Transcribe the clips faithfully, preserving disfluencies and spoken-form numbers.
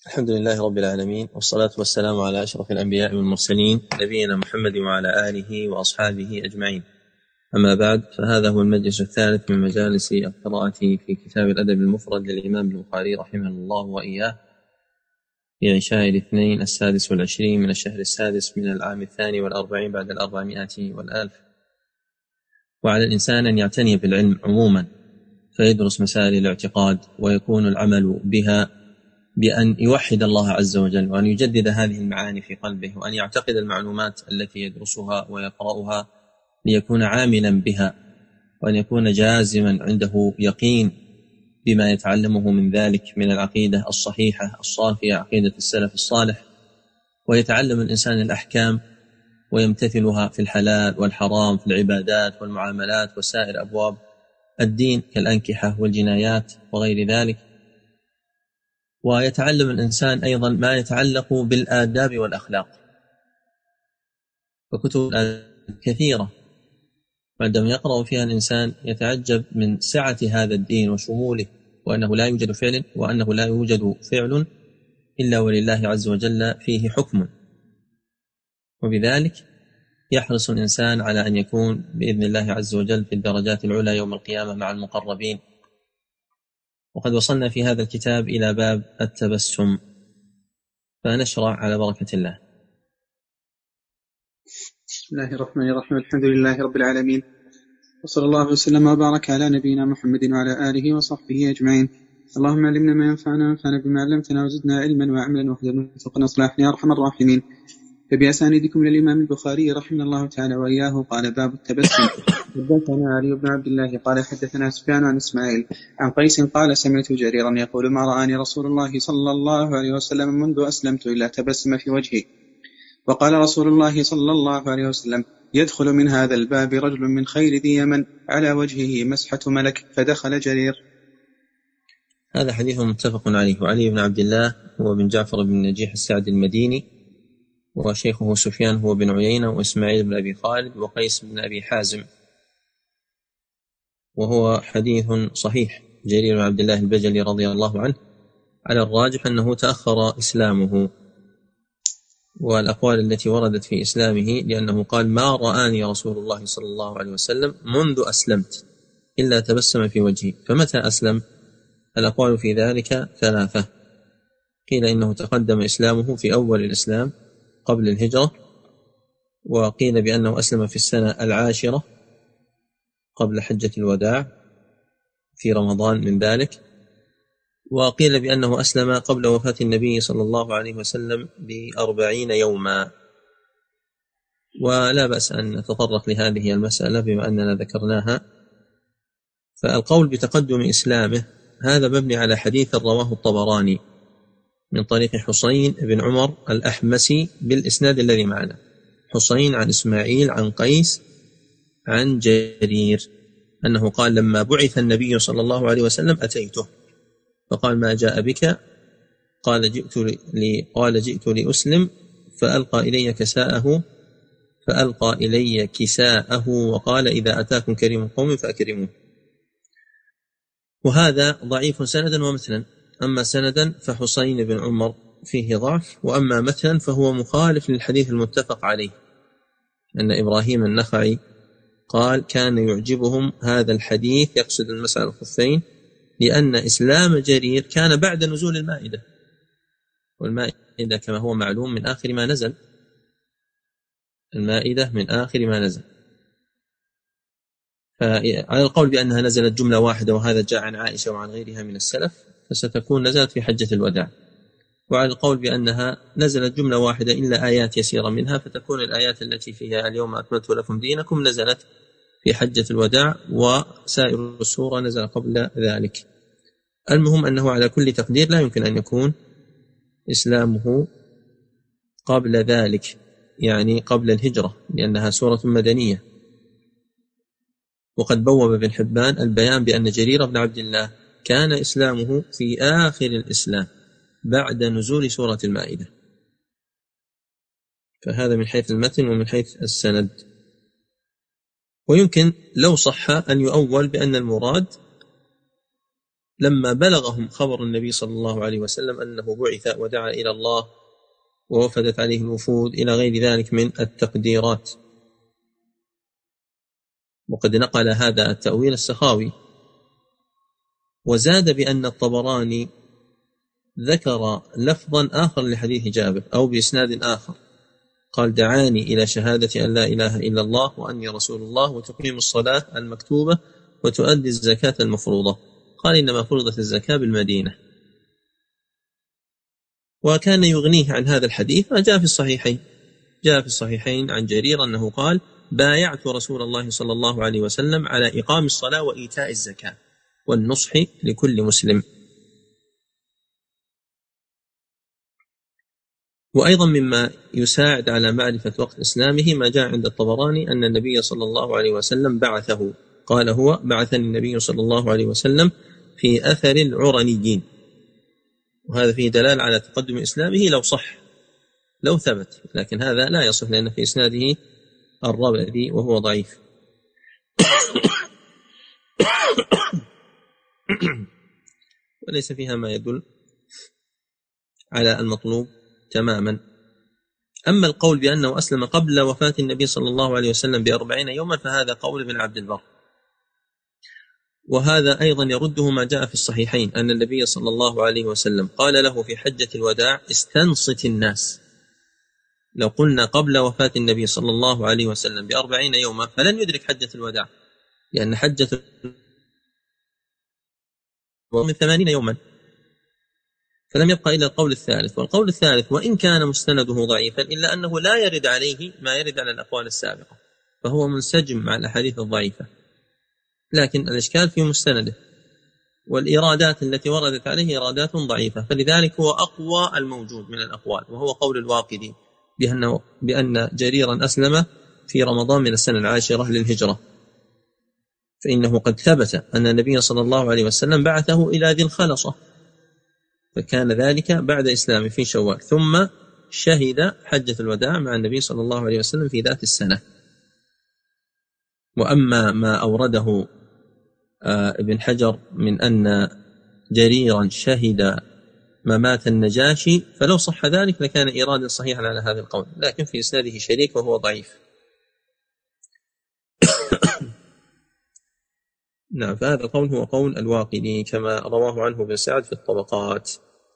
الحمد لله رب العالمين، والصلاة والسلام على أشرف الأنبياء والمرسلين، نبينا محمد وعلى آله وأصحابه أجمعين. أما بعد، فهذا هو المجلس الثالث من مجالس القراءة في كتاب الأدب المفرد للإمام البخاري رحمه الله وإياه، في عشاء الاثنين السادس والعشرين من الشهر السادس من العام الثاني والأربعين بعد الأربعمائة والألف. وعلى الإنسان أن يعتني بالعلم عموما، فيدرس مسائل الاعتقاد، ويكون العمل بها بأن يوحد الله عز وجل، وأن يجدد هذه المعاني في قلبه، وأن يعتقد المعلومات التي يدرسها ويقرأها ليكون عاملا بها، وأن يكون جازما عنده يقين بما يتعلمه من ذلك من العقيدة الصحيحة الصافية، عقيدة السلف الصالح. ويتعلم الإنسان الأحكام ويمتثلها في الحلال والحرام، في العبادات والمعاملات وسائر أبواب الدين كالأنكحة والجنايات وغير ذلك. ويتعلم الإنسان أيضا ما يتعلق بالآداب والأخلاق، وكتب كثيرة عندما يقرأ فيها الإنسان يتعجب من سعة هذا الدين وشموله، وأنه لا يوجد فعل وأنه لا يوجد فعل إلا ولله عز وجل فيه حكم. وبذلك يحرص الإنسان على أن يكون بإذن الله عز وجل في الدرجات العلى يوم القيامة مع المقربين. وقد وصلنا في هذا الكتاب إلى باب التبسم، فنشرع على بركة الله. بسم الله الرحمن الرحيم. الحمد لله رب العالمين، وصلى الله وسلم وبارك على نبينا محمد وعلى آله وصحبه أجمعين. اللهم علمنا ما ينفعنا وانفعنا بما علمتنا وزدنا علما وعملا واهدنا وفقنا اصلاحنا يا أرحم الراحمين. فبأسانيدكم للإمام البخاري رحمه الله تعالى وإياه قال: باب التبسم. حدثنا علي بن عبد الله قال حدثنا سفيان عن إسماعيل عن قيس قال: سمعت جريرا يقول: ما رآني رسول الله صلى الله عليه وسلم منذ أسلمت إلا تبسم في وجهي. وقال رسول الله صلى الله عليه وسلم: يدخل من هذا الباب رجل من خير ذي يمن على وجهه مسحة ملك، فدخل جرير. هذا حديث متفق عليه. وعلي بن عبد الله هو بن جعفر بن نجيح السعدي المديني، وشيخه سفيان هو بن عيينة، وإسماعيل بن أبي خالد، وقيس بن أبي حازم، وهو حديث صحيح. جرير بن عبد الله البجلي رضي الله عنه على الراجح أنه تأخر إسلامه، والأقوال التي وردت في إسلامه لأنه قال: ما رآني رسول الله صلى الله عليه وسلم منذ أسلمت إلا تبسم في وجهي. فمتى أسلم؟ الأقوال في ذلك ثلاثة. قيل إنه تقدم إسلامه في أول الإسلام قبل الهجرة، وقيل بأنه أسلم في السنة العاشرة قبل حجة الوداع في رمضان من ذلك، وقيل بأنه أسلم قبل وفاة النبي صلى الله عليه وسلم بأربعين يوما. ولا بأس أن نتطرق لهذه المسألة بما أننا ذكرناها. فالقول بتقدم إسلامه هذا مبني على حديث رواه الطبراني من طريق حسين بن عمر الأحمسي بالإسناد الذي معنا: حسين عن إسماعيل عن قيس عن جرير أنه قال: لما بعث النبي صلى الله عليه وسلم أتيته فقال: ما جاء بك؟ قال: جئت لي قال جئت لأسلم، فألقى إلي كساءه فألقى إلي كساءه وقال: إذا أتاكم كريم قوم فأكرموه. وهذا ضعيف سندا ومتنا. أما سندا فحسين بن عمر فيه ضعف، وأما متنا فهو مخالف للحديث المتفق عليه أن إبراهيم النخعي قال: كان يعجبهم هذا الحديث، يقصد المسح على الخفين، لأن إسلام جرير كان بعد نزول المائدة، والمائدة كما هو معلوم من آخر ما نزل، المائدة من آخر ما نزل. فعلى القول بأنها نزلت جملة واحدة، وهذا جاء عن عائشة وعن غيرها من السلف، فستكون نزلت في حجة الوداع. وعلى القول بأنها نزلت جملة واحدة إلا آيات يسيرة منها، فتكون الآيات التي فيها اليوم أكملت لكم دينكم نزلت في حجة الوداع، وسائر السورة نزل قبل ذلك. المهم أنه على كل تقدير لا يمكن أن يكون إسلامه قبل ذلك، يعني قبل الهجرة، لأنها سورة مدنية. وقد بوب ابن حبان البيان بأن جرير بن عبد الله كان إسلامه في آخر الإسلام بعد نزول سورة المائدة. فهذا من حيث المتن ومن حيث السند. ويمكن لو صح أن يؤول بأن المراد لما بلغهم خبر النبي صلى الله عليه وسلم أنه بعث ودعا إلى الله ووفدت عليه الوفود إلى غير ذلك من التقديرات. وقد نقل هذا التأويل السخاوي، وزاد بأن الطبراني ذكر لفظا آخر لحديث جابر أو بإسناد آخر، قال: دعاني إلى شهادة أن لا إله إلا الله وأني رسول الله وتقيم الصلاة المكتوبة وتؤدي الزكاة المفروضة. قال: إنما فرضت الزكاة بالمدينة. وكان يغنيه عن هذا الحديث ما جاء في الصحيحين جاء في الصحيحين عن جرير أنه قال: بايعت رسول الله صلى الله عليه وسلم على إقام الصلاة وإيتاء الزكاة والنصح لكل مسلم. وأيضا مما يساعد على معرفة وقت إسلامه ما جاء عند الطبراني أن النبي صلى الله عليه وسلم بعثه، قال هو: بعثني النبي صلى الله عليه وسلم في أثر العرنيين. وهذا فيه دلالة على تقدم إسلامه لو صح لو ثبت، لكن هذا لا يصح لأن في إسناده الربذي وهو ضعيف. وليس فيها ما يدل على المطلوب تماما. أما القول بأنه أسلم قبل وفاة النبي صلى الله عليه وسلم بأربعين يوما فهذا قول ابن عبد البر، وهذا أيضا يرده ما جاء في الصحيحين أن النبي صلى الله عليه وسلم قال له في حجة الوداع: استنصت الناس. لو قلنا قبل وفاة النبي صلى الله عليه وسلم بأربعين يوما فلن يدرك حجة الوداع، لأن حجة من ثمانين يوما، فلم يبقى إلا القول الثالث. والقول الثالث وإن كان مستنده ضعيفا إلا أنه لا يرد عليه ما يرد على الأقوال السابقة، فهو منسجم مع الأحاديث الضعيفة، لكن الإشكال في مستنده، والإرادات التي وردت عليه إرادات ضعيفة، فلذلك هو أقوى الموجود من الأقوال، وهو قول الواقدي بأن, بأن جريرا أسلم في رمضان من السنة العاشرة للهجرة، فإنه قد ثبت أن النبي صلى الله عليه وسلم بعثه إلى ذي الخلصة، فكان ذلك بعد إسلامه في شوال، ثم شهد حجة الوداع مع النبي صلى الله عليه وسلم في ذات السنة. وأما ما أورده ابن حجر من أن جريرا شهد ممات النجاشي فلو صح ذلك لكان إرادا صحيحا على هذا القول، لكن في إسناده شريك وهو ضعيف. نعم، فهذا القول هو قول الواقدي كما رواه عنه ابن سعد في الطبقات.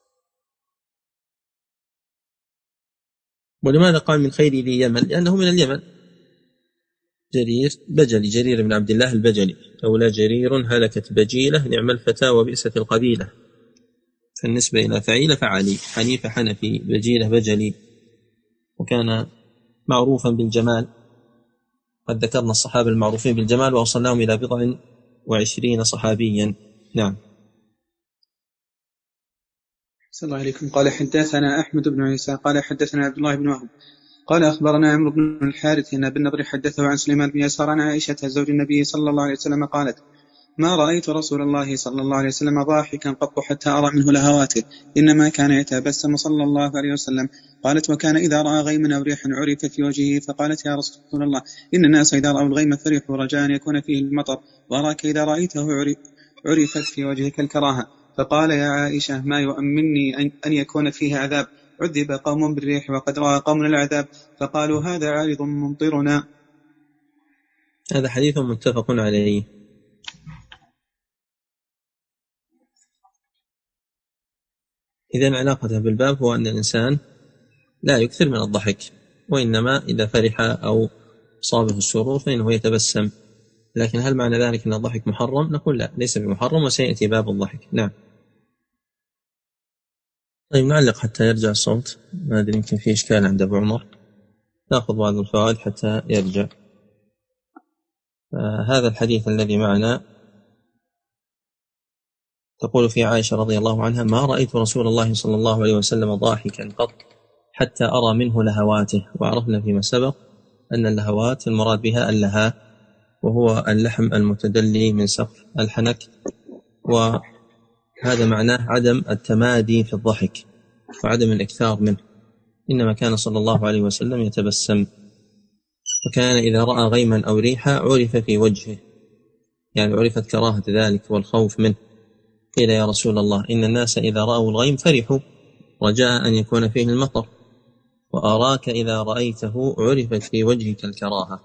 ولماذا قال من خير ذي يمن؟ لأنه من اليمن، جرير بجلي، جرير بن عبد الله البجلي، أولى جرير هلكت بجيلة نعم الفتى وبئست القبيلة. فالنسبة إلى فعيلة فعلي، حنيفة حنفي، بجيلة بجلي، وكان معروفا بالجمال. قد ذكرنا الصحابة المعروفين بالجمال ووصلناهم إلى بضع وعشرين صحابيا. نعم. صلى الله عليكم. قال: حدثنا أحمد بن عيسى قال حدثنا عبد الله بن وهب قال أخبرنا عمرو بن الحارث أن ابن النضر حدثه عن سليمان بن يسار عن عائشة زوج النبي صلى الله عليه وسلم قالت: ما رأيت رسول الله صلى الله عليه وسلم ضاحكا قط حتى أرى منه لهواته، إنما كان يتبسم صلى الله عليه وسلم. قالت: وكان إذا رأى غيما أو ريحا عرف في وجهه، فقالت: يا رسول الله، إن الناس إذا رأوا الغيم فرحوا رجاء أن يكون فيه المطر، وأراك إذا رأيته عرفت في وجهك الكراهة. فقال: يا عائشة، ما يؤمنني أن يكون فيه عذاب، عذب قوم بالريح وقد رأى قوم العذاب، فقالوا: هذا عارض ممطرنا. هذا حديث متفق عليه. إذن علاقته بالباب هو أن الإنسان لا يكثر من الضحك، وإنما إذا فرح أو صابه السرور فإنه يتبسم. لكن هل معنى ذلك أن الضحك محرم؟ نقول لا، ليس بمحرم، وسيأتي باب الضحك. نعم. طيب نعلق حتى يرجع الصوت، ما أدري يمكن فيه إشكال عند أبو عمر، نأخذ بعض الفوائد حتى يرجع. هذا الحديث الذي معنا تقول في عائشة رضي الله عنها: ما رأيت رسول الله صلى الله عليه وسلم ضاحكا قط حتى أرى منه لهواته. وعرفنا فيما سبق أن اللهوات المراد بها اللها، وهو اللحم المتدلي من سقف الحنك، وهذا معناه عدم التمادي في الضحك وعدم الإكثار منه، إنما كان صلى الله عليه وسلم يتبسم. وكان إذا رأى غيما أو ريحا عرف في وجهه، يعني عرفت كراهة ذلك والخوف منه، قيل يا رسول الله إن الناس إذا رأوا الغيم فرحوا رجاء أن يكون فيه المطر، وأراك إذا رأيته عرفت في وجهك الكراهة.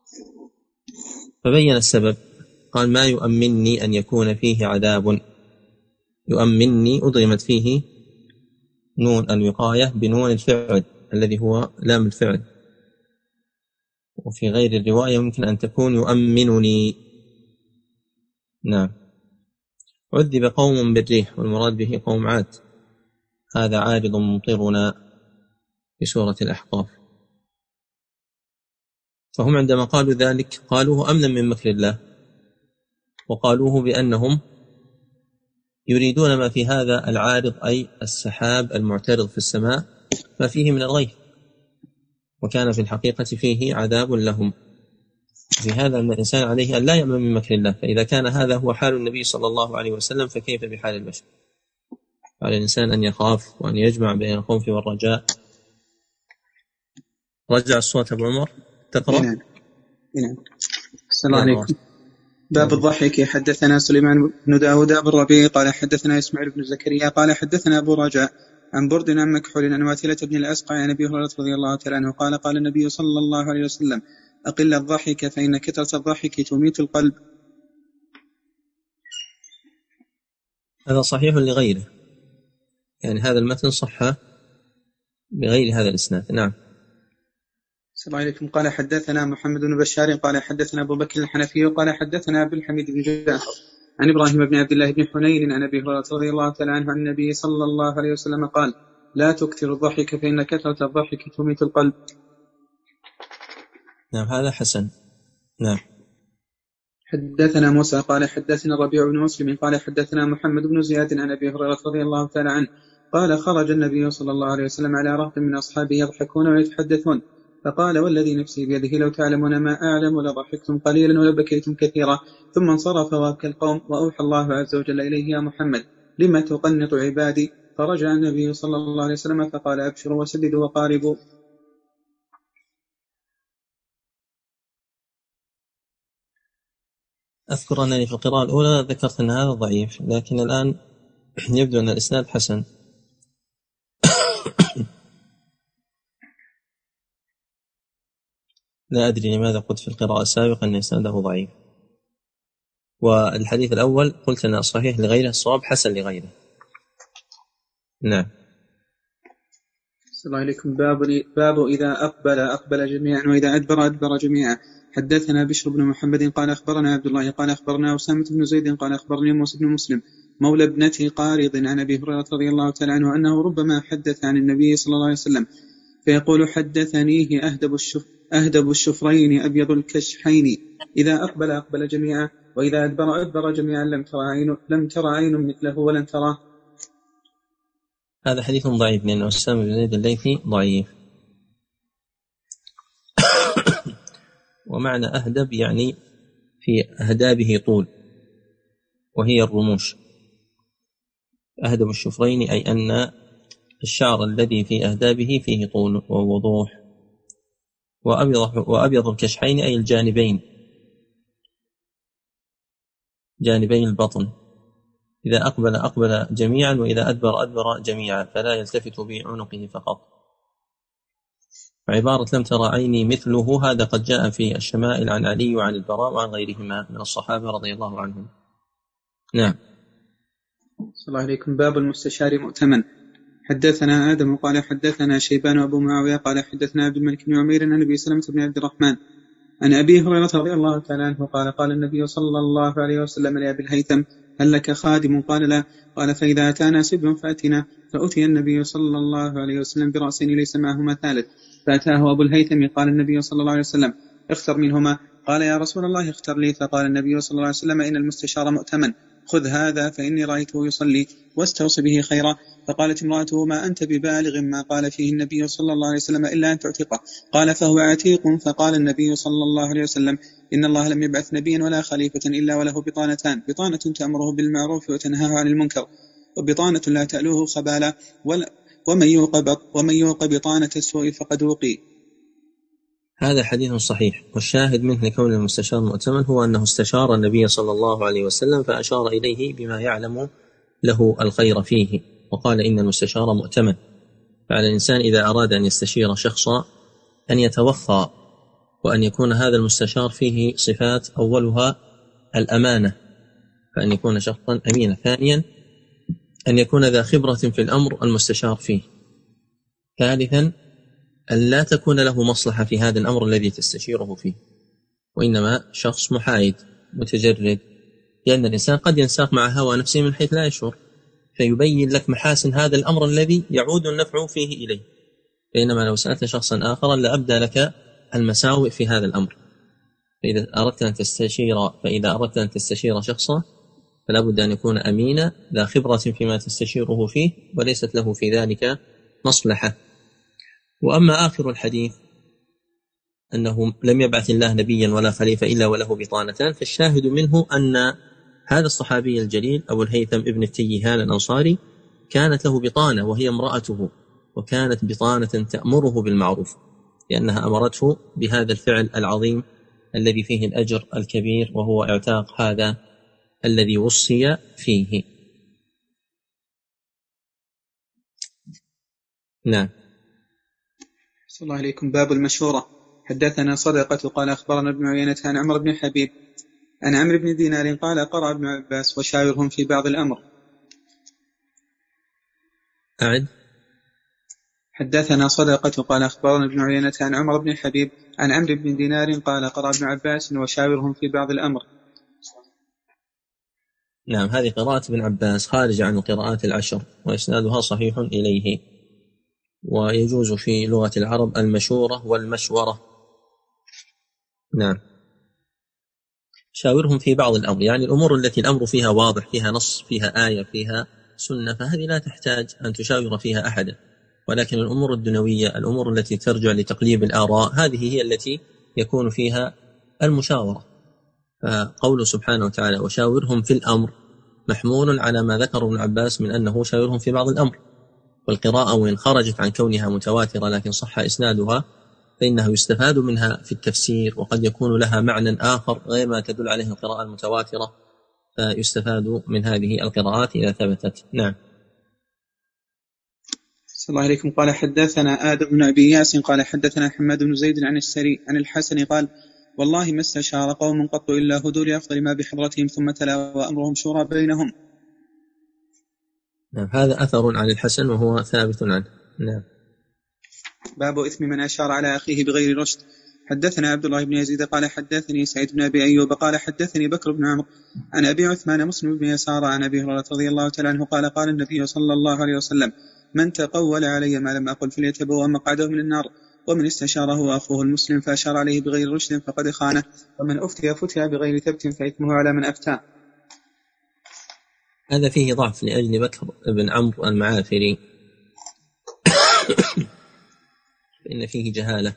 فبين السبب، قال ما يؤمنني أن يكون فيه عذاب. يؤمنني أضغمت فيه نون الوقاية بنون الفعل الذي هو لام الفعل، وفي غير الرواية ممكن أن تكون يؤمنني. نعم. عذب قوم بالريح، والمراد به قوم عاد، هذا عارض ممطرنا في سورة الأحقاف. فهم عندما قالوا ذلك قالوه أمنا من مكر الله، وقالوه بأنهم يريدون ما في هذا العارض، أي السحاب المعترض في السماء، ما فيه من الغيث، وكان في الحقيقة فيه عذاب لهم. في هذا الإنسان عليه أن لا يأمن من مكر الله، فإذا كان هذا هو حال النبي صلى الله عليه وسلم فكيف بحال البشر؟ على الإنسان أن يخاف وأن يجمع بين الخوف والرجاء. رجع الصوت أبو عمر تقرأ. نعم نعم. السلام عليكم. باب الضحك. حدثنا سليمان بن داود بن ربيع قال حدثنا إسماعيل بن زكريا قال حدثنا أبو رجاء عن برد عن مكحول عن واثلة بن الأسقع عن أبي هريرة رضي الله تعالى عنه قال قال النبي صلى الله عليه وسلم أقل الضحك فإن كثرة الضحك تميت القلب. هذا صحيح لغيره، يعني هذا المتن صح بغير هذا الإسناد. نعم. السلام عليكم. قال حدثنا محمد بن بشار قال حدثنا أبو بكر الحنفي قال حدثنا أبو الحميد بن جعفر عن إبراهيم بن عبد الله بن حنين عن أبي هريرة رضي الله تعالى عنه عن النبي صلى الله عليه وسلم قال لا تكثر الضحك فإن كثرة الضحك تميت القلب. نعم هذا حسن. نعم. حدثنا موسى قال حدثنا الربيع بن مسلم قال حدثنا محمد بن زياد عن أبي هريرة رضي الله تعالى عنه قال خرج النبي صلى الله عليه وسلم على رهط من أصحابه يضحكون ويتحدثون، فقال والذي نفسي بيده لو تعلمون ما أعلم لضحكتم قليلا ولبكيتم كثيرا. ثم انصرف وابكى القوم، وأوحى الله عز وجل إليه يا محمد لما تقنط عبادي؟ فرجع النبي صلى الله عليه وسلم فقال أبشروا وسددوا وقاربوا. أذكر أنني في القراءة الأولى ذكرت أن هذا ضعيف، لكن الآن يبدو أن الإسناد حسن. لا أدري لماذا قلت في القراءة السابقة أن إسناده ضعيف، والحديث الأول قلت أنه صحيح لغيره، الصواب حسن لغيره. نعم. السلام عليكم. باب, باب إذا أقبل أقبل جميعا وإذا أدبر أدبر جميعا. حدثنا بشر بن محمد قال أخبرنا عبد الله قال أخبرنا أسامة بن زيد قال أخبرني موسى بن مسلم مولى ابنة قارض عن أبي هريرة رضي الله تعالى عنه أنه ربما حدث عن النبي صلى الله عليه وسلم فيقول حدثنيه أهدب, الشف أهدب الشفرين أبيض الكشحين إذا أقبل أقبل جميعا وإذا أدبر أدبر جميعا لم ترى عين, لم ترى عين مثله ولن تراه. هذا حديث ضعيف لأن أسامة بن زيد الليثي ضعيف. ومعنى أهدب يعني في أهدابه طول، وهي الرموش. أهدب الشفرين أي أن الشعر الذي في أهدابه فيه طول ووضوح. وأبيض, وأبيض الكشحين أي الجانبين، جانبين البطن. إذا أقبل أقبل جميعا وإذا أدبر أدبر جميعا، فلا يلتفت بعنقه فقط. وعبارة لم ترى عيني مثله هذا قد جاء في الشمائل عن علي وعن البراء وعن غيرهما من الصحابة رضي الله عنهم. نعم. صلى الله عليكم. باب المستشار مؤتمن. حدثنا آدم قال حدثنا شيبان وأبو معاوية قال حدثنا عبد الملك بن عمير عن أبي سلمة بن عبد الرحمن عن أبي هريرة رضي الله تعالى عنه قال قال النبي صلى الله عليه وسلم لأبي الهيثم هل لك خادم؟ قال لا. قال فإذا أتانا سبل فأتنا. فأتي النبي صلى الله عليه وسلم برأسين ليس معهما ثالث، فأتاه أبو الهيثم قال النبي صلى الله عليه وسلم اختر منهما. قال يا رسول الله اختر لي. فقال النبي صلى الله عليه وسلم إن المستشار مؤتمن، خذ هذا فإني رأيته يصلي واستوصي به خيرا. فقالت امرأته ما أنت ببالغ ما قال فيه النبي صلى الله عليه وسلم إلا أن تعتقه. قال فهو عتيق. فقال النبي صلى الله عليه وسلم إن الله لم يبعث نبيا ولا خليفة إلا وله بطانتان، بطانة تأمره بالمعروف وتنهاه عن المنكر، وبطانة لا تألوه خبالا، ومن يوق ومن يوق بطانة السوء فقد وقي. هذا حديث صحيح، والشاهد منه لكون المستشار مؤتمن هو أنه استشار النبي صلى الله عليه وسلم فأشار إليه بما يعلم له الخير فيه، وقال إن المستشار مؤتمن. فعلى الإنسان إذا أراد أن يستشير شخصا أن يتوخى، وأن يكون هذا المستشار فيه صفات، أولها الأمانة، فأن يكون شخصا أمينا. ثانيا أن يكون ذا خبرة في الأمر المستشار فيه. ثالثا أن لا تكون له مصلحة في هذا الأمر الذي تستشيره فيه، وإنما شخص محايد متجرد، لأن الإنسان قد ينساق مع هوى نفسه من حيث لا يشعر، فيبين لك محاسن هذا الأمر الذي يعود النفع فيه إليه، بينما لو سألت شخصا آخر لأبدى لك المساوئ في هذا الأمر. فإذا أردت أن تستشير فإذا أردت أن تستشير شخصا فلا بد أن يكون أمينا ذا خبرة فيما تستشيره فيه، وليست له في ذلك مصلحة. وأما آخر الحديث أنه لم يبعث الله نبيا ولا خليفة إلا وله بطانتان، فالشاهد منه أن هذا الصحابي الجليل أبو الهيثم ابن التيهان الأنصاري كانت له بطانة وهي امرأته، وكانت بطانة تأمره بالمعروف، لأنها أمرته بهذا الفعل العظيم الذي فيه الأجر الكبير، وهو اعتاق هذا الذي وصي فيه. نعم. صلى الله عليكم. باب المشورة. حدثنا صدقة قال أخبرنا ابن عيينة عن عمرو بن حبيب عن عمرو بن دينار قال قرأ ابن عباس وشاورهم في بعض الأمر. أعد. حدثنا صدقة قال أخبرنا ابن عيينة عن عمرو بن حبيب عن عمرو بن دينار قال قرأ ابن عباس وشاورهم في بعض الأمر. نعم، هذه قراءة ابن عباس خارجة عن القراءات العشر، وإسنادها صحيح إليه. ويجوز في لغة العرب المشورة والمشورة. نعم. شاورهم في بعض الأمر، يعني الأمور التي الأمر فيها واضح، فيها نص، فيها آية، فيها سنة، فهذه لا تحتاج أن تشاور فيها أحدا. ولكن الأمور الدنيوية، الأمور التي ترجع لتقليب الآراء، هذه هي التي يكون فيها المشاورة. فقوله سبحانه وتعالى وشاورهم في الأمر محمول على ما ذكر ابن عباس من أنه شاورهم في بعض الأمر. والقراءة وإن خرجت عن كونها متواترة لكن صح إسنادها، فإنه يستفاد منها في التفسير، وقد يكون لها معنى آخر غير ما تدل عليه القراءة المتواترة، فيستفاد من هذه القراءات إذا ثبتت. نعم. صلى الله عليكم. قال حدثنا آدم بن أبي ياس قال حدثنا حماد بن زيد عن السري عن الحسن قال والله ما استشار قوم قط إلا هدوا لأفضل ما بحضرتهم ثم تلا وأمرهم شورى بينهم. نعم، هذا أثر عن الحسن وهو ثابت عنه. نعم. باب إثم من أشار على أخيه بغير رشد. حدثنا عبد الله بن يزيد قال حدثني سعيد بن أبي أيوب قال حدثني بكر بن عمرو عن أبي عثمان مسلم بن يسار عن أبي هريرة رضي الله تعالى عنه قال قال النبي صلى الله عليه وسلم من تقول علي ما لم أقل فليتبوأ مقعده من النار، ومن استشاره أخوه المسلم فأشار عليه بغير رشد فقد خانه، ومن أفتي فتي بغير ثبت فإثمه على من أفتى. هذا فيه ضعف لأجل بكر بن عمرو المعافري فإن فيه جهالة.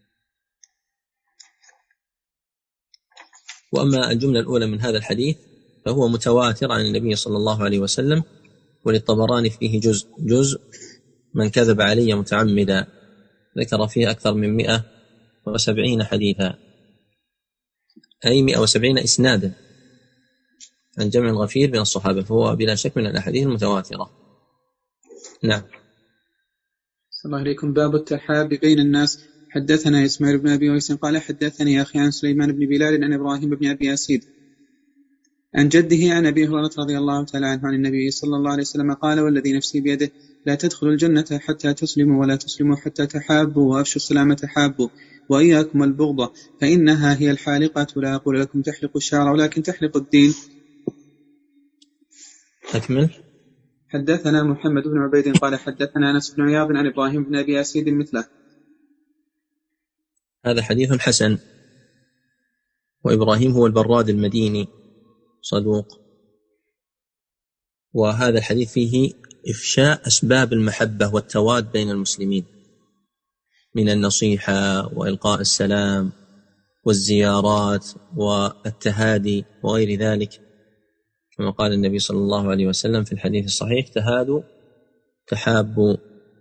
وأما الجملة الأولى من هذا الحديث فهو متواتر عن النبي صلى الله عليه وسلم، وللطبراني فيه جزء جزء من كذب علي متعمدا، ذكر فيه أكثر من مئة وسبعين حديثا، أي مئة وسبعين إسنادا عن جمع غفير من الصحابة، فهو بلا شك من الأحاديث المتواترة. نعم. صلى الله عليكم. باب التحاب بين الناس. حدثنا إسماعيل بن أبي ويس قال حدثني أخي عن سليمان بن بلال عن إبراهيم بن أبي أسيد عن جده عن أبي هريرة رضي الله تعالى عنه عن النبي صلى الله عليه وسلم قال والذي نفسي بيده لا تدخلوا الجنة حتى تسلموا ولا تسلموا حتى تحابوا وأفشوا السلام تحابوا وإياكم البغضة فإنها هي الحالقة، لا أقول لكم تحلق الشعر ولكن تحلق الدين. أكمل. حدثنا محمد بن عبيد قال حدثنا أنس بن عياض عن إبراهيم بن أبي أسيد مثله. هذا حديث حسن. وإبراهيم هو البراد المديني صدوق. وهذا الحديث فيه إفشاء أسباب المحبة والتواد بين المسلمين من النصيحة وإلقاء السلام والزيارات والتهادي وغير ذلك، كما قال النبي صلى الله عليه وسلم في الحديث الصحيح تهادوا تحابوا.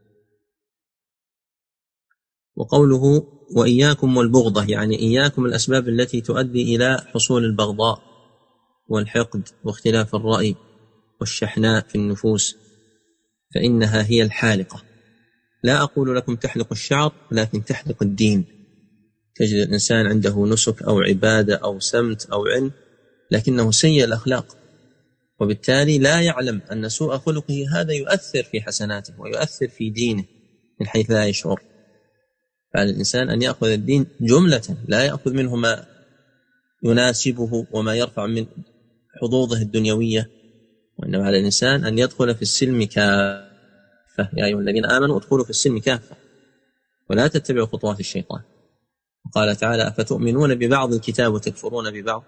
وقوله وإياكم والبغضة يعني إياكم الأسباب التي تؤدي إلى حصول البغضاء والحقد واختلاف الرأي والشحناء في النفوس، فإنها هي الحالقة. لا أقول لكم تحلق الشعر، لكن تحلق الدين. تجد الإنسان عنده نسك أو عبادة أو سمت أو علم، لكنه سيء الأخلاق، وبالتالي لا يعلم أن سوء خلقه هذا يؤثر في حسناته ويؤثر في دينه من حيث لا يشعر. فعلى الإنسان أن يأخذ الدين جملة، لا يأخذ منه ما يناسبه وما يرفع من حظوظه الدنيوية، وإنما على الإنسان أن يدخل في السلم كافة. يا أيها الذين آمنوا ادخلوا في السلم كافة ولا تتبعوا خطوات الشيطان. وقال تعالى: أفتؤمنون ببعض الكتاب وتكفرون ببعض،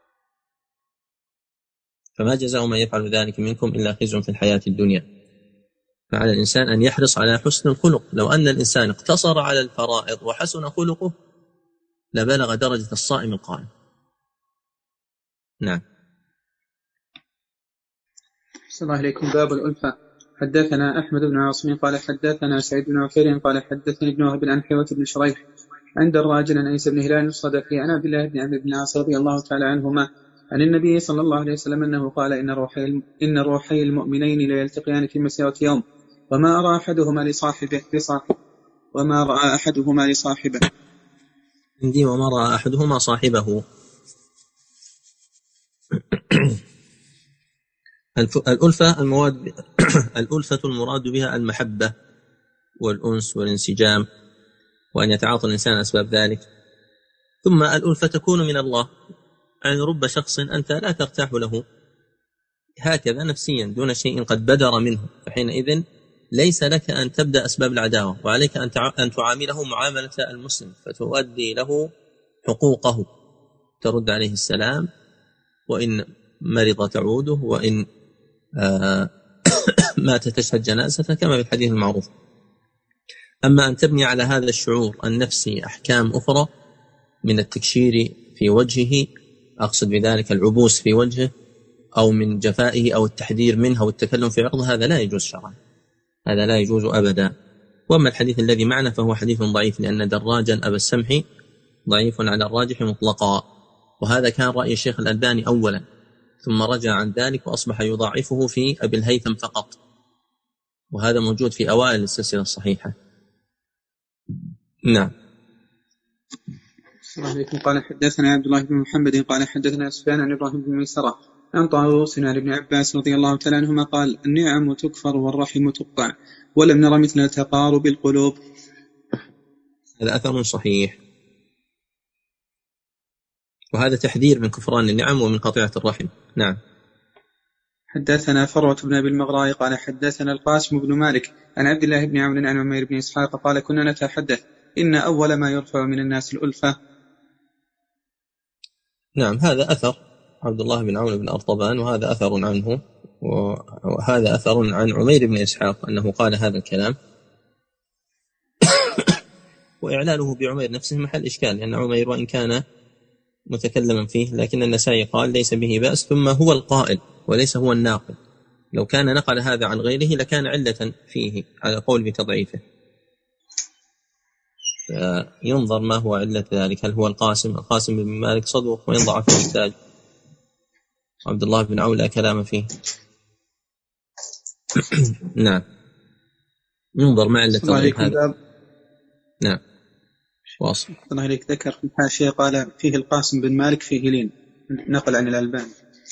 فما جزاء من يفعل ذلك منكم إلا خزي في الحياة الدنيا. فعلى الإنسان أن يحرص على حسن الخلق. لو أن الإنسان اقتصر على الفرائض وحسن خلقه لبلغ درجة الصائم القائم. نعم. صلى الله عليكم. باب الألفة. حدثنا أحمد بن عاصم قال حدثنا سعيد بن عفير قال حدثني ابن وهب عن حيوة بن شريح عند الراجل عن عيسى بن هلال الصدفي عن عبد الله بن عمرو بن العاص رضي الله تعالى عنهما عن النبي صلى الله عليه وسلم أنه قال: إن روحي إن روحي المؤمنين لا يلتقيان في مسيرة يوم، وما أرى أحدهما لصاحبه لصاحب وما رأى أحدهما لصاحبه عندي وما رأى أحدهما صاحبه. الألفة المواد الألفة المراد بها المحبة والأنس والانسجام، وأن يتعاطى الإنسان أسباب ذلك. ثم الألفة تكون من الله، يعني رب شخص أنت لا ترتاح له هكذا نفسيا دون شيء قد بدر منه، فحينئذ ليس لك أن تبدأ أسباب العداوة، وعليك أن تعامله معاملة المسلم، فتؤدي له حقوقه، ترد عليه السلام، وإن مرض تعوده، وإن آه مات تشهد جنازته كما في الحديث المعروف. أما أن تبني على هذا الشعور النفسي أحكام أخرى من التكشير في وجهه، أقصد بذلك العبوس في وجهه، أو من جفائه أو التحذير منه أو التكلم في عرضه، هذا لا يجوز شرعا، هذا لا يجوز أبدا. وأما الحديث الذي معنا فهو حديث ضعيف، لأن دراجا أبا السمح ضعيف على الراجح مطلقا، وهذا كان رأي الشيخ الألباني أولا، ثم رجع عن ذلك وأصبح يضاعفه في أبي الهيثم فقط، وهذا موجود في أوائل السلسلة الصحيحة. نعم. السلام عليكم. قال حدثنا عبد الله بن محمد قال حدثنا سفيان عن إبراهيم بن ميسرة عن طاووس عن ابن عباس رضي الله تعالى عنهما قال: النعم تكفر والرحم تقطع، ولم نرى مثل تقارب القلوب. هذا أثر صحيح، وهذا تحذير من كفران النعم ومن قطيعة الرحم. نعم. حدثنا فروة بن أبي المغراء قال حدثنا القاسم بن مالك عن عبد الله بن عمرو عن عمير بن إسحاق قال: كنا نتحدث إن أول ما يرفع من الناس الألفة. نعم، هذا أثر عبد الله بن عمرو بن أرطبان، وهذا أثر عنه، وهذا أثر عن عمير بن إسحاق أنه قال هذا الكلام. وإعلاله بعمير نفسه محل إشكال، لأن عمير وإن كان متكلما فيه لكن النسائي قال ليس به بأس، ثم هو القائل وليس هو الناقل. لو كان نقل هذا عن غيره لكان علة فيه على قول بتضعيفه، ينظر ما هو علة ذلك. هل هو القاسم القاسم بن مالك صدوق وإن ضعف الإنتاج، عبد الله بن عون لا كلام فيه. نعم، ينظر ما علة هذا. نعم. واصل. الله عليك. ذكر في الحاشية قال فيه القاسم بن مالك فيه لين، نقل عن الألباني.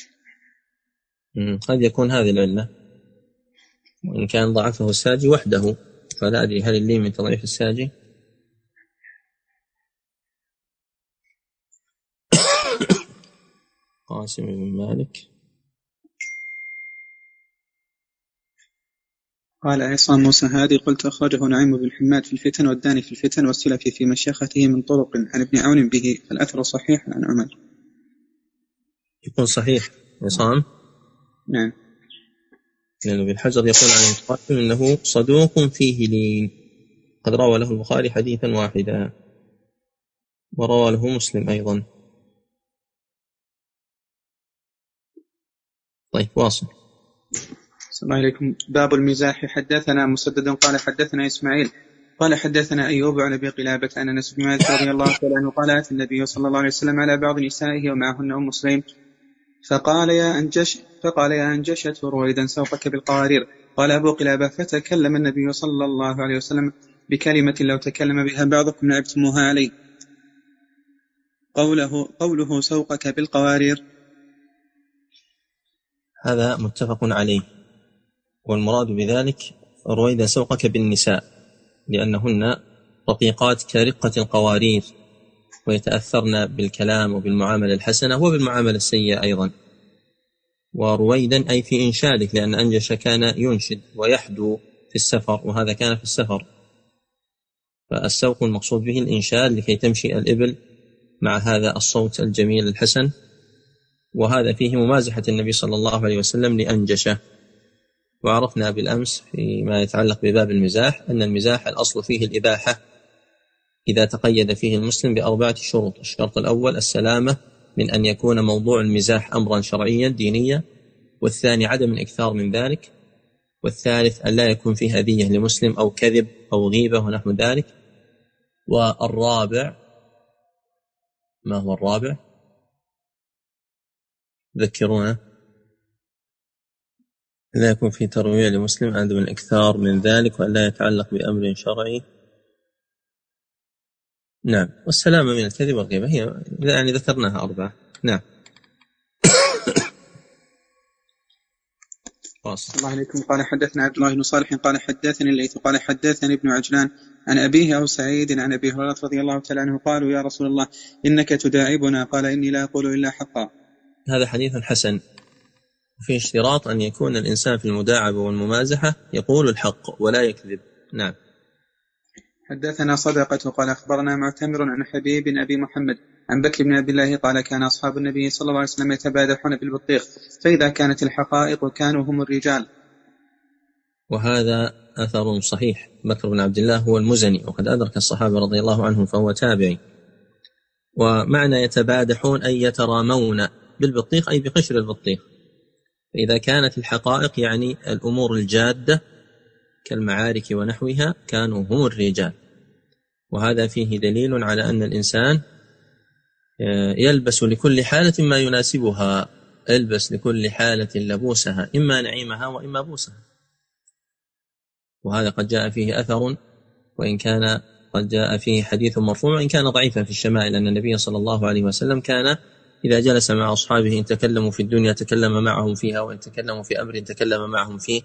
قد يكون هذه العلة، وإن كان ضعفه الساجي وحده فلا أدري هل اللين من تضعيف الساجي. قاسم بن مالك. قال عصام موسى هادي قلت أخرجه نعيم بن حماد في الفتن والداني في الفتن والسلفي في مشيخته من طرق عن ابن عون به، فالأثر صحيح عن عمر. يكون صحيح عصام؟ نعم، لأنه ابن حجر يقول عن القاسم إنه صدوق فيه لين، قد روى له البخاري حديثا واحدا وروى له مسلم أيضا. طيب واصل. السلام عليكم. باب المزاح. حدثنا مسدد قال حدثنا إسماعيل قال حدثنا أيوب عن أبي قلابة أن أنس بن مالك رضي الله تعالى عنه قال: أتى النبي صلى الله عليه وسلم على بعض نسائه ومعهن أم سليم فقال: يا أنجش فقال يا أنجشة رويدا سوقك بالقوارير. قال أبو قلابة فتكلم النبي صلى الله عليه وسلم بكلمة لو تكلم بها بعضكم لعبتموها علي. قوله, قوله سوقك بالقوارير هذا متفق عليه، والمراد بذلك رويدا سوقك بالنساء، لأنهن رقيقات كرقة القوارير، ويتأثرن بالكلام وبالمعاملة الحسنة وبالمعاملة السيئة أيضا. ورويدا أي في إنشاده، لأن أنجش كان ينشد ويحدو في السفر، وهذا كان في السفر، فالسوق المقصود به الإنشاد لكي تمشي الإبل مع هذا الصوت الجميل الحسن. وهذا فيه ممازحة النبي صلى الله عليه وسلم لأنجشة. وعرفنا بالأمس فيما يتعلق بباب المزاح أن المزاح الأصل فيه الإباحة إذا تقيد فيه المسلم بأربعة شروط. الشرط الأول السلامة من أن يكون موضوع المزاح أمرا شرعيا دينيا، والثاني عدم الإكثار من ذلك، والثالث أن لا يكون فيه أذية لمسلم أو كذب أو غيبة ونحو ذلك، والرابع ما هو الرابع؟ ذكرونا. لا يكون فيه ترويع لمسلم، عدم الإكثار من ذلك، وأن لا يتعلق بأمر شرعي. نعم، والسلامة من الكذب والغيبة، هي يعني ذكرناها أربعة. نعم. الله عليكم. قال حدثنا عبد الله بن صالح قال حدثني الليث قال حدثني ابن عجلان عن أبيه أو سعيد عن أبي هريرة رضي الله تعالى عنه قالوا يا رسول الله إنك تداعبنا، قال إني لا أقول إلا حقا. هذا حديث حسن، وفيه اشتراط أن يكون الإنسان في المداعبة والممازحة يقول الحق ولا يكذب. نعم. حدثنا صدقة قال أخبرنا معتمر عن حبيب بن أبي محمد عن بكر بن عبد الله قال كان أصحاب النبي صلى الله عليه وسلم يتبادحون بالبطيخ، فإذا كانت الحقائق كانوا هم الرجال. وهذا أثر صحيح. بكر بن عبد الله هو المزني، وقد أدرك الصحابة رضي الله عنهم، فهو تابعي. ومعنى يتبادحون أي يترامون بالبطيخ أي بقشر البطيخ. فإذا كانت الحقائق يعني الأمور الجادة كالمعارك ونحوها كانوا هم الرجال. وهذا فيه دليل على أن الإنسان يلبس لكل حالة ما يناسبها، البس لكل حالة لبوسها، إما نعيمها وإما بوسها. وهذا قد جاء فيه أثر، وإن كان قد جاء فيه حديث مرفوع وإن كان ضعيفا في الشمائل، أن النبي صلى الله عليه وسلم كان إذا جلس مع أصحابه إن تكلموا في الدنيا تكلم معهم فيها، وإن تكلموا في أمر تكلم معهم فيه.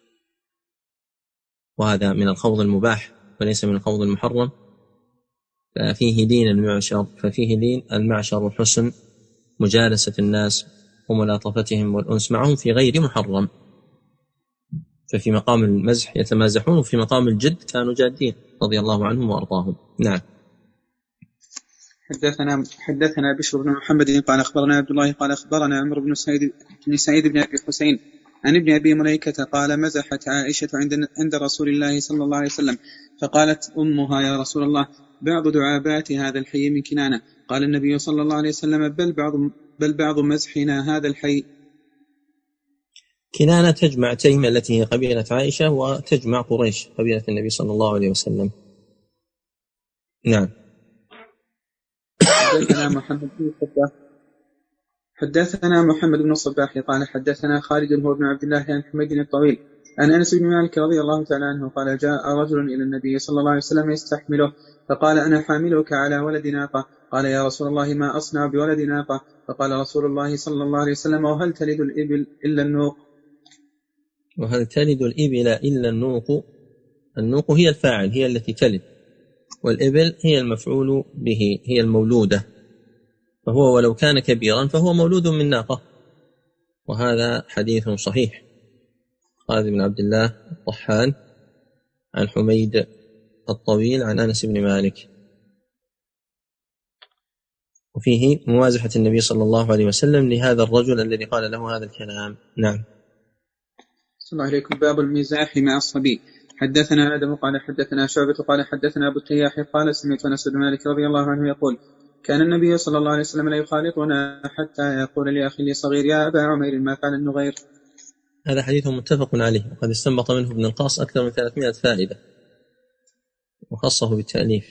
وهذا من الخوض المباح وليس من الخوض المحرم. ففيه دين المعشر ففيه دين المعشر وحسن مجالسة الناس وملاطفتهم والأنس معهم في غير محرم. ففي مقام المزح يتمازحون، وفي مقام الجد كانوا جادين رضي الله عنهم وأرضاهم. نعم. حدثنا حدثنا بشر بن محمد قال أخبرنا عبد الله قال أخبرنا عمرو بن سعيد بن سعيد بن أبي حسين عن ابن أبي مليكة قال مزحت عائشة عند عند رسول الله صلى الله عليه وسلم، فقالت أمها يا رسول الله بعض دعابات هذا الحي من كنانة. قال النبي صلى الله عليه وسلم بل بعض بل بعض مزحنا هذا الحي. كنانة تجمع تيم التي هي قبيلة عائشة، وتجمع قريش قبيلة النبي صلى الله عليه وسلم. نعم. حدثنا محمد بن الصباح حدثنا محمد بن الصباح قال حدثنا خالد هو ابن عبد الله عن حميد الطويل عن أنس بن مالك رضي الله تعالى عنه قال جاء رجل إلى النبي صلى الله عليه وسلم يستحمله، فقال أنا حاملك على ولد ناقة. قال يا رسول الله ما أصنع بولد ناقة؟ فقال رسول الله صلى الله عليه وسلم وهل تلد الإبل إلا النوق؟ وهل تلد الإبل إلا النوق؟ النوق هي الفاعل، هي التي تلد، والإبل هي المفعول به، هي المولودة. فهو ولو كان كبيرا فهو مولود من ناقة. وهذا حديث صحيح. خالد بن عبد الله الطحان عن حميد الطويل عن أنس بن مالك، وفيه موازحة النبي صلى الله عليه وسلم لهذا الرجل الذي قال له هذا الكلام. نعم. صلى الله عليكم. باب المزاح مع الصبي. حدثنا آدم قال حدثنا شعبة قال حدثنا أبو التياح قال سمعت أنس بن مالك رضي الله عنه يقول كان النبي صلى الله عليه وسلم لا يخالطنا حتى يقول لأخي الصغير يا أبا عمير ما فعل النغير. هذا حديث متفق عليه، وقد استنبط منه ابن القاص أكثر من ثلاثمائة فائدة وخصه بالتأليف،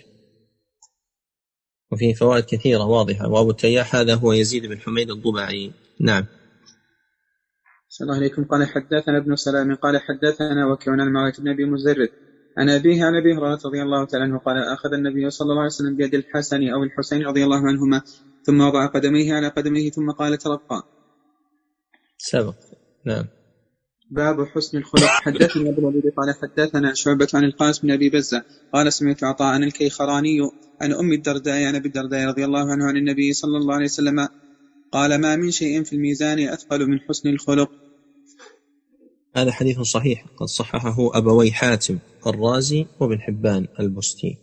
وفيه فوائد كثيرة واضحة. وأبو التياح هذا هو يزيد بن حميد الضبعي. نعم. صلى الله عليكم. قال حدثنا ابن سلام قال حدثنا وكيع عن المعركة بن أبي مزرد عن أبيه عن أبي هريرة رضي الله تعالى عنه قال أخذ النبي صلى الله عليه وسلم بيد الحسن أو الحسين رضي الله عنهما ثم وضع قدميه على قدميه ثم قال ترقى. سبق. نعم. باب حسن الخلق. حدثنا أبو الوليد قال حدثنا شعبة عن القاسم بن أبي بزة قال سمعت عطاء عن الكيخراني عن أم الدرداء عن أبي الدرداء رضي الله عنه عن النبي صلى الله عليه وسلم قال ما من شيء في الميزان أثقل من حسن الخلق. هذا حديث صحيح قد صححه أبوي حاتم الرازي وابن حبان البستي،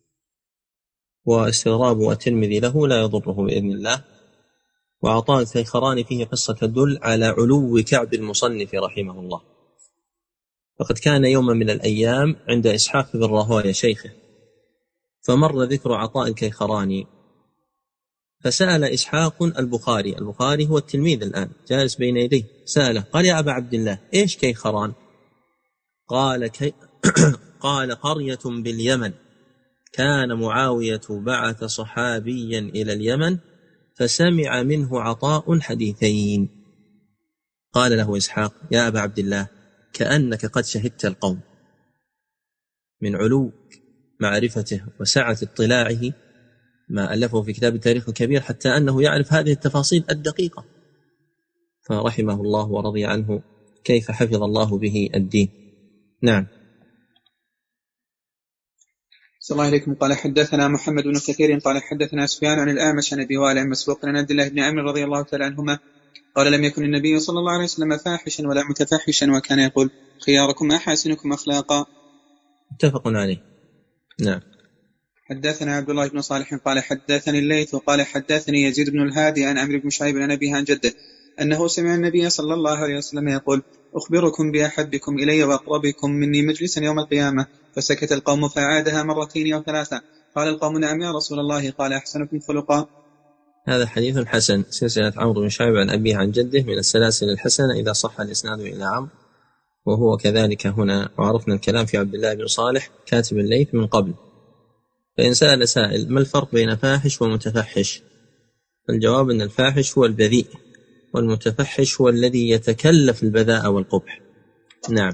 واستغراب الترمذي له لا يضره بإذن الله. وعطاء الكيخراني فيه قصة تدل على علو كعب المصنف رحمه الله. فقد كان يوما من الأيام عند إسحاق بن راهويه شيخه، فمر ذكر عطاء الكيخراني، فسأل إسحاق البخاري، البخاري هو التلميذ الآن جالس بين يديه، سأله قال يا أبا عبد الله إيش كيخران؟ قال كي قال قرية باليمن كان معاوية بعث صحابيا إلى اليمن فسمع منه عطاء حديثين. قال له إسحاق يا أبا عبد الله كأنك قد شهدت القوم. من علو معرفته وسعة اطلاعه ما ألفه في كتاب التاريخ الكبير حتى أنه يعرف هذه التفاصيل الدقيقة، فرحمه الله ورضي عنه كيف حفظ الله به الدين. نعم. صلى الله عليكم. قال حدثنا محمد بن كثير قال حدثنا سفيان عن الأعمش عن أبي وائل مسروق عن عبد الله بن عمرو رضي الله تعالى عنهما قال لم يكن النبي صلى الله عليه وسلم فاحشا ولا متفحشا وكان يقول خياركم أحاسنكم أخلاقا. متفق عليه. نعم. حدثنا عبد الله بن صالح قال حدثني الليث قال حدثني يزيد بن الهادي عن عمرو بن شعيب عن أبيه عن جده أنه سمع النبي صلى الله عليه وسلم يقول أخبركم بأحبكم إلي وأقربكم مني مجلسا يوم القيامة، فسكت القوم فأعادها مرتين أو ثلاثة. قال القوم نعم يا رسول الله، قال أحسنكم خلقا. هذا حديث حسن، سلسلة عمرو بن شعيب عن أبيه عن جده من السلاسل الحسنة إذا صح الإسناد إلى عمرو، وهو كذلك هنا. وعرفنا الكلام في عبد الله بن صالح كاتب الليث من قبل. فإن سأل سائل ما الفرق بين فاحش ومتفحش؟ الجواب أن الفاحش هو البذيء، والمتفحش هو الذي يتكلف البذاء والقبح. نعم.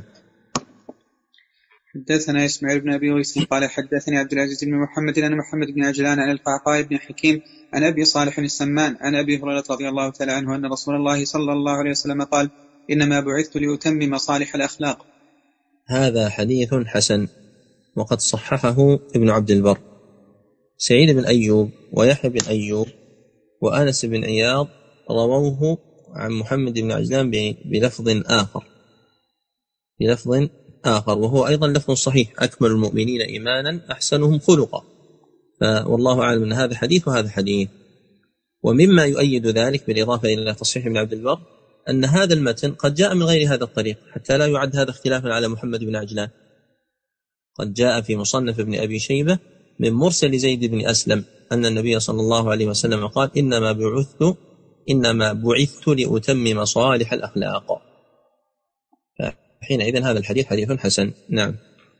حدثنا إسماعيل بن أبي ويس قال حدثني عبد العزيز بن محمد عن محمد بن عجلان عن القعقاع بن حكيم عن أبي صالح السمان عن أبي هريرة رضي الله تعالى عنه أن رسول الله صلى الله عليه وسلم قال إنما بعثت لأتمم صالح الأخلاق. هذا حديث حسن وقد صححه ابن عبد البر. سعيد بن أيوب ويحيى بن أيوب وأنس بن عياض رووه عن محمد بن عجلان بلفظ آخر بلفظ آخر وهو أيضا لفظ صحيح: أكمل المؤمنين إيمانا أحسنهم خلقا. فوالله أعلم أن هذا حديث وهذا حديث. ومما يؤيد ذلك بالإضافة إلى تصحيح ابن عبد البر أن هذا المتن قد جاء من غير هذا الطريق، حتى لا يعد هذا اختلافا على محمد بن عجلان. قد جاء في مصنف ابن أبي شيبة من مرسل زيد بن أسلم أن النبي صلى الله عليه وسلم قال إنما بعثت إنما بعثت لأتمم صالح الأخلاق. حينئذ هذا الحديث حديث حسن. نعم.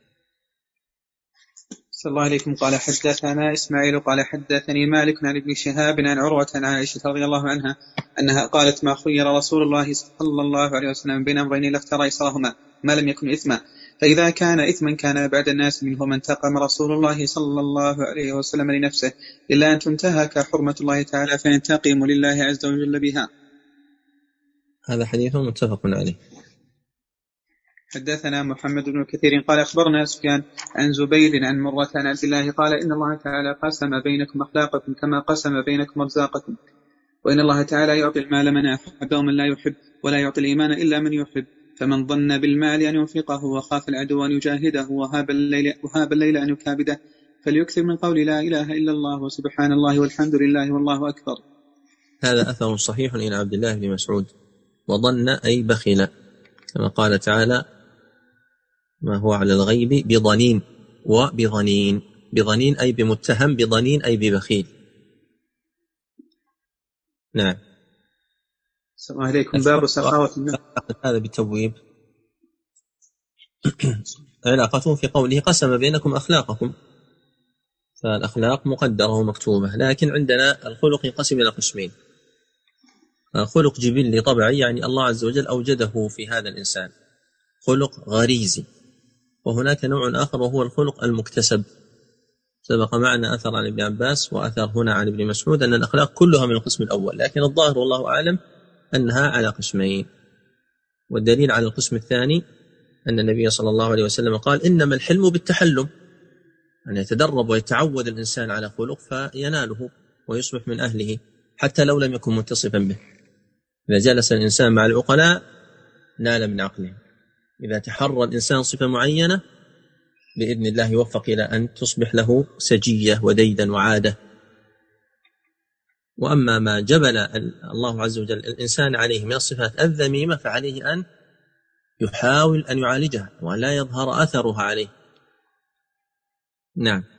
صلى الله عليكم. قال حدثنا إسماعيل قال حدثني مالك عن ابن شهاب عن عروة عن عائشة رضي الله عنها أنها قالت ما خير رسول الله صلى الله عليه وسلم بين أمرين لاختار أيسرهما ما لم يكن إثما، فإذا كان إثما كان بعد الناس منه من انتقم رسول الله صلى الله عليه وسلم لنفسه إلا أن تنتهك حرمة الله تعالى فينتقم لله عز وجل بها. هذا حديث متفق عليه. حدثنا محمد بن كثير قال أخبرنا سفيان عن زبيد عن مرة عن عبد الله قال إن الله تعالى قسم بينكم أخلاقكم كما قسم بينكم أرزاقكم، وإن الله تعالى يعطي المال من أحب ومن لا يحب، ولا يعطي الإيمان إلا من يحب، فمن ظن بالمال أن ينفقه وخاف العدو أن يجاهده وهاب الليل, وهاب الليل أن يكابده فليكثر من قول لا إله إلا الله وسبحان الله والحمد لله والله أكبر. هذا أثر صحيح إلى عبد الله بن مسعود. وظن أي بخل، كما قال تعالى ما هو على الغيب بضنين وبظنين. بظنين أي بمتهم، بضنين أي ببخيل. نعم. السلام عليكم. باب سخاوة النفس. هذا بالتبويب علاقته في قوله قسم بينكم أخلاقكم، فالأخلاق مقدرة ومكتوبة، لكن عندنا الخلق ينقسم إلى قسمين: خلق جبلي طبيعي، يعني الله عز وجل أوجده في هذا الإنسان، خلق غريزي. وهناك نوع آخر وهو الخلق المكتسب. سبق معنا أثر عن ابن عباس وأثر هنا عن ابن مسعود أن الأخلاق كلها من القسم الأول، لكن الظاهر والله أعلم أنها على قسمين. والدليل على القسم الثاني أن النبي صلى الله عليه وسلم قال: إنما الحلم بالتحلم، أن يتدرب ويتعود الإنسان على خلق فيناله ويصبح من أهله حتى لو لم يكن متصفا به. إذا جلس الإنسان مع العقلاء نال من عقله، إذا تحرى الإنسان صفة معينة بإذن الله يوفق إلى أن تصبح له سجية وديدا وعادة. وأما ما جبل الله عز وجل الإنسان عليه من الصفات الذميمة فعليه أن يحاول أن يعالجها وأن لا يظهر أثرها عليه. نعم.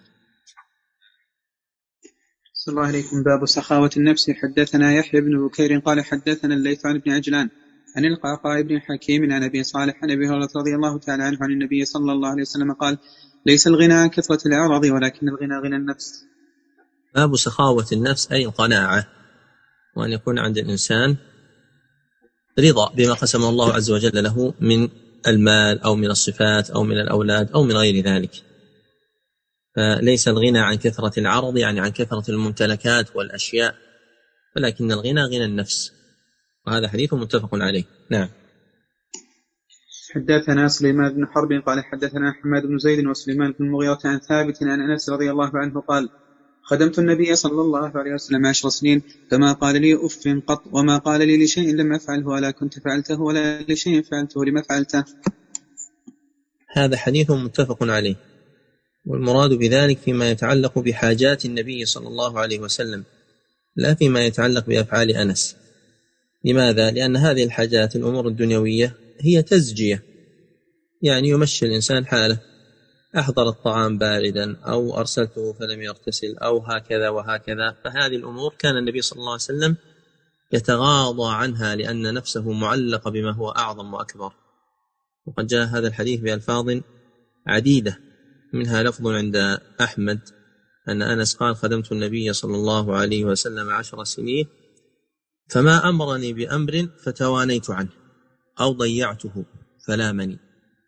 صلى الله عليكم. باب سخاوة النفس. حدثنا يحيى بن بكير قال حدثنا الليث عن ابن عجلان عن القعقاع بن حكيم عن أبي صالح عن أبي هريرة رضي الله تعالى عنه عن النبي صلى الله عليه وسلم قال: ليس الغنى عن كثرة الأعراض ولكن الغنى غنى النفس. باب سخاوة النفس أي القناعة، وأن يكون عند الإنسان رضا بما قسم الله عز وجل له من المال أو من الصفات أو من الأولاد أو من غير ذلك. فليس الغنى عن كثرة العرض يعني عن كثرة الممتلكات والأشياء، ولكن الغنى غنى النفس، وهذا حديث متفق عليه. نعم. حدثنا سليمان بن حرب قال حدثنا حماد بن زيد وسليمان بن المغيرة عن ثابت عن أنس رضي الله عنه قال: خدمت النبي صلى الله عليه وسلم عشر سنين فما قال لي أف قط، وما قال لي لشيء لم أفعله ولا كنت فعلته ولا لشيء فعلته لما فعلته. هذا حديث متفق عليه، والمراد بذلك فيما يتعلق بحاجات النبي صلى الله عليه وسلم لا فيما يتعلق بأفعال أنس. لماذا؟ لأن هذه الحاجات الأمور الدنيوية هي تزجية، يعني يمشي الإنسان حاله، أحضر الطعام باردا أو أرسلته فلم يغتسل أو هكذا وهكذا، فهذه الأمور كان النبي صلى الله عليه وسلم يتغاضى عنها لأن نفسه معلقة بما هو أعظم وأكبر. وقد جاء هذا الحديث بألفاظ عديدة، منها لفظ عند أحمد أن أنس قال: خدمت النبي صلى الله عليه وسلم عشر سنين فما أمرني بأمر فتوانيت عنه أو ضيعته فلامني.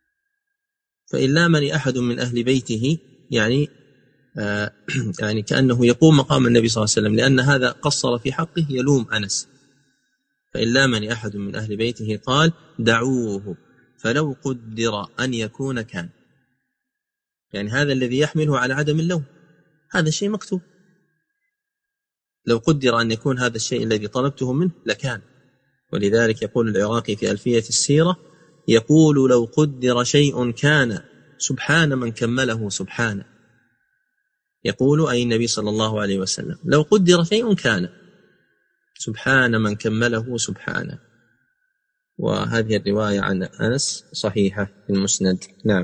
فإن لامني أحد من أهل بيته يعني آه يعني كأنه يقوم مقام النبي صلى الله عليه وسلم، لأن هذا قصر في حقه يلوم أنس. فإن لامني أحد من أهل بيته قال: دعوه فلو قدر أن يكون كان. يعني هذا الذي يحمله على عدم اللوم، هذا الشيء مكتوب، لو قدر أن يكون هذا الشيء الذي طلبته منه لكان. ولذلك يقول العراقي في ألفية السيرة: يقول لو قدر شيء كان سبحان من كمله سبحانه. يقول أي النبي صلى الله عليه وسلم: لو قدر شيء كان سبحان من كمله سبحانه. وهذه الرواية عن أنس صحيحة في المسند. نعم.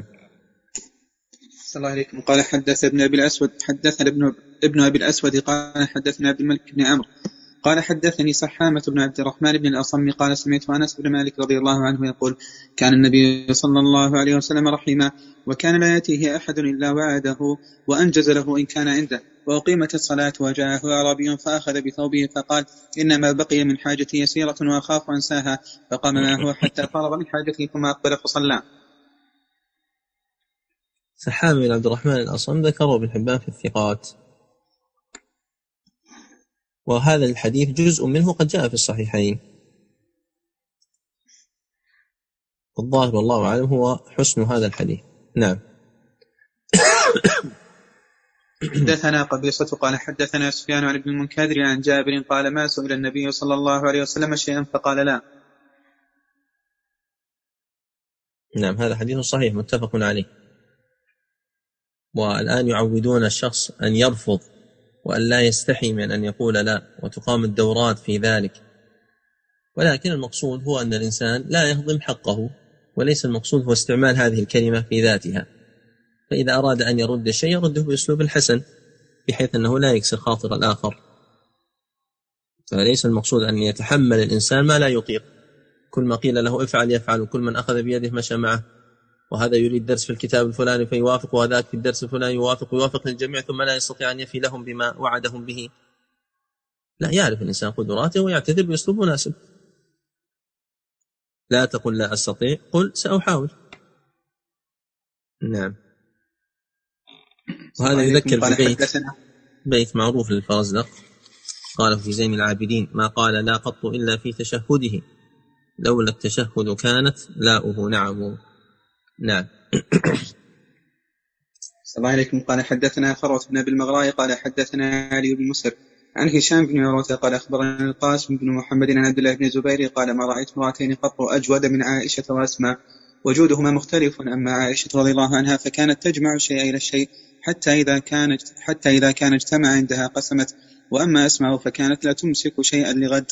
صلى الله عليكم. قال حدث ابن أبي الأسود حدثنا ابن, ابن أبي الأسود قال حدثنا عبد الملك بن عمرو قال حدثني سحامة بن عبد الرحمن بن الأصم قال سمعت أنس بن مالك رضي الله عنه يقول: كان النبي صلى الله عليه وسلم رحيما، وكان لا يأتيه أحد إلا وعده وأنجز له إن كان عنده، وأقيمت الصلاة وجاءه أعرابي فأخذ بثوبه فقال: إنما بقي من حاجتي يسيرة وأخاف أنساها، فقام معه حتى فرغ من حاجته ثم أقبل فصلى. سحامة بن عبد الرحمن الأصم ذكره ابن حبان في الثقات، وهذا الحديث جزء منه قد جاء في الصحيحين. والظاهر والله أعلم هو حسن هذا الحديث. نعم. حدثنا قبيصة قال حدثنا سفيان عن ابن المنكدر عن جابر قال: ما سئل النبي صلى الله عليه وسلم شيئا فقال لا. نعم، هذا حديث صحيح متفق عليه. والآن يعودون الشخص أن يرفض وأن لا يستحي من أن يقول لا، وتقام الدورات في ذلك. ولكن المقصود هو أن الإنسان لا يهضم حقه، وليس المقصود هو استعمال هذه الكلمة في ذاتها. فإذا أراد أن يرد الشيء يرده بأسلوب الحسن بحيث أنه لا يكسر خاطر الآخر. فليس المقصود أن يتحمل الإنسان ما لا يطيق، كل ما قيل له افعل يفعل، وكل من أخذ بيده مشى معه، وهذا يريد درس في الكتاب الفلاني فيوافق، وهذاك في الدرس الفلاني يوافق ويوافق للجميع، ثم لا يستطيع أن يفي لهم بما وعدهم به. لا، يعرف الإنسان قدراته ويعتذر بأسلوب مناسب. لا تقل لا أستطيع، قل سأحاول. نعم. وهذا يذكر ببيت بيت معروف للفرزدق قال في زين العابدين: ما قال لا قط إلا في تشهده، لولا التشهد كانت لاؤه نعم. نعم. صلى الله عليكم. قال حدثنا فروة بن أبي المغراء قال حدثنا علي بن مسر عن هشام بن عروة قال أخبرنا القاسم بن محمد عن عبد الله بن الزبير قال: ما رأيت امرأتين قط أجود من عائشة وأسماء، وجودهما مختلف. أما عائشة رضي الله عنها فكانت تجمع الشيء إلى الشيء حتى إذا كان حتى إذا كان اجتمع عندها قسمت، وأما أسماء فكانت لا تمسك شيئا لغد.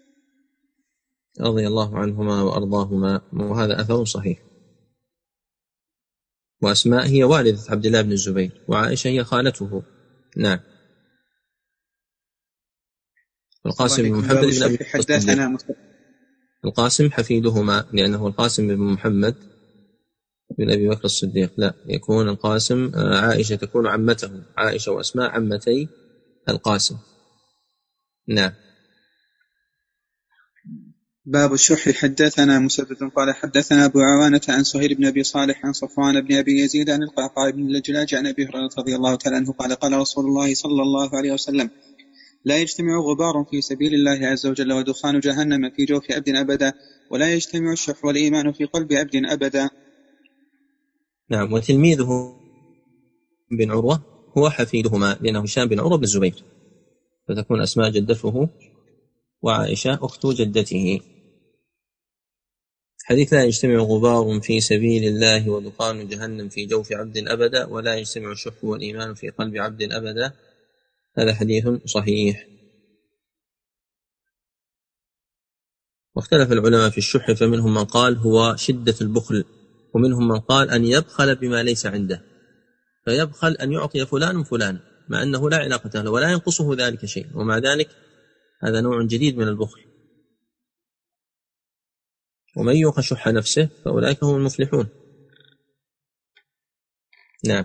رضي الله عنهما وأرضاهما، وهذا أثر صحيح. وأسماء هي والدة عبد الله بن الزبير، وعائشة هي خالته. نعم. القاسم بن محمد بن أبي حدثنا القاسم حفيدهما، لأنه القاسم بن محمد بن أبي بكر الصديق. لا، يكون القاسم عائشة تكون عمته، عائشة وأسماء عمتي القاسم. نعم. باب الشح. حدثنا مسدد قال حدثنا أبو عوانة عن سهيل بن أبي صالح عن صفوان بن أبي يزيد عن القعقاع بن اللجلاج عن أبي هريرة رضي الله تعالى عنه قال: قال رسول الله صلى الله عليه وسلم: لا يجتمع غبار في سبيل الله عز وجل ودخان جهنم في جوف عبد أبدا، ولا يجتمع الشح والإيمان في قلب عبد أبدا. نعم. وتلميذه بن عروة هو حفيدهما، لأنه هشام بن عروة بن الزبير، فتكون أسماء جدته وعائشة أخت جدته. حديث: لا يجتمع غبار في سبيل الله ودخان جهنم في جوف عبد أبدا، ولا يجتمع الشح والإيمان في قلب عبد أبدا. هذا حديث صحيح. واختلف العلماء في الشح، فمنهم من قال هو شدة البخل، ومنهم من قال أن يبخل بما ليس عنده، فيبخل أن يعطي فلان فلان مع أنه لا علاقة له ولا ينقصه ذلك شيء، ومع ذلك هذا نوع جديد من البخل. ومن يوق شح نفسه فأولئك هم المفلحون. نعم.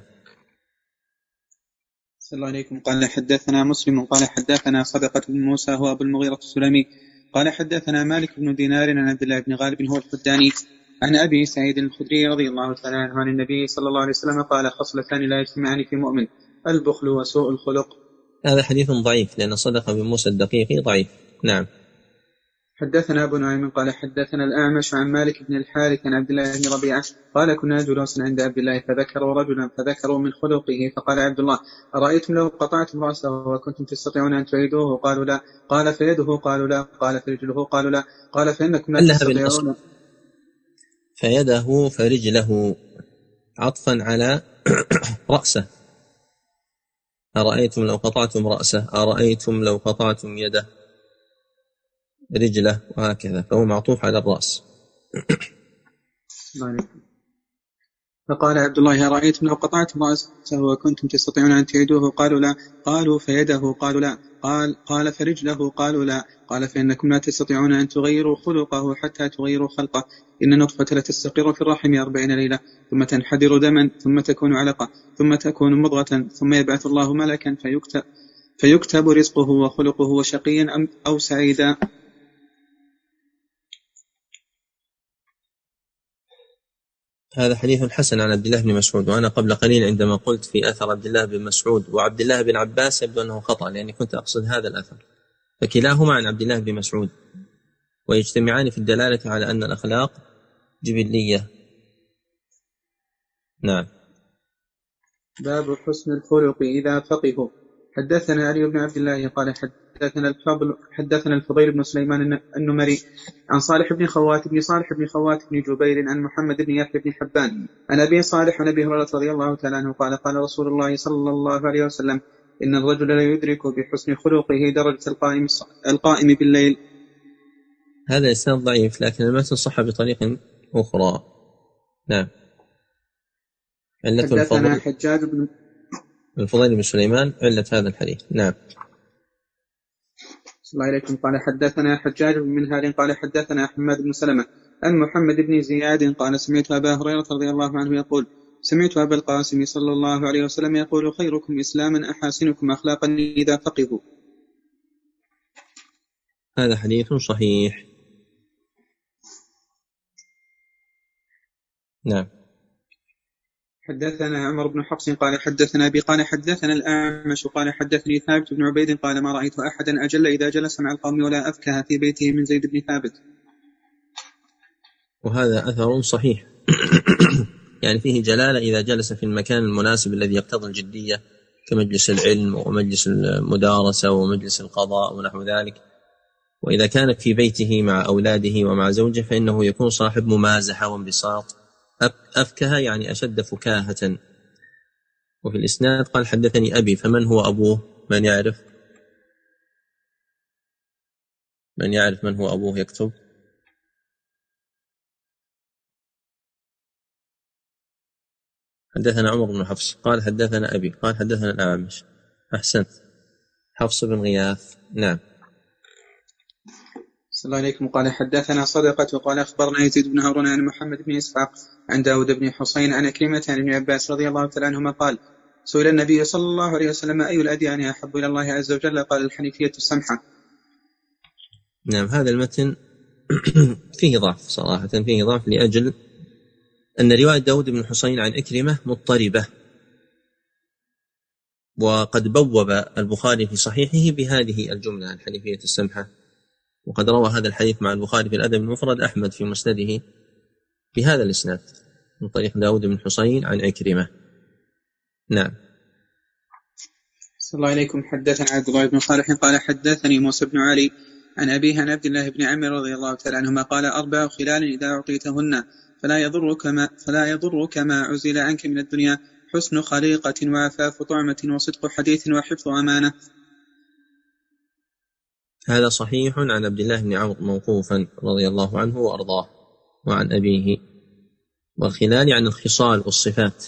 صلى الله عليكم. قال حدثنا مسلم قال حدثنا صدقة بن موسى هو أبو المغيرة السلمي قال حدثنا مالك بن دينار عن عبد الله بن غالب هو الحداني عن أبي سعيد الخدري رضي الله تعالى عنه عن النبي صلى الله عليه وسلم قال: خصلتان لا يجتمعان في مؤمن: البخل وسوء الخلق. هذا حديث ضعيف، لأن صدقة بن موسى الدقيقي ضعيف. نعم. حدثنا أبو نعيم قال حدثنا الأعمش عن مالك بن الحارث عن عبد الله بن ربيعة قال: كنا جلوسا عند عبد الله فذكروا رجلا فذكروا من خلقه، فقال عبد الله: أرأيتم لو قطعتم رأسه وكنتم تستطيعون أن تعيدوه؟ قالوا لا. قال: فيده؟ قالوا لا. قال: فرجله؟ قالوا لا. قال: فإنكم لا تستطيعون. فيده فرجله عطفا على رأسه. أرأيتم لو قطعتم رأسه، أرأيتم لو قطعتم يده، رجله، وهكذا، فهو معطوف على الرأس. فقال عبد الله: أرأيتم لو قطعتم رأسه وكنتم تستطيعون أن تعيدوه؟ قالوا لا. قالوا: فيده؟ قالوا لا. قال: قال: فرجله؟ قالوا لا. قال: فإنكم لا تستطيعون أن تغيروا خلقه حتى تغيروا خلقه. إن النطفة لتستقر في الرحم أربعين ليلة، ثم تنحدر دما، ثم تكون علقة، ثم تكون مضغة، ثم يبعث الله ملكا فيكتب, فيكتب رزقه وخلقه وشقيا أو سعيدا. هذا حديث حسن عن عبد الله بن مسعود. وأنا قبل قليل عندما قلت في أثر عبد الله بن مسعود وعبد الله بن عباس يبدو أنه خطأ، لأني كنت أقصد هذا الأثر، فكلاهما عن عبد الله بن مسعود، ويجتمعان في الدلالة على أن الأخلاق جبلية. نعم. باب حسن الخلق إذا فقهوا. حدثنا علي بن عبد الله قال حدثنا الفضل حدثنا الفضيل بن سليمان النمري عن صالح بن خوات بن صالح بن خوات بن جبير عن محمد بن يحيى بن حبان عن أبي صالح عن أبي هريرة رضي الله تعالى عنه قال: قال رسول الله صلى الله عليه وسلم: إن الرجل لا يدرك بحسن خلقه درجة القائم القائم بالليل. هذا إسناد ضعيف، لكن المتن صح بطريق أخرى. نعم. حدثنا حجاج بن الفضيل بن سليمان علة هذا الحديث. نعم. صلى الله عليكم. قال حدثنا حجاج بن منهال قال حدثنا حماد بن سلمة عن محمد بن زياد قال: سمعت أبا هريرة رضي الله عنه يقول: سمعت أبا القاسم صلى الله عليه وسلم يقول: خيركم إسلاما أحاسنكم أخلاقا إذا فقهوا. هذا حديث صحيح. نعم. حدثنا عمر بن حفص قال حدثنا أبي قال حدثنا الأعمش قال حدثني ثابت بن عبيد قال ما رأيت أحدا أجل إذا جلس مع القوم ولا أفكه في بيته من زيد بن ثابت. وهذا أثر صحيح يعني فيه جلالة إذا جلس في المكان المناسب الذي يقتضي الجدية كمجلس العلم ومجلس المدارسة ومجلس القضاء ونحو ذلك. وإذا كان في بيته مع أولاده ومع زوجه فإنه يكون صاحب ممازحة وانبساط. أفكه يعني أشد فكاهة. وفي الإسناد قال حدثني أبي، فمن هو أبوه؟ من يعرف؟ من يعرف من هو أبوه يكتب. حدثنا عمر بن حفص قال حدثنا أبي قال حدثنا الأعمش. أحسنت، حفص بن غياث. نعم. صلى الله عليكم. قال حدثنا صدقة وقال أخبرنا يزيد بن هارون عن محمد بن إسحاق عن داود بن حسين عن كلمة عن ابن عباس رضي الله تعالى عنهما قال سئل النبي صلى الله عليه وسلم أي الأديان أحب إلى الله عز وجل؟ قال الحنيفية السمحة. نعم. هذا المتن فيه ضعف صراحة، فيه ضعف لأجل أن رواية داود بن حسين عن أكرمة مضطربة، وقد بوب البخاري في صحيحه بهذه الجملة الحنيفية السمحة، وقد روى هذا الحديث مع البخاري في الأدب المفرد أحمد في مسنده بهذا الإسناد من طريق داود بن حسين عن أكرمة. نعم. صلى الله عليكم. حدثنا عبد الله بن صالح قال حدثني موسى بن علي عن أبيه عن عبد الله بن عمرو رضي الله تعالى عنهما قال أربع خلال إذا أعطيتهن فلا يضرك ما, فلا يضرك ما عزل عنك من الدنيا: حسن خليقة وعفاف طعمة وصدق حديث وحفظ أمانة. هذا صحيح عن عبد الله بن عمرو موقوفا رضي الله عنه وأرضاه، وعن أبيه. والخلال عن الخصال والصفات.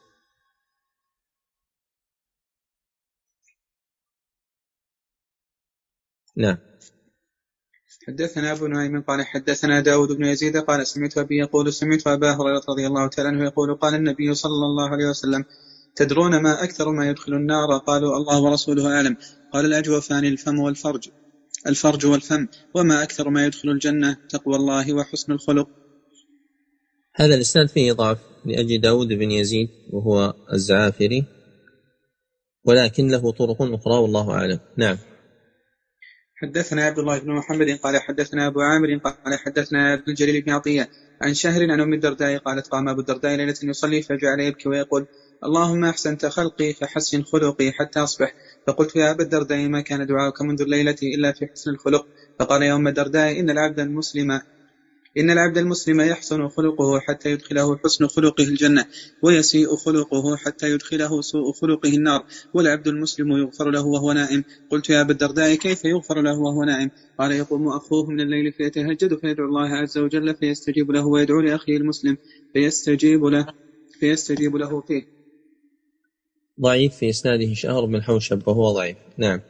نعم. حدثنا أبو نعيم قال حدثنا داود بن يزيد قال سمعت أبي يقول سمعت أبا هريرة رضي الله تعالى عنه يقول قال النبي صلى الله عليه وسلم: تدرون ما أكثر ما يدخل النار؟ قالوا: الله ورسوله أعلم. قال: الأجوفان الفم والفرج الفرج والفم. وما أكثر ما يدخل الجنة؟ تقوى الله وحسن الخلق. هذا الإسناد فيه ضعف لأجل داود بن يزيد وهو الزعافري، ولكن له طرق أخرى والله أعلم. نعم. حدثنا عبد الله بن محمد قال حدثنا أبو عامر قال حدثنا ابن الجليل بن عطية عن شهر عن أم الدرداء قالت: قام أبو الدرداء ليلة يصلي فجعل يبكي ويقول: اللهم أحسنت خلقي فحسن خلقي حتى أصبح. فقلت: يا أبا الدرداء ما كان دعاؤك منذ الليلة إلا في حسن الخلق؟ فقال: يا أم الدرداء إن العبد المسلم إن العبد المسلم يحسن خلقه حتى يدخله حسن خلقه الجنة، ويسيء خلقه حتى يدخله سوء خلقه النار، والعبد المسلم يغفر له وهو نائم. قلت: يا أبا الدرداء كيف يغفر له وهو نائم؟ قال: يقوم أخوه من الليل فيتهجد فيدعو الله عز وجل فيستجيب له، ويدعو لأخيه المسلم فيستجيب له فيستجيب له فيه. ضعيف في إسناده شهر بن حوشب وهو ضعيف. نعم.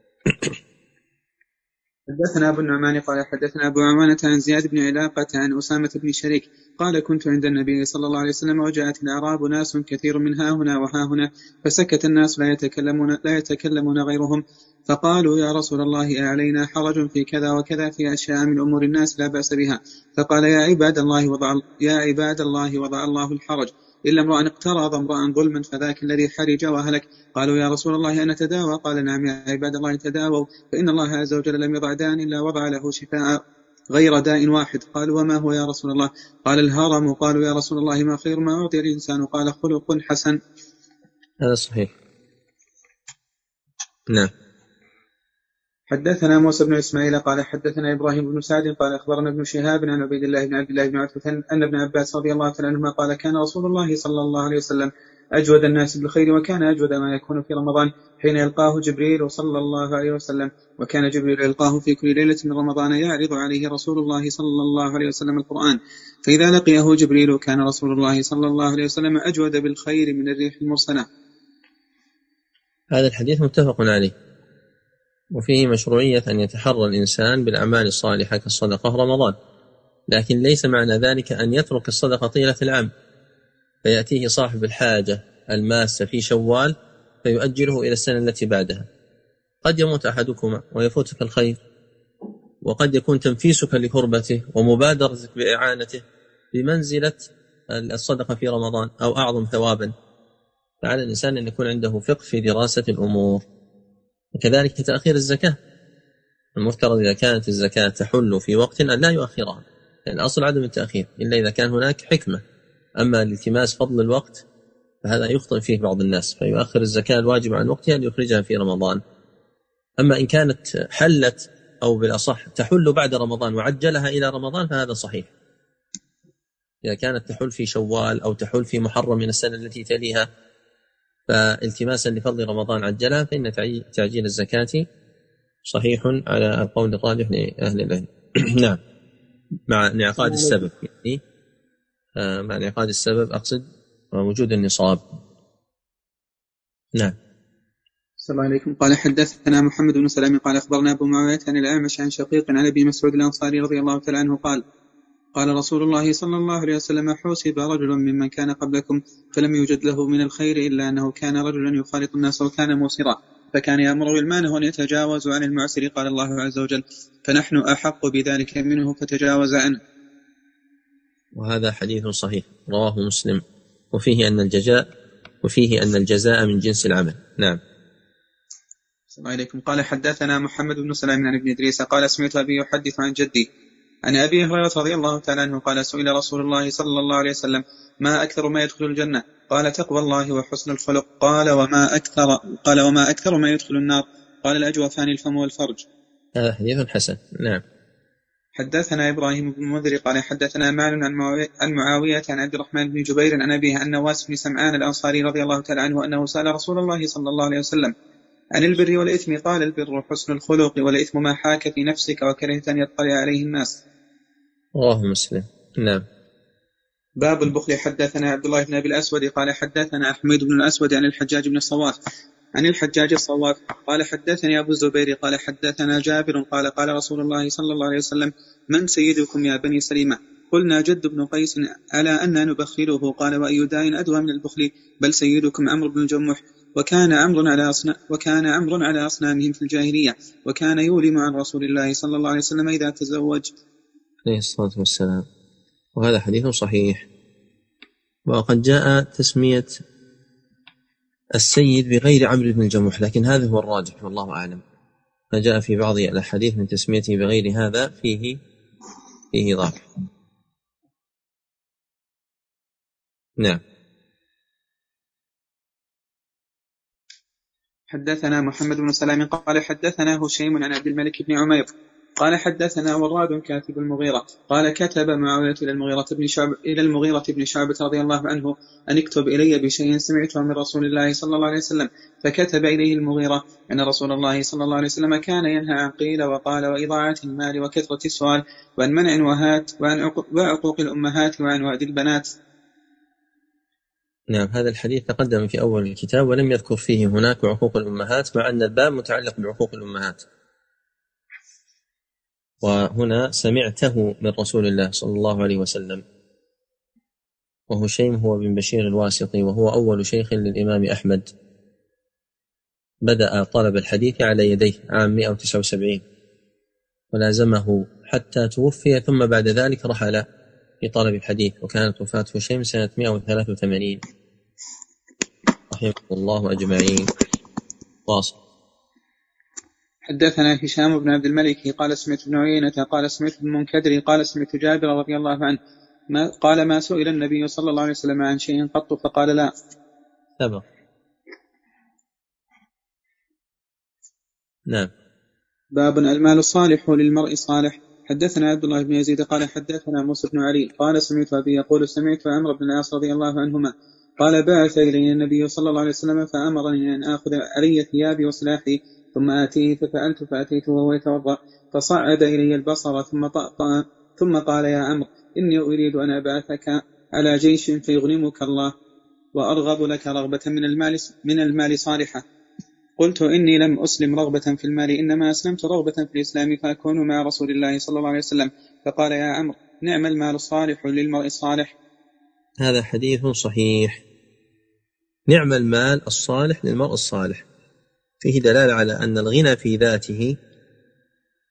حدثنا أبو النعمان قال حدثنا أبو عوانة عن زياد بن علاقة عن أسامة بن شريك قال: كنت عند النبي صلى الله عليه وسلم وجاءت الأعراب ناس كثير من ها هنا وها هنا، فسكت الناس لا يتكلمون, لا يتكلمون غيرهم، فقالوا: يا رسول الله أعلينا حرج في كذا وكذا في أشياء من أمور الناس لا بأس بها. فقال: يا عباد الله وضع, يا عباد الله وضع الله الحرج، إلا امرأ اقترض امرأ ظلما فذاك الذي حرج وهلك. قالوا: يا رسول الله أنا تداوى؟ قال: نعم يا عباد الله تداووا، فإن الله عز وجل لم يضع داء إلا وضع له شفاء غير داء واحد. قالوا: وما هو يا رسول الله؟ قال: الهرم. قالوا: يا رسول الله ما خير ما أعطي الإنسان؟ قال: خلق حسن. هذا صحيح. نعم. حدثنا موسى بن إسماعيل قال حدثنا إبراهيم بن سعد قال أخبرنا ابن شهاب عن عبيد الله بن عبد الله بن عتبة أن ابن عباس رضي الله تعالى عنهما قال: كان رسول الله صلى الله عليه وسلم أجود الناس بالخير، وكان أجود ما يكون في رمضان حين يلقاه جبريل صلى الله عليه وسلم، وكان جبريل يلقاه في كل ليلة من رمضان يعرض عليه رسول الله صلى الله عليه وسلم القرآن، فإذا لقيه جبريل كان رسول الله صلى الله عليه وسلم أجود بالخير من الريح المرسلة. هذا الحديث متفق عليه، وفيه مشروعية أن يتحرى الإنسان بالأعمال الصالحة كالصدقة رمضان، لكن ليس معنى ذلك أن يترك الصدقة طيلة العام، فيأتيه صاحب الحاجة الماسة في شوال فيؤجله إلى السنة التي بعدها. قد يموت أحدكما ويفوتك الخير، وقد يكون تنفيسك لكربته ومبادرتك بإعانته بمنزلة الصدقة في رمضان أو أعظم ثوابا. فعلى الإنسان أن يكون عنده فقه في دراسة الأمور. وكذلك تأخير الزكاة، المفترض إذا كانت الزكاة تحل في وقت أن لا يؤخرها، يعني الأصل عدم التأخير إلا إذا كان هناك حكمة. أما الالتماس فضل الوقت فهذا يخطئ فيه بعض الناس، فيؤخر الزكاة الواجب عن وقتها ليخرجها في رمضان. أما إن كانت حلت أو بالأصح تحل بعد رمضان وعجلها إلى رمضان فهذا صحيح. إذا كانت تحل في شوال أو تحل في محرم من السنة التي تليها فالتماسا لفضل رمضان عجلها، فإن تعجيل الزكاة صحيح على القول الراجح لأهل العلم. نعم، مع انعقاد السبب، يعني مع انعقاد السبب أقصد وجود النصاب. نعم. السلام عليكم. قال حدثنا محمد بن سلام قال أخبرنا أبو معاوية عن الأعمش عن شقيق عن أبي مسعود الأنصاري رضي الله تعالى عنه قال قال رسول الله صلى الله عليه وسلم حوسب رجل ممن كان قبلكم فلم يوجد له من الخير إلا أنه كان رجلا يخالط الناس وكان موسرا فكان يأمر بالمال وأن يتجاوز عن المعسر. قال الله عز وجل فنحن أحق بذلك منه فتجاوز عنه. وهذا حديث صحيح رواه مسلم، وفيه أن الجزاء وفيه أن الجزاء من جنس العمل. نعم. السلام عليكم. قال حدثنا محمد بن سلام عن ابن إدريس قال سمعت أبي يحدث عن جدي عن أبي هريرة رضي الله تعالى عنه قال سئل رسول الله صلى الله عليه وسلم ما أكثر ما يدخل الجنة؟ قال تقوى الله وحسن الخلق. قال وما أكثر قال وما أكثر ما يدخل النار؟ قال الأجوفان الفم والفرج. هذا حديث حسن. نعم. حدثنا إبراهيم بن منذر قال حدثنا مال عن معاوية عن عبد الرحمن بن جبير عن أبيه عن نواس بن سمعان الأنصاري رضي الله تعالى عنه أنه سأل رسول الله صلى الله عليه وسلم عن البر والإثم قال البر حسن الخلق والإثم ما حاك في نفسك وكرهت أن يطلع عليه الناس. رواه مسلم. نعم. باب البخل. حدثنا عبد الله بن أبي الأسود قال حدثنا أحمد بن الأسود عن الحجاج بن الصواف عن الحجاج الصواف قال حدثني أبو الزبير قال حدثنا جابر قال قال رسول الله صلى الله عليه وسلم من سيدكم يا بني سليمة؟ قلنا جد بن قيس على أن نبخله. قال وأي داء أدوى من البخل؟ بل سيدكم عمرو بن الجمح وكان عمرو على أصنام وكان عمرو على أصنامهم في الجاهلية وكان يولم عن رسول الله صلى الله عليه وسلم إذا تزوج عليه الصلاة والسلام. وهذا حديث صحيح. وقد جاء تسمية السيد بغير عمرو بن الجمح، لكن هذا هو الراجح والله أعلم. فجاء في بعض الأحاديث من تسميته بغير هذا فيه فيه ضعف. نعم. حدثنا محمد بن سلام قال حدثنا هشيم عن عبد الملك بن عمير قال حدثنا وراد كاتب المغيرة قال كتب معاوية إلى المغيرة بن شعبة إلى المغيرة بن شعبة رضي الله عنه أن اكتب إلي بشيء سمعته من رسول الله صلى الله عليه وسلم. فكتب إليه المغيرة أن رسول الله صلى الله عليه وسلم كان ينهى عن قيل وقال وإضاعة المال وكثرة السؤال وعن منع وهات وعن عقوق الأمهات وعن وعد البنات. نعم. هذا الحديث تقدم في أول الكتاب ولم يذكر فيه هناك عقوق الأمهات، مع أن الباب متعلق بعقوق الأمهات. وهنا سمعته من رسول الله صلى الله عليه وسلم. وهشيم هو بن بشير الواسطي، وهو أول شيخ للإمام أحمد، بدأ طلب الحديث على يديه عام مئة وتسعة وسبعين ولازمه حتى توفي، ثم بعد ذلك رحل في طلب الحديث، وكانت وفاة هشيم سنة مئة وثلاثة وثمانين رحمه الله أجمعين. واصل. حدثنا هشام بن عبد الملك قال سمعت ابن عيينة قال سمعت ابن منكدر قال سمعت جابر رضي الله عنه ما قال ما سئل النبي صلى الله عليه وسلم عن شيء قط فقال لا. سبق. نعم. باب المال الصالح للمرء صالح. حدثنا عبد الله بن يزيد قال حدثنا موسى بن علي قال سمعت أبي يقول سمعت عمرو بن العاص رضي الله عنهما قال بعث إلي النبي صلى الله عليه وسلم فأمرني أن آخذ علي ثيابي وسلاحي ثم آتيه ففعلت فأتيته وهو يتوضأ فصعد إلي البصر ثم طأطأ ثم قال يا عمرو إني أريد أن أبعثك على جيش فيغنمك الله وأرغب لك رغبة من المال, من المال صالحة. قلت إني لم أسلم رغبة في المال إنما أسلمت رغبة في الإسلام فأكون مع رسول الله صلى الله عليه وسلم. فقال يا عمرو نعم المال الصالح للمرء الصالح. هذا حديث صحيح. نعم المال الصالح للمرء الصالح فيه دلالة على أن الغنى في ذاته